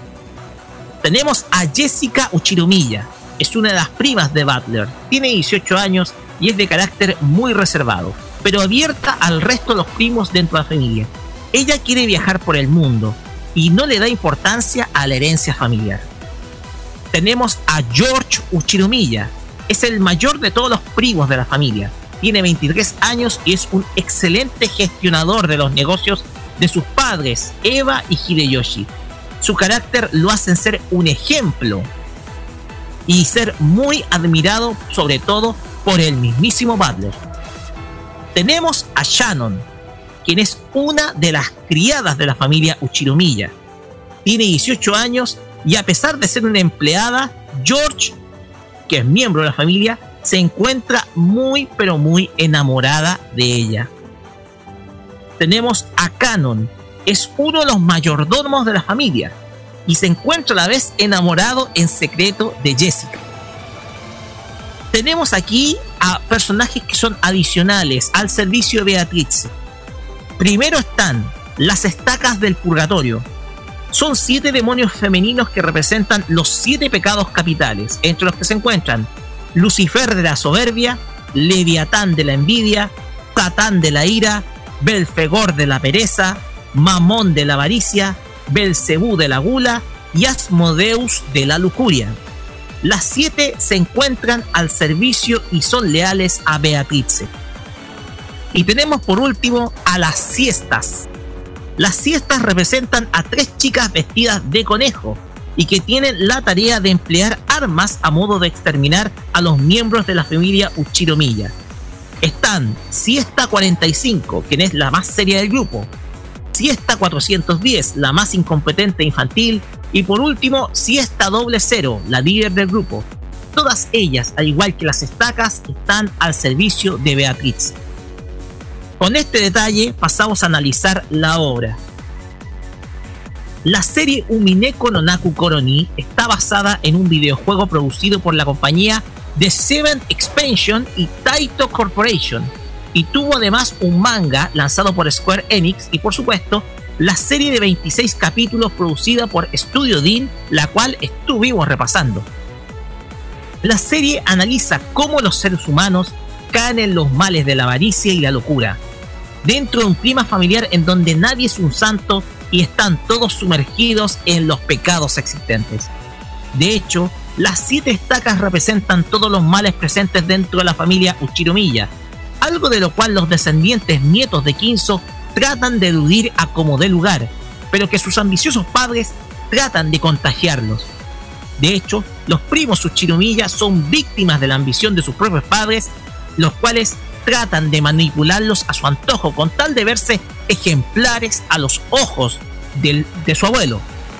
Tenemos a Jessica Uchinomiya. Es una de las primas de Butler. Tiene 18 años y es de carácter muy reservado, pero abierta al resto de los primos dentro de la familia. Ella quiere viajar por el mundo y no le da importancia a la herencia familiar. Tenemos a George Uchinomiya. Es el mayor de todos los primos de la familia. Tiene 23 años y es un excelente gestionador de los negocios de sus padres, Eva y Hideyoshi. Su carácter lo hacen ser un ejemplo y ser muy admirado, sobre todo por el mismísimo Butler. Tenemos a Shannon, quien es una de las criadas de la familia Uchinomiya. Tiene 18 años y a pesar de ser una empleada, George, que es miembro de la familia, se encuentra muy pero muy enamorada de ella. Tenemos a Cannon, es uno de los mayordomos de la familia y se encuentra a la vez enamorado en secreto de Jessica. Tenemos aquí a personajes que son adicionales al servicio de Beatriz. Primero están las estacas del purgatorio. Son 7 demonios femeninos que representan los 7 pecados capitales, entre los que se encuentran Lucifer de la soberbia, Leviatán de la envidia, Satán de la ira, Belfegor de la pereza, Mamón de la avaricia, Belcebú de la gula y Asmodeus de la lujuria. Las 7 se encuentran al servicio y son leales a Beatrice. Y tenemos por último a las siestas. Las siestas representan a 3 chicas vestidas de conejo y que tienen la tarea de emplear armas a modo de exterminar a los miembros de la familia Uchiromiya. Están Siesta 45, quien es la más seria del grupo, Siesta 410, la más incompetente e infantil, y por último Siesta 00, la líder del grupo. Todas ellas, al igual que las estacas, están al servicio de Beatriz. Con este detalle pasamos a analizar la obra. La serie Umineko no Naku Koroni está basada en un videojuego producido por la compañía The Seventh Expansion y Taito Corporation, y tuvo además un manga lanzado por Square Enix y por supuesto la serie de 26 capítulos producida por Studio Dean, la cual estuvimos repasando. La serie analiza cómo los seres humanos caen en los males de la avaricia y la locura, dentro de un clima familiar en donde nadie es un santo y están todos sumergidos en los pecados existentes. De hecho, las 7 estacas representan todos los males presentes dentro de la familia Uchiromiya, algo de lo cual los descendientes nietos de Kinzo tratan de eludir a como dé lugar, pero que sus ambiciosos padres tratan de contagiarlos. De hecho, los primos Uchiromiya son víctimas de la ambición de sus propios padres, los cuales tratan de manipularlos a su antojo con tal de verse ejemplares a los ojos de su abuelo.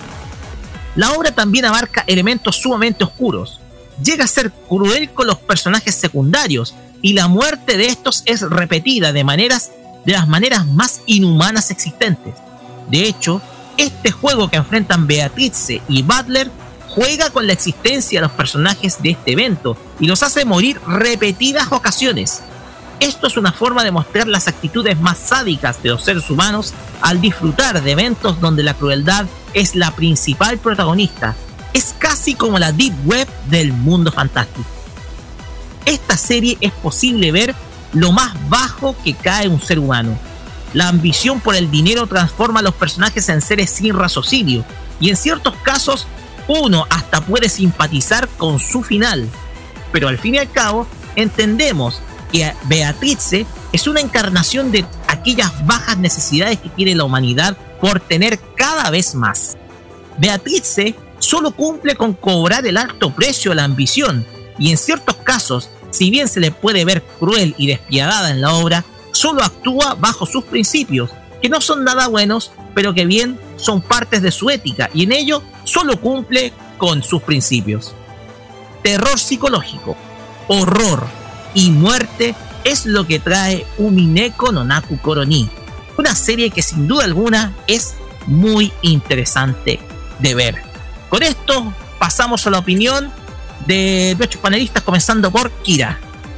La obra también abarca elementos sumamente oscuros. Llega a ser cruel con los personajes secundarios y la muerte de estos es repetida de las maneras más inhumanas existentes. De hecho, este juego que enfrentan Beatrice y Butler juega con la existencia de los personajes de este evento y los hace morir repetidas ocasiones. Esto es una forma de mostrar las actitudes más sádicas de los seres humanos al disfrutar de eventos donde la crueldad es la principal protagonista. Es casi como la Deep Web del mundo fantástico. Esta serie es posible ver lo más bajo que cae un ser humano. La ambición por el dinero transforma a los personajes en seres sin raciocinio y en ciertos casos uno hasta puede simpatizar con su final. Pero al fin y al cabo entendemos que Beatrice es una encarnación de aquellas bajas necesidades que tiene la humanidad por tener cada vez más. Beatrice solo cumple con cobrar el alto precio de la ambición y en ciertos casos, si bien se le puede ver cruel y despiadada en la obra, solo actúa bajo sus principios, que no son nada buenos, pero que bien son partes de su ética y en ello solo cumple con sus principios. Terror psicológico, horror y muerte es lo que trae Umineko no Naku Koroni, una serie que sin duda alguna es muy interesante de ver. Con esto pasamos a la opinión de nuestros panelistas, comenzando por Kira.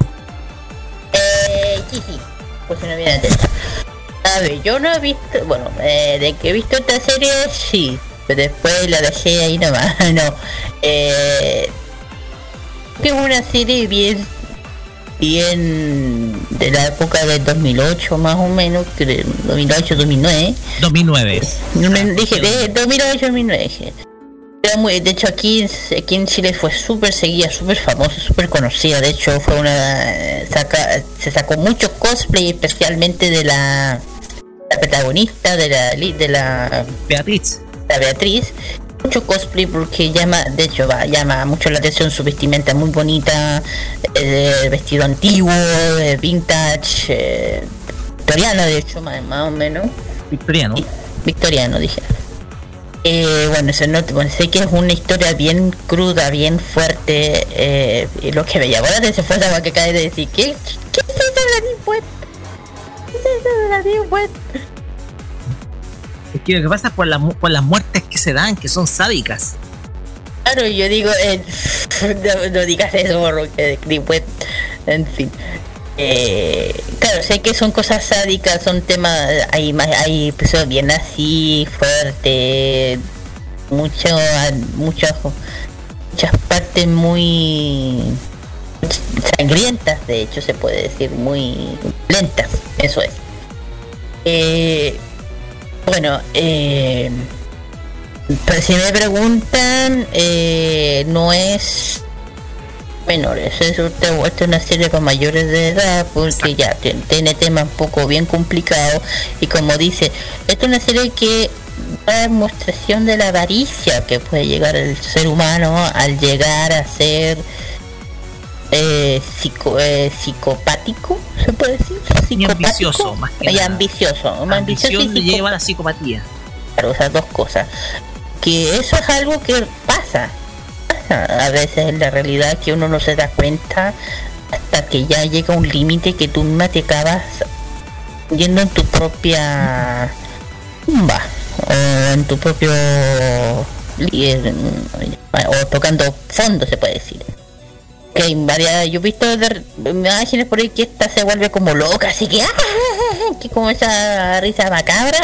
Sí, pues no viene atenta. A ver, yo no he visto, bueno, de que he visto esta serie, sí, pero después la dejé ahí nomás, no. Que es una serie bien de la época del 2008 más o menos, 2008-2009. 2009. Dije, de 2008-2009. Era muy, de hecho aquí en Chile fue súper seguida, súper famosa, súper conocida. De hecho fue se sacó mucho cosplay, especialmente de la protagonista, de la Beatriz. La Beatriz. Mucho cosplay porque llama mucho la atención su vestimenta muy bonita, vestido antiguo, vintage, victoriano de hecho, más o menos. Victoriano dije. Sé que es una historia bien cruda, bien fuerte. Lo que me llamó la atención fue esa que acabé de decir. ¿Qué es eso de la Deep Web? ¿Qué es eso de la Deep Web? Es que lo que pasa es por las muertes que se dan, que son sádicas. Claro, yo digo, no digas eso, porque Deep Web, en fin. Claro, sé que son cosas sádicas, son temas, hay episodios bien así, fuertes, muchas partes muy sangrientas, de hecho se puede decir, muy lentas, eso es. Bueno, pero si me preguntan, no es menores. Esta es una serie para mayores de edad porque ya tiene temas un poco bien complicados y como dice, esta es una serie que da demostración de la avaricia que puede llegar el ser humano al llegar a ser psicopático, se puede decir, y ambicioso, más que nada. ambicioso y lleva a la psicopatía. Claro, esas dos cosas, que eso es algo que pasa a veces en la realidad, que uno no se da cuenta hasta que ya llega un límite que tú misma te acabas yendo en tu propia tumba o en tu propio o tocando fondo, se puede decir. Que hay varias, yo he visto imágenes por ahí que esta se vuelve como loca, así que que como esa risa macabra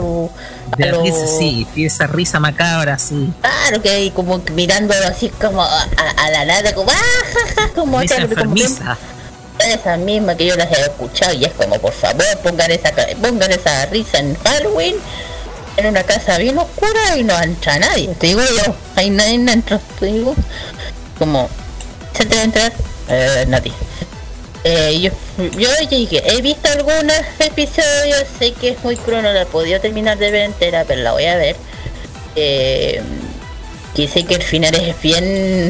sí, tiene esa risa macabra, sí. Claro, que hay como mirándolo así como a la nada, como como risa enfermiza. Esa misma que yo las he escuchado y es como, por favor, pongan esa risa en Halloween en una casa bien oscura y no entra nadie, te digo yo, ahí nadie entra, te digo, como se te va a entrar nadie. Yo dije, he visto algunos episodios, sé que es muy cruel, no la he podido terminar de ver entera, pero la voy a ver. Que sé que el final es bien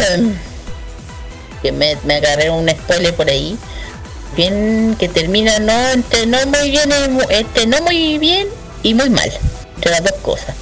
que me agarré un spoiler por ahí, bien, que termina no muy bien, no muy bien y muy mal, entre las dos cosas.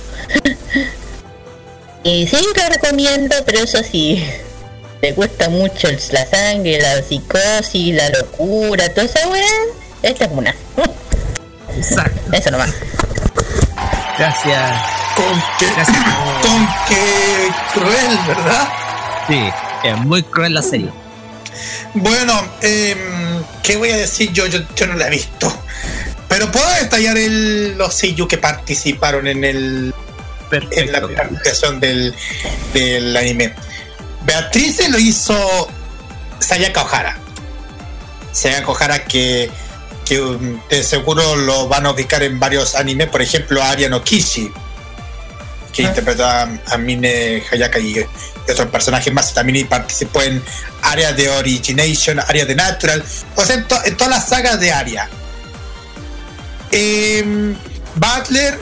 Y sí, lo recomiendo, pero eso sí, te cuesta mucho la sangre, la psicosis, la locura, toda esa weá. Esta es una. Exacto. Eso nomás. Gracias. Con qué cruel, ¿verdad? Sí, es muy cruel la serie. Bueno, ¿qué voy a decir yo? Yo no la he visto. Pero puedo detallar los seiyuu que participaron en la presentación del anime. Beatriz lo hizo Sayaka Ohara. Sayaka Ohara que de seguro lo van a ubicar en varios animes, por ejemplo Aria no Kishi, que interpretó a Mine Hayaka y otros personajes más. También participó en Aria de Origination, Aria de Natural, o sea, en todas las sagas de Aria. Butler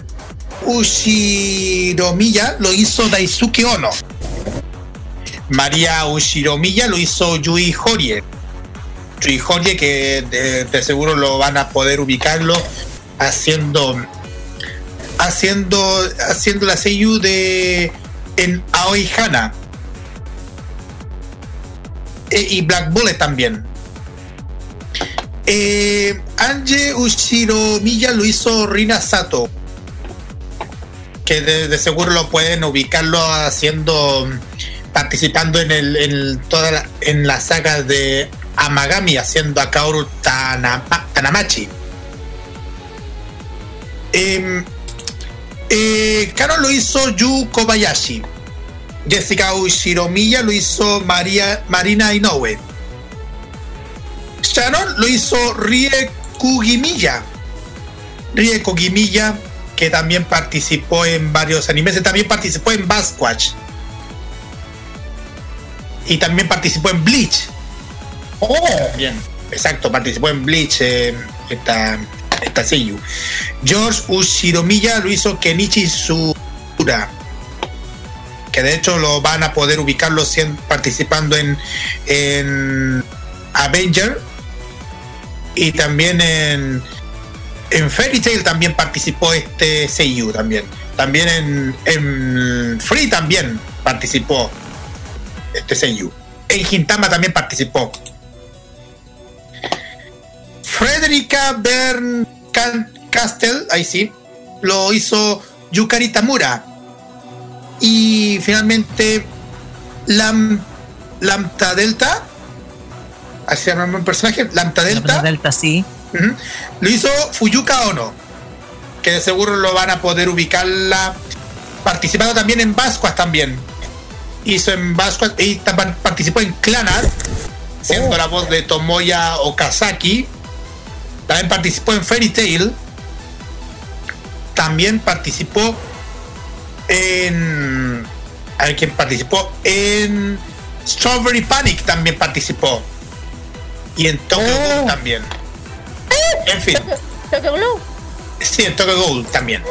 Ushiromiya lo hizo Daisuke Ono. María Ushiromiya lo hizo Yui Horie. Yui Horie, que de seguro lo van a poder ubicarlo haciendo la seiyuu en Aoi Hana. Y Black Bullet también. Ange Ushiromiya lo hizo Rina Sato, que de seguro lo pueden ubicarlo participando en la saga de Amagami, haciendo a Kaoru Tanamachi. Kano lo hizo Yu Kobayashi. Jessica Ushiromiya lo hizo Marina Inoue. Sharon lo hizo Rie Kugimiya, que también participó en varios animes, y también participó en Basquatch. Y también participó en Bleach. Bien, exacto, participó en Bleach, esta seiyuu. George Ushiromiya lo hizo Kenichi Sura, que de hecho lo van a poder ubicarlo participando en Avenger, y también en Fairy Tail también participó este seiyuu también en Free también participó este seiyuu. En Gintama también participó. Frederica Berncastel, ahí sí, lo hizo Yukari Tamura. Y finalmente Lambda Delta, así se llama el personaje, Lambda Delta, sí. Lo hizo Fuyuka Ono, que de seguro lo van a poder ubicarla participando también en Basquatch también. Hizo en Basquatch y también participó en Clannad, siendo la voz de Tomoya Okazaki. También participó en Fairy Tail. También participó en... A ver quién participó en Strawberry Panic también participó. Y en Tokyo Ghoul también. En fin. ¿Tokyo Ghoul? Sí, en Tokyo Ghoul también.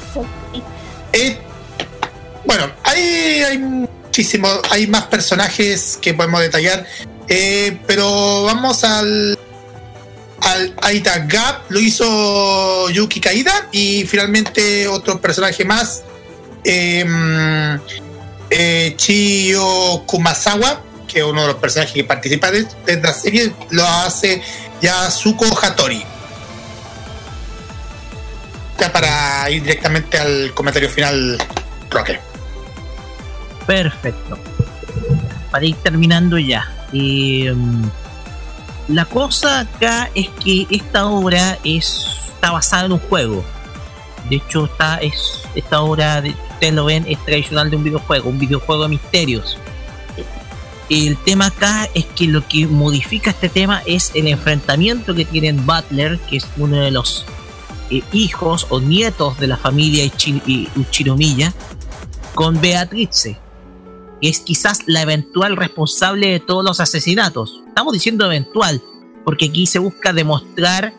Bueno, hay muchísimos, hay más personajes que podemos detallar, pero vamos al Aida Gap, lo hizo Yuki Kaida, y finalmente otro personaje más, Chiyo Kumasawa, que es uno de los personajes que participa de la serie, lo hace Yasuko Hattori. Ya para ir directamente al comentario final, Roque. Perfecto. Para ir terminando ya. La cosa acá es que esta obra está basada en un juego. De hecho, esta obra, ustedes lo ven, es tradicional de un videojuego de misterios. El tema acá es que lo que modifica este tema es el enfrentamiento que tienen Butler, que es uno de los hijos o nietos de la familia Uchinomiya, con Beatrice, que es quizás la eventual responsable de todos los asesinatos. Estamos diciendo eventual porque aquí se busca demostrar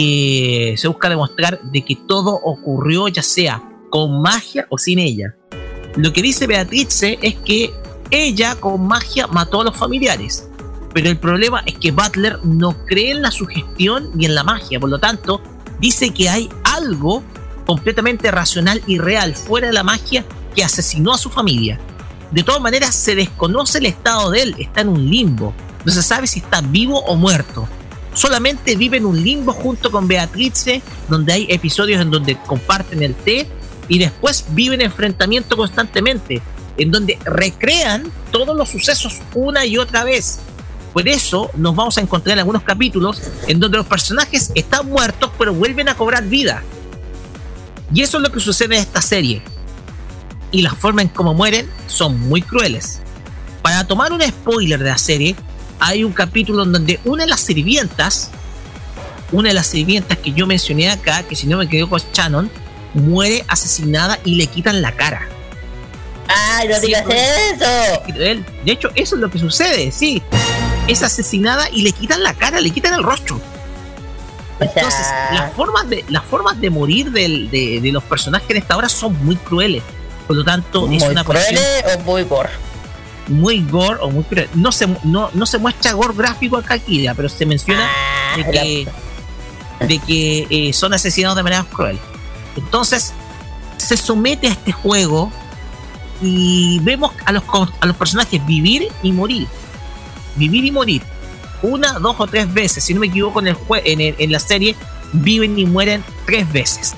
de que todo ocurrió ya sea con magia o sin ella. Lo que dice Beatrice es que ella con magia mató a los familiares, pero el problema es que Butler no cree en la sugestión ni en la magia, por lo tanto dice que hay algo completamente racional y real fuera de la magia que asesinó a su familia. De todas maneras se desconoce el estado de él, está en un limbo, no se sabe si está vivo o muerto, solamente vive en un limbo junto con Beatrice, donde hay episodios en donde comparten el té y después viven enfrentamiento constantemente, en donde recrean todos los sucesos una y otra vez. Por eso nos vamos a encontrar en algunos capítulos en donde los personajes están muertos pero vuelven a cobrar vida. Y eso es lo que sucede en esta serie. Y la forma en cómo mueren son muy crueles. Para tomar un spoiler de la serie, hay un capítulo en donde una de las sirvientas que yo mencioné acá, que si no me equivoco es Shannon, muere asesinada y le quitan la cara. ¡Ay, no digas eso! De hecho, eso es lo que sucede, sí. Es asesinada y le quitan la cara, le quitan el rostro. Entonces, las formas de morir de los personajes en esta obra son muy crueles. Por lo tanto, ¿muy es una crueles o muy gore? Muy gore o muy cruel. No se muestra gore gráfico acá, Kira, pero se menciona de que son asesinados de manera cruel. Entonces, se somete a este juego y vemos a los personajes vivir y morir. Vivir y morir. 1, 2 o 3 veces. Si no me equivoco, en la serie viven y mueren 3 veces.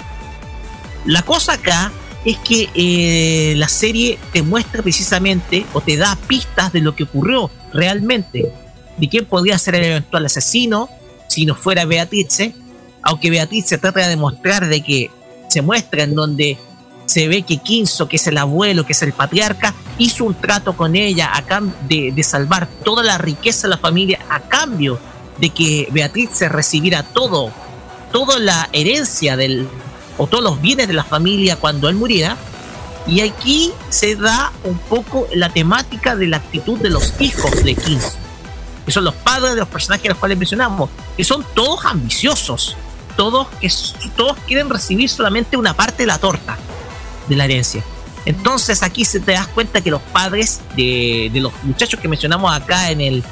La cosa acá es que la serie te muestra precisamente o te da pistas de lo que ocurrió realmente, de quién podría ser el eventual asesino si no fuera Beatrice, aunque Beatrice trata de demostrar de que se muestra en donde se ve que Kinzo, que es el abuelo, que es el patriarca, hizo un trato con ella a cambio de salvar toda la riqueza de la familia a cambio de que Beatrice recibiera toda la herencia o todos los bienes de la familia cuando él muriera. Y aquí se da un poco la temática de la actitud de los hijos de Kinzo, que son los padres de los personajes a los cuales mencionamos, que son todos ambiciosos, todos quieren recibir solamente una parte de la torta de la herencia. Entonces aquí se te das cuenta que los padres de los muchachos que mencionamos acá en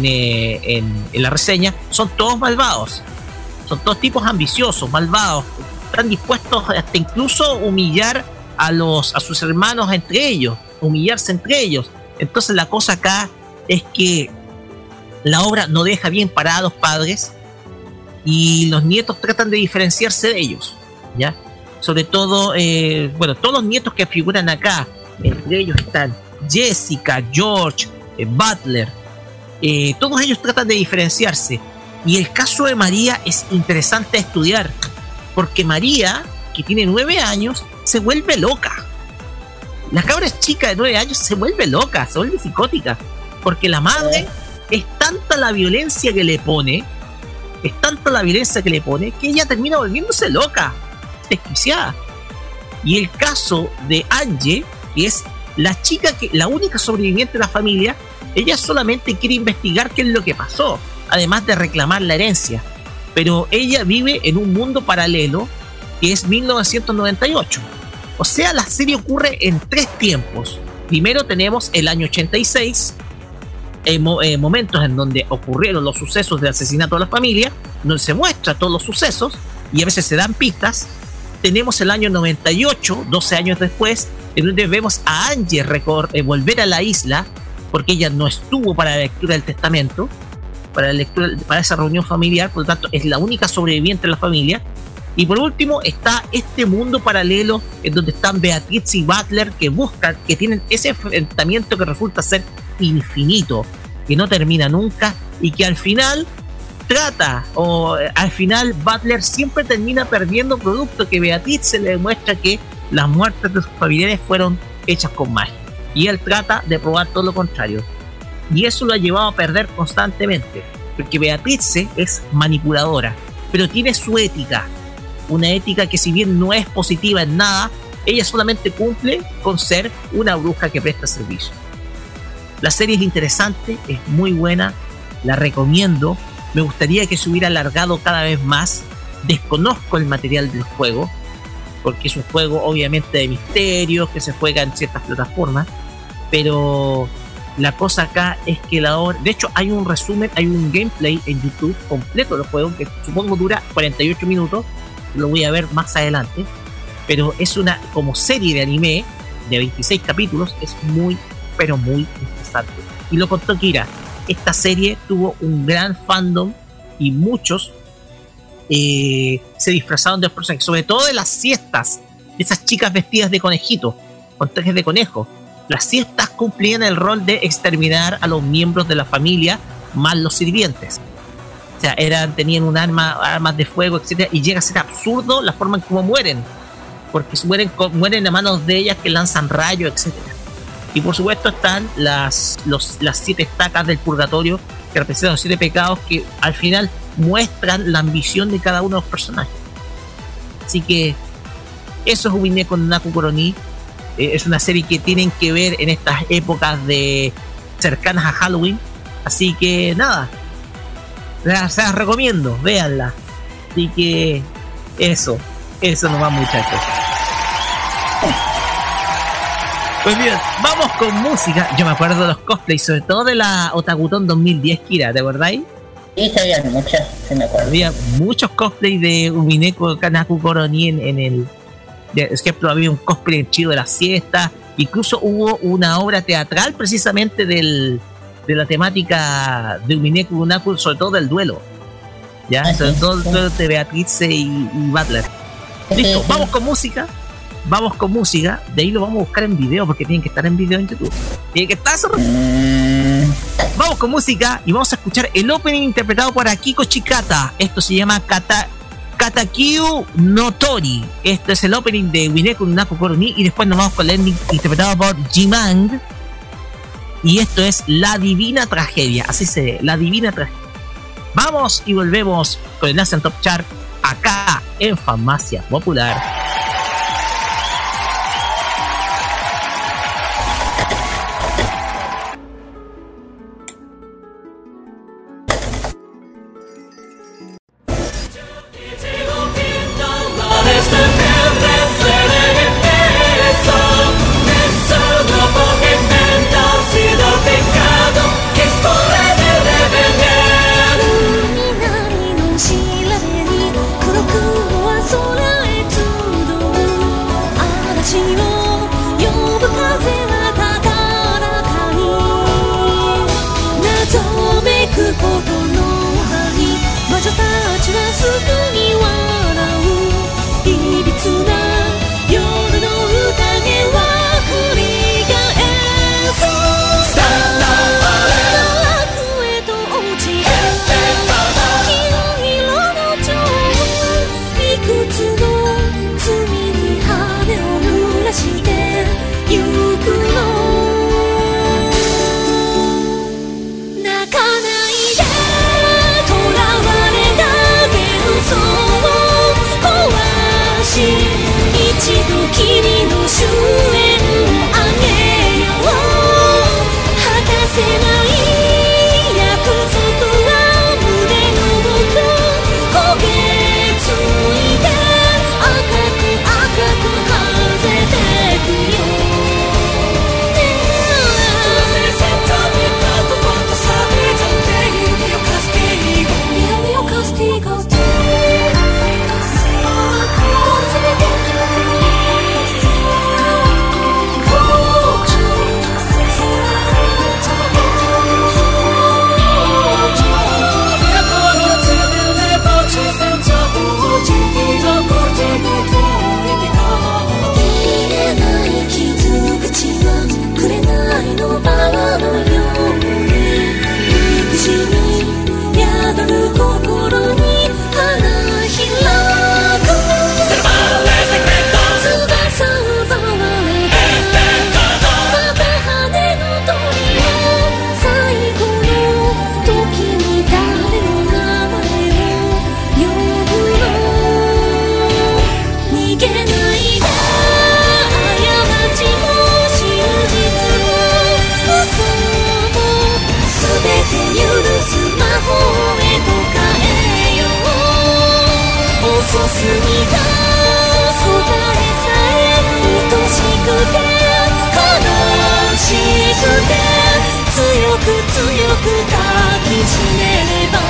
la reseña son todos malvados, son todos tipos ambiciosos, malvados, están dispuestos hasta incluso humillar a sus hermanos entre ellos, humillarse entre ellos. Entonces la cosa acá es que la obra no deja bien parados a los padres y los nietos tratan de diferenciarse de ellos, ¿ya? Sobre todo, todos los nietos que figuran acá, entre ellos están Jessica, George, Butler, todos ellos tratan de diferenciarse. Y el caso de María es interesante estudiar, porque María, que tiene 9 años, se vuelve loca. La cabra chica de 9 años se vuelve loca, se vuelve psicótica, porque la madre es tanta la violencia que le pone, que ella termina volviéndose loca, desquiciada. Y el caso de Angie, que es la única sobreviviente de la familia, Ella solamente quiere investigar qué es lo que pasó, además de reclamar la herencia. Pero ella vive en un mundo paralelo que es 1998. O sea, la serie ocurre en 3 tiempos. Primero tenemos el año 86, momentos en donde ocurrieron los sucesos del asesinato de la familia, donde se muestra todos los sucesos y a veces se dan pistas. Tenemos el año 98, 12 años después, en donde vemos a Angie volver a la isla, porque ella no estuvo para la lectura del testamento, para esa reunión familiar, por lo tanto es la única sobreviviente de la familia. Y por último está este mundo paralelo en donde están Beatriz y Butler, que tienen ese enfrentamiento que resulta ser infinito, que no termina nunca y que al final Butler siempre termina perdiendo, producto que Beatriz se le demuestra que las muertes de sus familiares fueron hechas con magia, y él trata de probar todo lo contrario, y eso lo ha llevado a perder constantemente, porque Beatriz es manipuladora, pero tiene su ética, una ética que si bien no es positiva en nada, ella solamente cumple con ser una bruja que presta servicio. La serie es interesante, es muy buena, la recomiendo. Me gustaría que se hubiera alargado cada vez más. Desconozco el material del juego, porque es un juego obviamente de misterios que se juega en ciertas plataformas, pero la cosa acá es que de hecho hay un resumen, hay un gameplay en YouTube completo del juego que supongo dura 48 minutos, lo voy a ver más adelante, pero es una como serie de anime de 26 capítulos, es muy pero muy interesante. Y lo contó Kira, esta serie tuvo un gran fandom y muchos se disfrazaron de personajes, sobre todo de las siestas, de esas chicas vestidas de conejito, con trajes de conejo. Las siestas cumplían el rol de exterminar a los miembros de la familia, más los sirvientes. O sea, tenían armas de fuego, etcétera, y llega a ser absurdo la forma en cómo mueren, porque mueren a manos de ellas que lanzan rayos, etcétera. Y por supuesto están las 7 estacas del purgatorio, que representan los 7 pecados, que al final muestran la ambición de cada uno de los personajes. Así que eso es Umineko no Naku Koroni. Es una serie que tienen que ver en estas épocas cercanas a Halloween. Así que nada, se las recomiendo, véanla. Así que eso nomás, muchachos. Pues bien, vamos con música. Yo me acuerdo de los cosplays, sobre todo de la Otakuton 2010, Kira, ¿te acordáis? Sí, había muchas, se me acuerdo. Había muchos cosplays de Umineko no Naku Koroni en el... Es que había un cosplay chido de la siesta. Incluso hubo una obra teatral precisamente de la temática de Umineko no Naku, sobre todo del duelo. ¿Ya? Sobre todo el duelo de Beatriz y Butler. Listo, vamos con música. De ahí lo vamos a buscar en video, porque tienen que estar en video en YouTube. Tiene que estar eso. Vamos con música y vamos a escuchar el opening interpretado por Akiko Chikata. Esto se llama Katakyu no Tori. Esto es el opening de Umineko no Naku Koroni, y después nos vamos con el ending interpretado por Jimang. Y esto es La Divina Tragedia. Así se ve, La Divina Tragedia. Vamos y volvemos con el Asian Top Chart acá en Farmacia Popular. Nakana めれば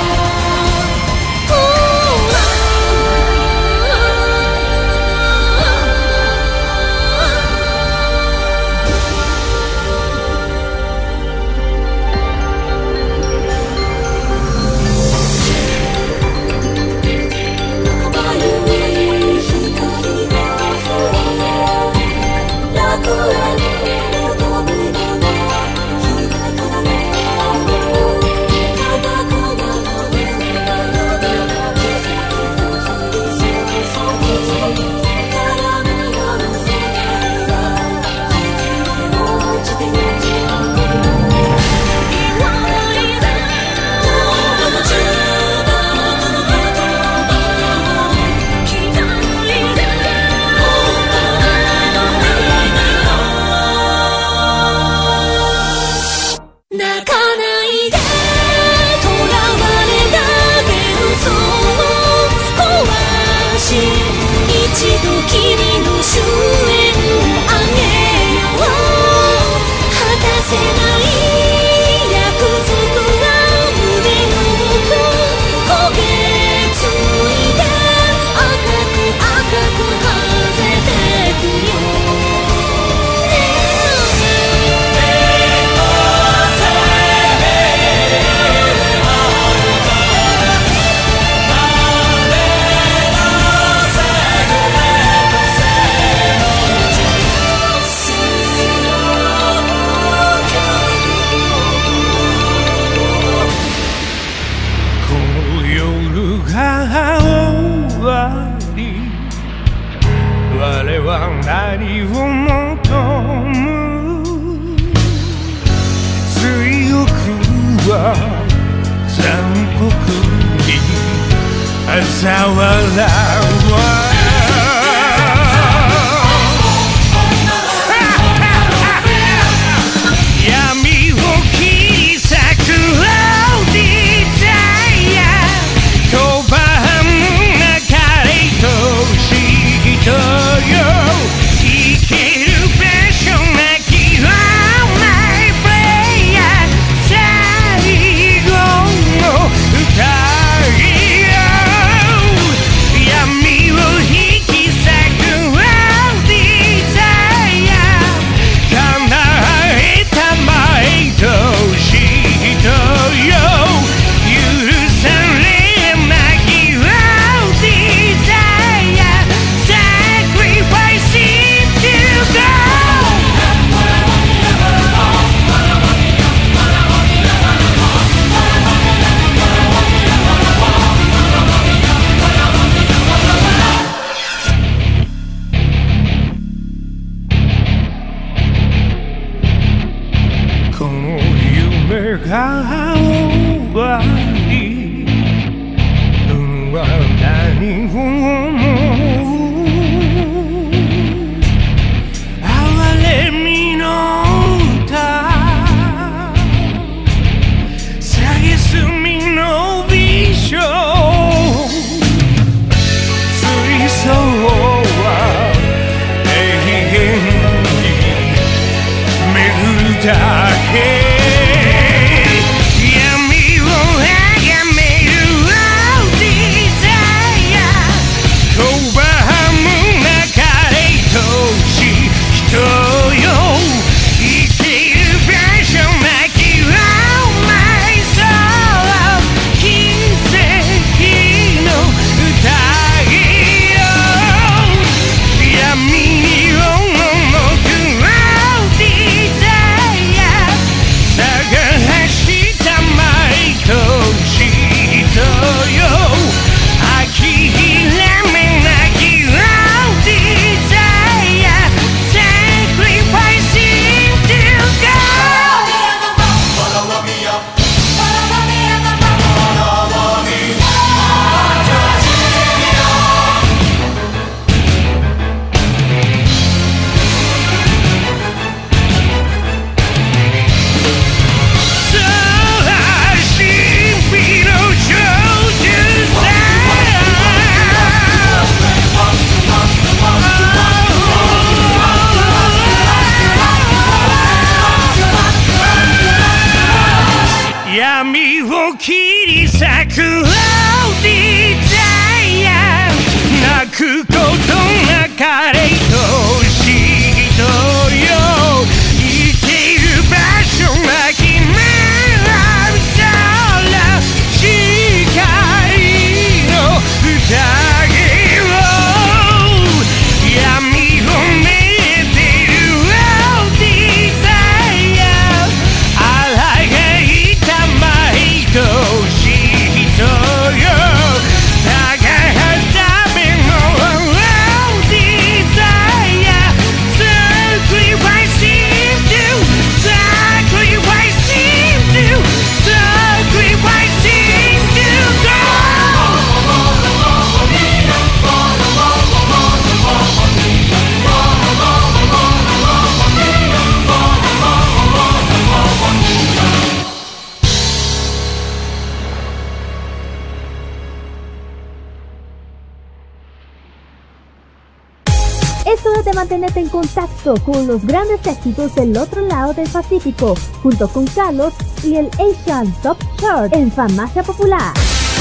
mantenerte en contacto con los grandes éxitos del otro lado del Pacífico, junto con Carlos y el Asian Top Chart en Farmacia Popular.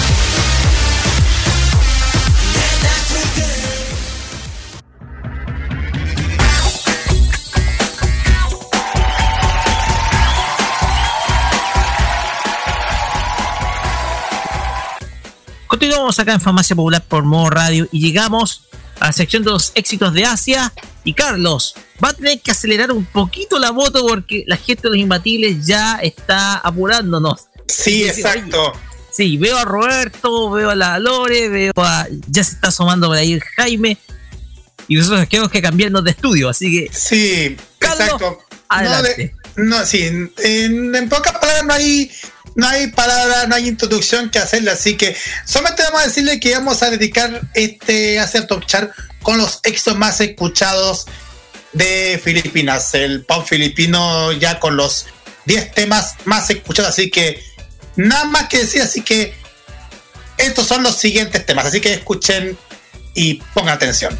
Continuamos acá en Farmacia Popular por Modo Radio y llegamos a la sección de los éxitos de Asia. Y Carlos va a tener que acelerar un poquito la moto porque la gente de los imbatibles ya está apurándonos. Sí, exacto. Sí, veo a Roberto, veo a la Lore, ya se está asomando por ahí el Jaime. Y nosotros tenemos que cambiarnos de estudio, así que... Sí, Carlos, exacto. Adelante. En pocas palabras no hay palabras, no hay introducción que hacerle, así que solamente vamos a decirle que vamos a dedicar hacer Top Chart con los éxitos más escuchados de Filipinas, el pop filipino, ya con los 10 temas más escuchados, así que nada más que decir, así que estos son los siguientes temas, así que escuchen y pongan atención.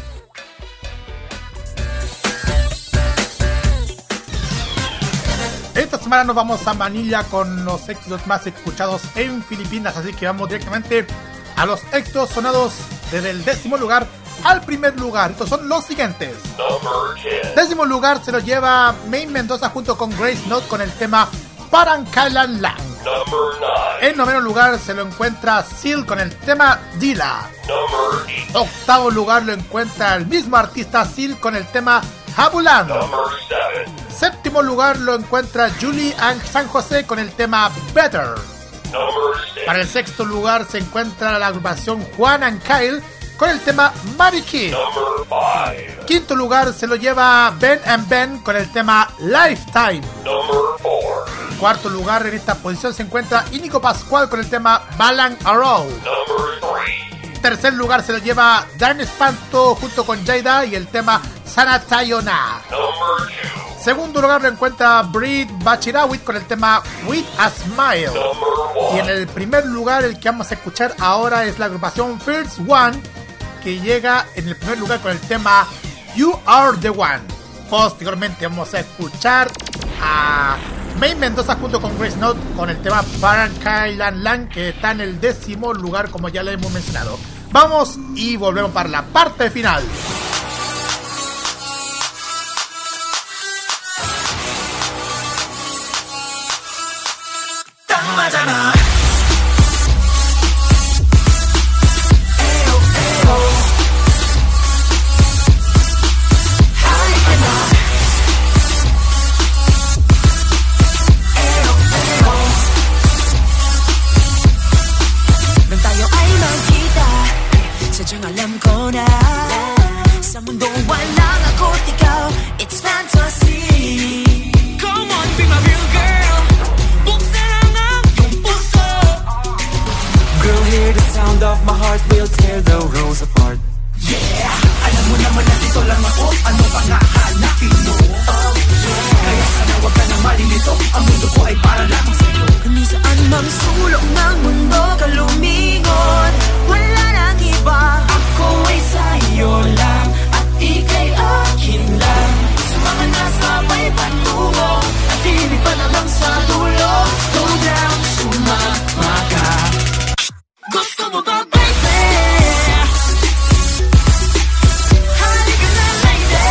Esta semana nos vamos a Manila con los éxitos más escuchados en Filipinas, así que vamos directamente a los éxitos sonados desde el 10º lugar al primer lugar. Estos son los siguientes. 10º lugar se lo lleva Maine Mendoza junto con Grace Note con el tema Parang Kailan Lang. En 9º lugar se lo encuentra Seal con el tema Dila. 8º lugar lo encuentra el mismo artista Seal con el tema Habulan. 7º lugar lo encuentra Julie and San José con el tema Better. Para el 6º lugar se encuentra la agrupación Juan and Kyle con el tema Mariki. 5º lugar se lo lleva Ben and Ben con el tema Lifetime. 4º lugar en esta posición se encuentra Íñigo Pascual con el tema Balang Arrow. 3er lugar se lo lleva Dan Espanto junto con Jaida y el tema Sanatayona. 2º lugar lo encuentra Breed Bachirawit con el tema With a Smile. Y en el primer lugar, el que vamos a escuchar ahora es la agrupación First One, que llega en el primer lugar con el tema You Are the One. Posteriormente vamos a escuchar a Maine Mendoza junto con Grace Note con el tema Parang Kailan Lang, que está en el 10º lugar, como ya le hemos mencionado. Vamos y volvemos para la parte final. Alam ko na sa mundo walang ako at ikaw, it's fantasy. Come on, be my real girl, buksan ang iyong puso. Girl, hear the sound of my heart, we'll tear the rose apart. Yeah, alam mo naman na dito lang ako, ano pa nga hanapin mo? Oh yeah, kaya sana wag ka nang malilito, ang mundo ko ay para lamang sa'yo. Ni saan mang sulok ng mundo ka lumingon, wala nang iba. Ako ay sa'yo lang, at ika'y akin lang. Sa mga nasa may patungo, at ibig pa naman sa dulo. Go down, sumama ka. Gusto mo ba, baby? Halika na, lady.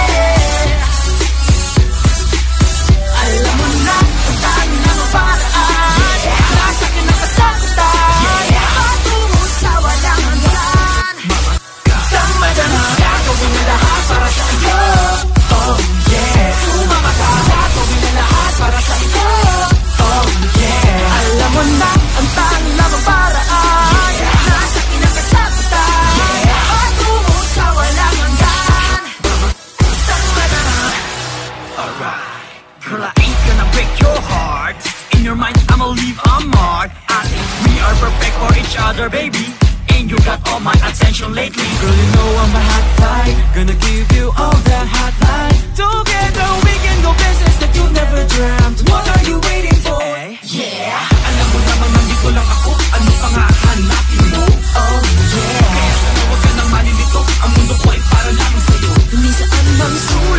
Alam mo na, ang dami na maparaan. Nasa'kin ang kasagutan. Patungo sa walang hanggan. Tama na, gagawin na lahat para sa iyo. Oh yeah, sumama ka. Gagawin na lahat para sa iyo. Oh yeah, alam mo na, ang tanging lamang paraan. Nasa'kin ang kasagutan. Patungo sa walang hanggan. Tama na. Alright, girl, I ain't gonna break your heart. In your mind, I'ma leave a mark. I think we are perfect for each other, baby. And you got all my attention lately. Girl, you know I'm a hot fly, gonna give you all that hot light. Together we can go places that you never dreamt. What are you waiting for? Yeah, alam mo naman nandito lang ako. Ano pa nga hanapin mo? Oh yeah, kaya sana wag ka nang malilito. Ang mundo ko ay para lamang sa'yo. Ni saan mang sulok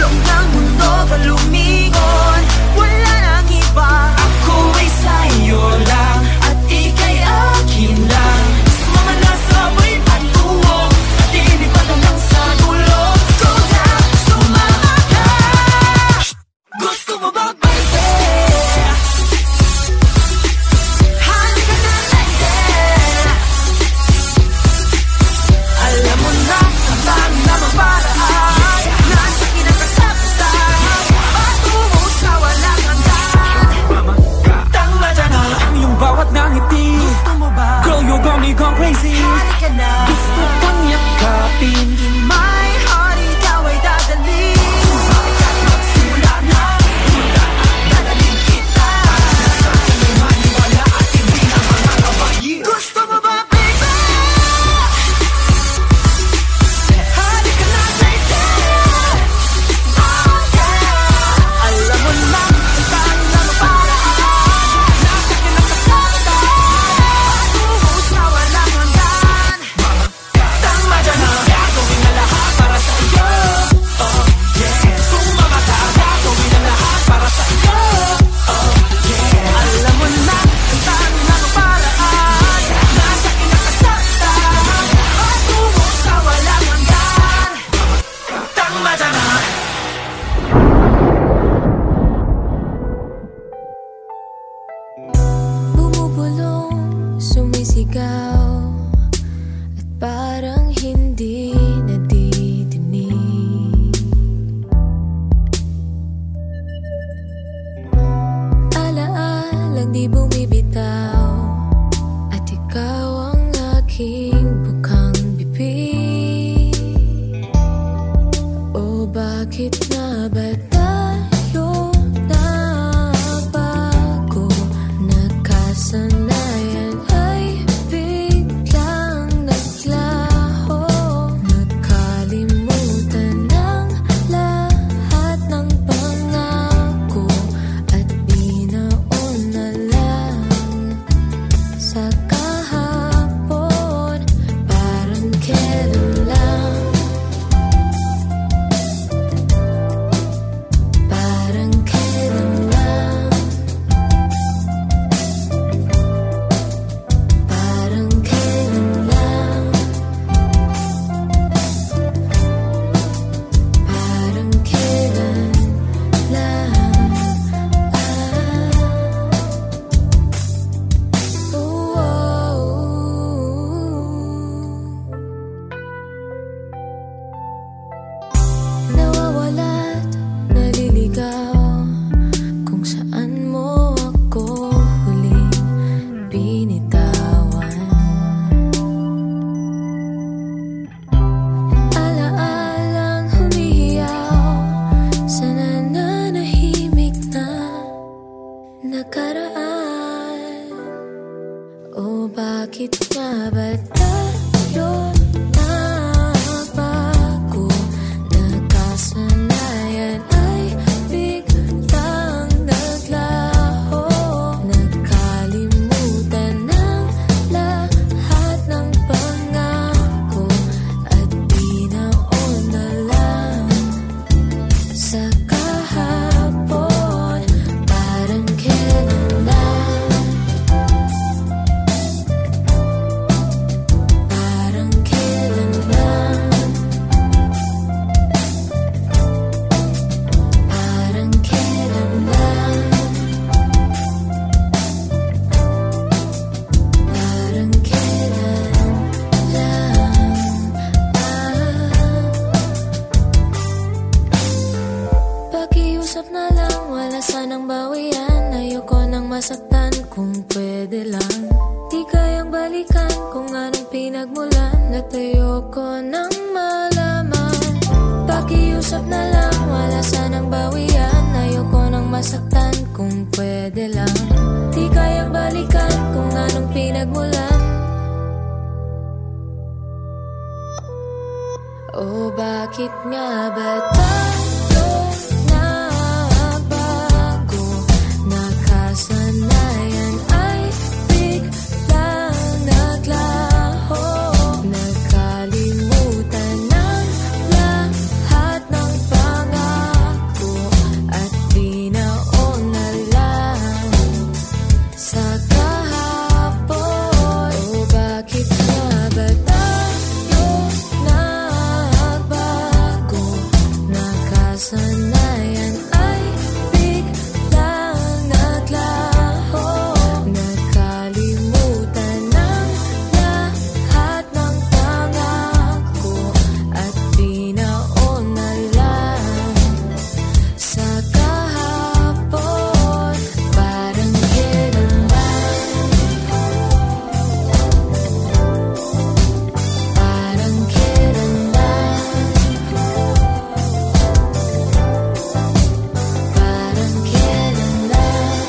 Di bumibitaw at ikaw ang aking bukang bibig. O bakit nga ba tayo nabago? Nakasanayan ay biglang naglaho. Nakalimutan ng lahat ng pangako at binaon na lang sa kahapon. Parang kailan lang, parang kailan lang, parang kailan lang, parang kailan lang. Nawawala't naliligaw kung saan mo ako huling binitawan. Alaalang humihiyaw sa nananahimik na nakaraan. O bakit nga ba tayo nabago? Nakasanayan ay biglang naglaho. Nakalimutan ng lahat ng pangako at binaon na lang sa kahapon. Parang kailan lang, parang kailan lang, parang kailan lang, parang kailan lang. Pakiusap na lang, wala sanang bawian. Ayoko nang masaktan, kung pwede lang. Di kayang balikan kung anong pinagmulan at ayoko nang malaman. Pakiusap na lang, wala sanang bawian. Ayoko nang masaktan, kung pwede lang. Di kayang balikan kung anong pinagmulan. O bakit nga ba tayo nabago? Nakasanayan ay biglang naglaho. Nakalimutan ng lahat ng pangako at binaon na lang sa kahapon. O bakit nga ba tayo nagbago? Nakasanayan ay biglang naglaho. Nakalimutan ng lahat ng pangako at binaon na lang sa kahapon. Parang kailan lang, parang kailan lang, parang kailan lang,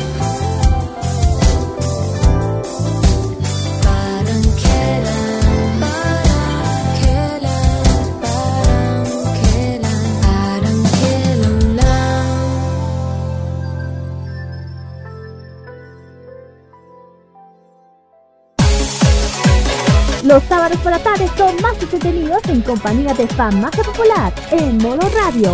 parang kailan, parang kailan lang. Los sábados por la tarde son más entretenidos en compañía de Farmacia Popular en Modo Radio.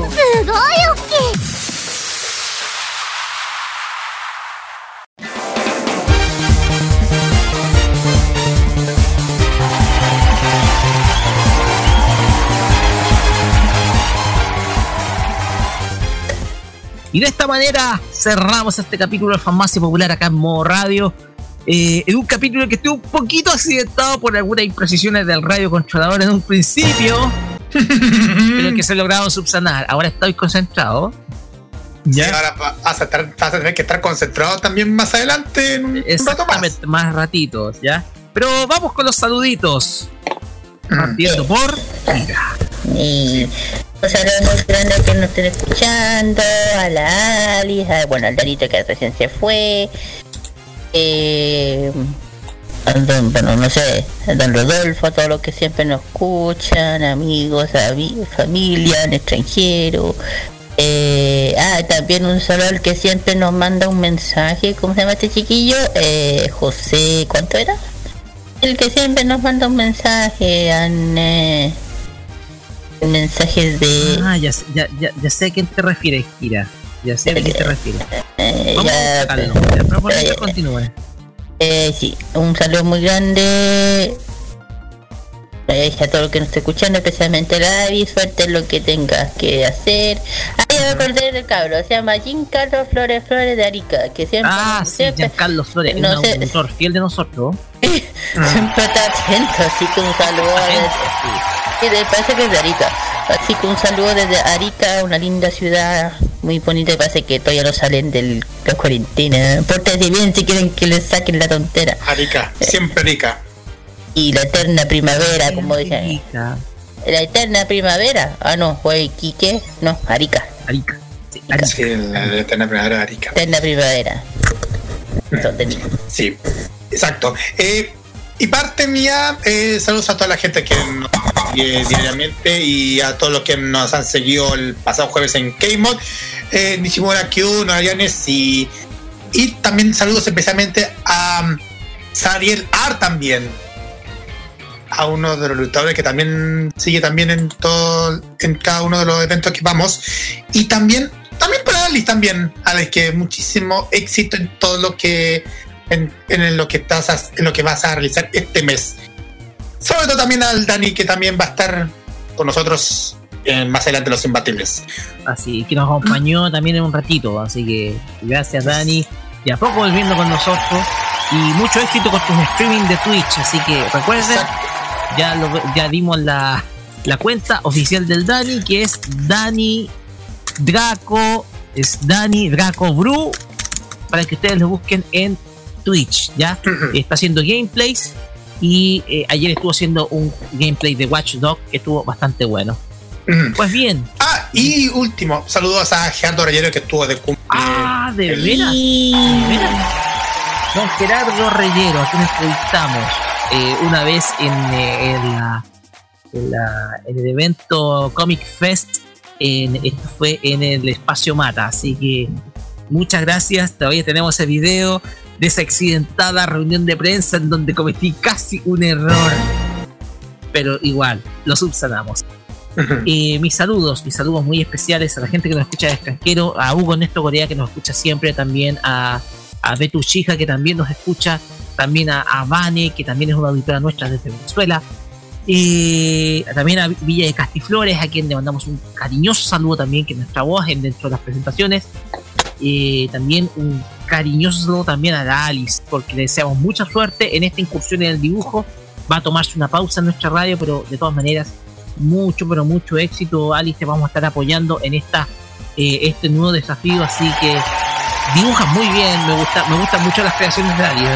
Y de esta manera cerramos este capítulo de Farmacia Popular acá en Modo Radio. En un capítulo que estuvo un poquito accidentado por algunas imprecisiones del radiocontrolador en un principio, pero que se lograron subsanar. Ahora estoy concentrado. ¿Ya? Y ahora vas a tener que estar concentrado también más adelante en un rato más. Exactamente, más ratitos, ¿ya? Pero vamos con los saluditos. Partiendo por Kira. Y un saludo muy grande que nos estén escuchando, a la Alice, bueno, al Danito que recién se fue, bueno, no sé, a don Rodolfo, a todos los que siempre nos escuchan, amigos, familia, en extranjero. También un saludo al que siempre nos manda un mensaje, ¿cómo se llama este chiquillo? José, ¿cuánto era? El que siempre nos manda un mensaje, mensajes de... Ya sé a quién te refieres, Kira. Ya sé a quién te refieres. Vamos a buscarlo. Pero por favor, continúe. Sí, un saludo muy grande a todo lo que nos está escuchando, especialmente la Avi. Suerte en lo que tengas que hacer. Ya me acordé del cabro, se llama Giancarlo Flores de Arica, que siempre... Giancarlo Flores, un autor fiel de nosotros. Siempre está atento, así que un saludo desde... parece que es de Arica. Así que un saludo desde Arica, una linda ciudad muy bonita, y parece que todavía no salen de la cuarentena. Pórtense bien si quieren que les saquen la tontera. Arica, siempre Arica. Y la eterna primavera, como dicen. La eterna primavera. No, fue Iquique. No, Arica. Sí, la eterna primavera de Arica. Eterna primavera. Sí, exacto. Y parte mía, saludos a toda la gente que nos sigue diariamente y a todos los que nos han seguido el pasado jueves en K-Mod, Nishimura Q, Norayanes y también saludos especialmente a Sariel R también, a uno de los luchadores que también sigue también en cada uno de los eventos que vamos, y también para Alice también, Alex, que muchísimo éxito en todo lo que en lo que vas a realizar este mes. Sobre todo también al Dani, que también va a estar con nosotros más adelante en Los Imbatibles. Así que nos acompañó también en un ratito, así que gracias, Dani, y a poco volviendo con nosotros, y mucho éxito con tus streaming de Twitch. Así que recuerden, ya dimos la cuenta oficial del Dani, que es Dani Draco Bru, para que ustedes lo busquen en Twitch, ¿ya? Está haciendo gameplays, y ayer estuvo haciendo un gameplay de Watch Dogs que estuvo bastante bueno. Pues bien. Y último, saludos a Gerardo Reyero, que estuvo de cumpleaños. ¿De veras? Don Gerardo Reyero, a quien entrevistamos una vez en el evento Comic Fest, esto fue en el Espacio Mata, así que muchas gracias. Todavía tenemos ese video de esa accidentada reunión de prensa en donde cometí casi un error, pero igual lo subsanamos. Mis saludos muy especiales a la gente que nos escucha de extranjero, a Hugo Néstor Corea, que nos escucha siempre, también a Betu Chija, que también nos escucha, también a Vane, que también es una auditora nuestra desde Venezuela, también a Villa de Castiflores, a quien le mandamos un cariñoso saludo también, que es nuestra voz dentro de las presentaciones. También un cariñoso saludo también a la Alice, porque le deseamos mucha suerte en esta incursión en el dibujo. Va a tomarse una pausa en nuestra radio, pero de todas maneras mucho éxito, Alice. Te vamos a estar apoyando en este nuevo desafío, así que dibujas muy bien. Me gustan mucho las creaciones de Alice,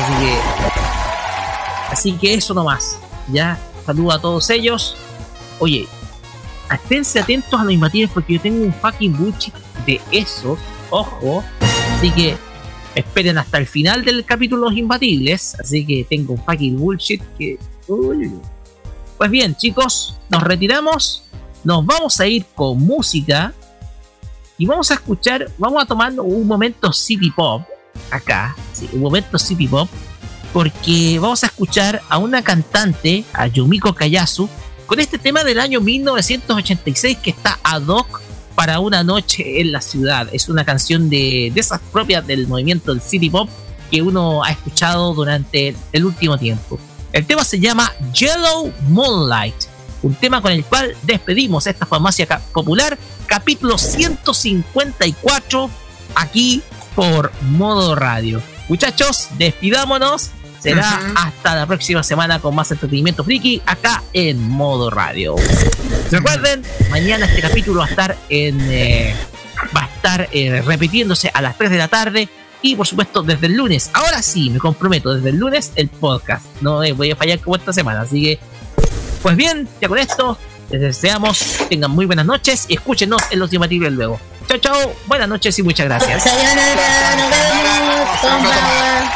así que eso nomás, ya. Saludo a todos ellos. Oye, esténse atentos a los imbatibles, porque yo tengo un fucking bullshit de esos, ojo, así que esperen hasta el final del capítulo Los Imbatibles, así que tengo un fucking bullshit que... Pues bien, chicos, nos retiramos, nos vamos a ir con música y vamos a tomar un momento City Pop acá, sí, un momento City Pop, porque vamos a escuchar a una cantante, a Yumiko Kayasu, con este tema del año 1986 que está ad hoc para una noche en la ciudad. Es una canción de esas propias del movimiento del City Pop que uno ha escuchado durante el último tiempo. El tema se llama Yellow Moonlight, un tema con el cual despedimos esta farmacia popular, capítulo 154, aquí por Modo Radio. Muchachos, despidámonos. Será hasta la próxima semana con más entretenimiento friki acá en Modo Radio. Recuerden, mañana este capítulo va a estar estar repitiéndose a las 3 de la tarde. Y por supuesto desde el lunes, ahora sí, me comprometo, desde el lunes el podcast. No voy a fallar como esta semana, así que pues bien, ya con esto les deseamos tengan muy buenas noches y escúchenos en Los Imbatibles luego. Chao, chao, buenas noches y muchas gracias. Sayonara, nos vemos, konbanwa.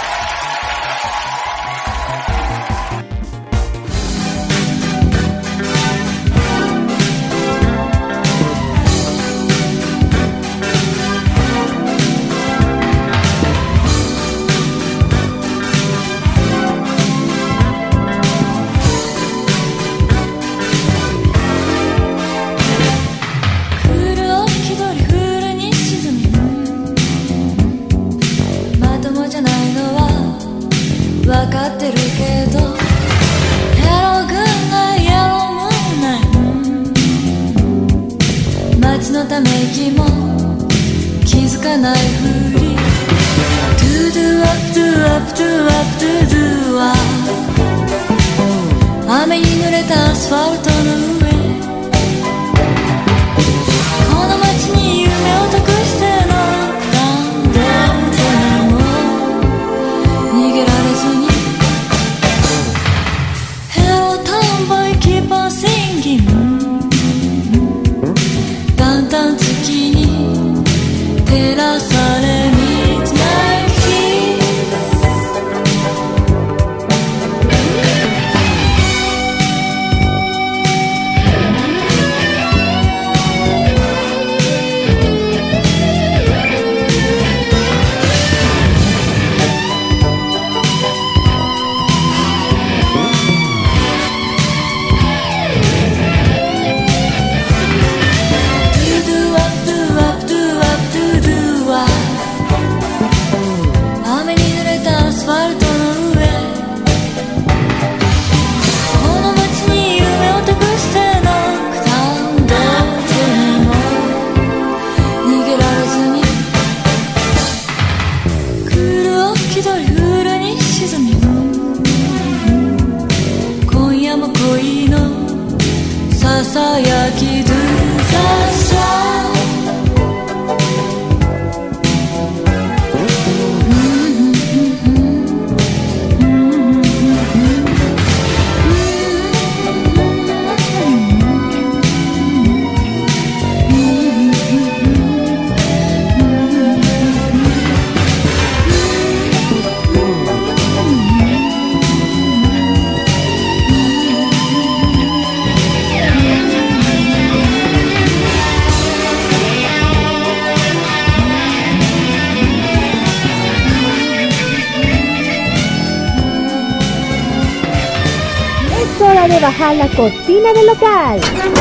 Bajar la cortina del local.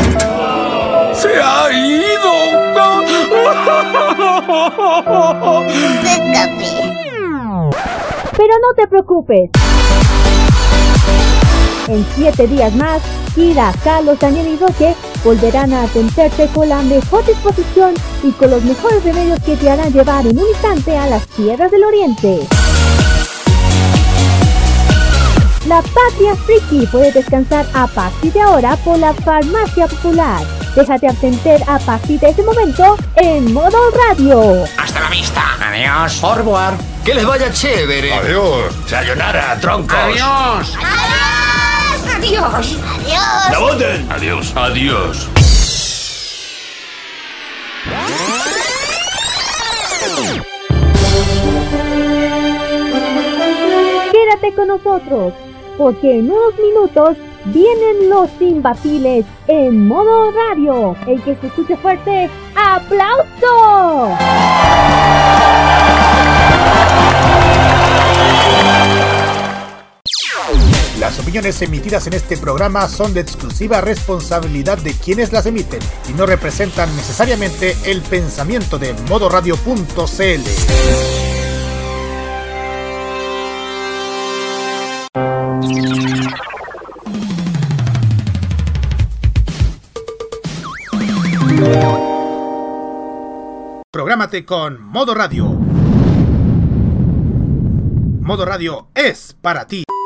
¡Se ha ido! Pero no te preocupes. En 7 días más, Kira, Carlos, Daniel y Roque volverán a atenderte con la mejor disposición y con los mejores remedios que te harán llevar en un instante a las tierras del oriente. La Patria Friki puede descansar a partir de ahora por la Farmacia Popular. Déjate atender a partir de ese momento en modo radio. Hasta la vista. Adiós. Forward. Que les vaya chévere. Adiós. Sayonara, troncos. Adiós. Adiós. Adiós. ¡La voten! Adiós. Adiós. Quédate con nosotros, porque en unos minutos vienen los imbatibles en modo radio. El que se escuche fuerte, ¡aplauso! Las opiniones emitidas en este programa son de exclusiva responsabilidad de quienes las emiten y no representan necesariamente el pensamiento de modoradio.cl. Prográmate con Modo Radio. Modo Radio es para ti.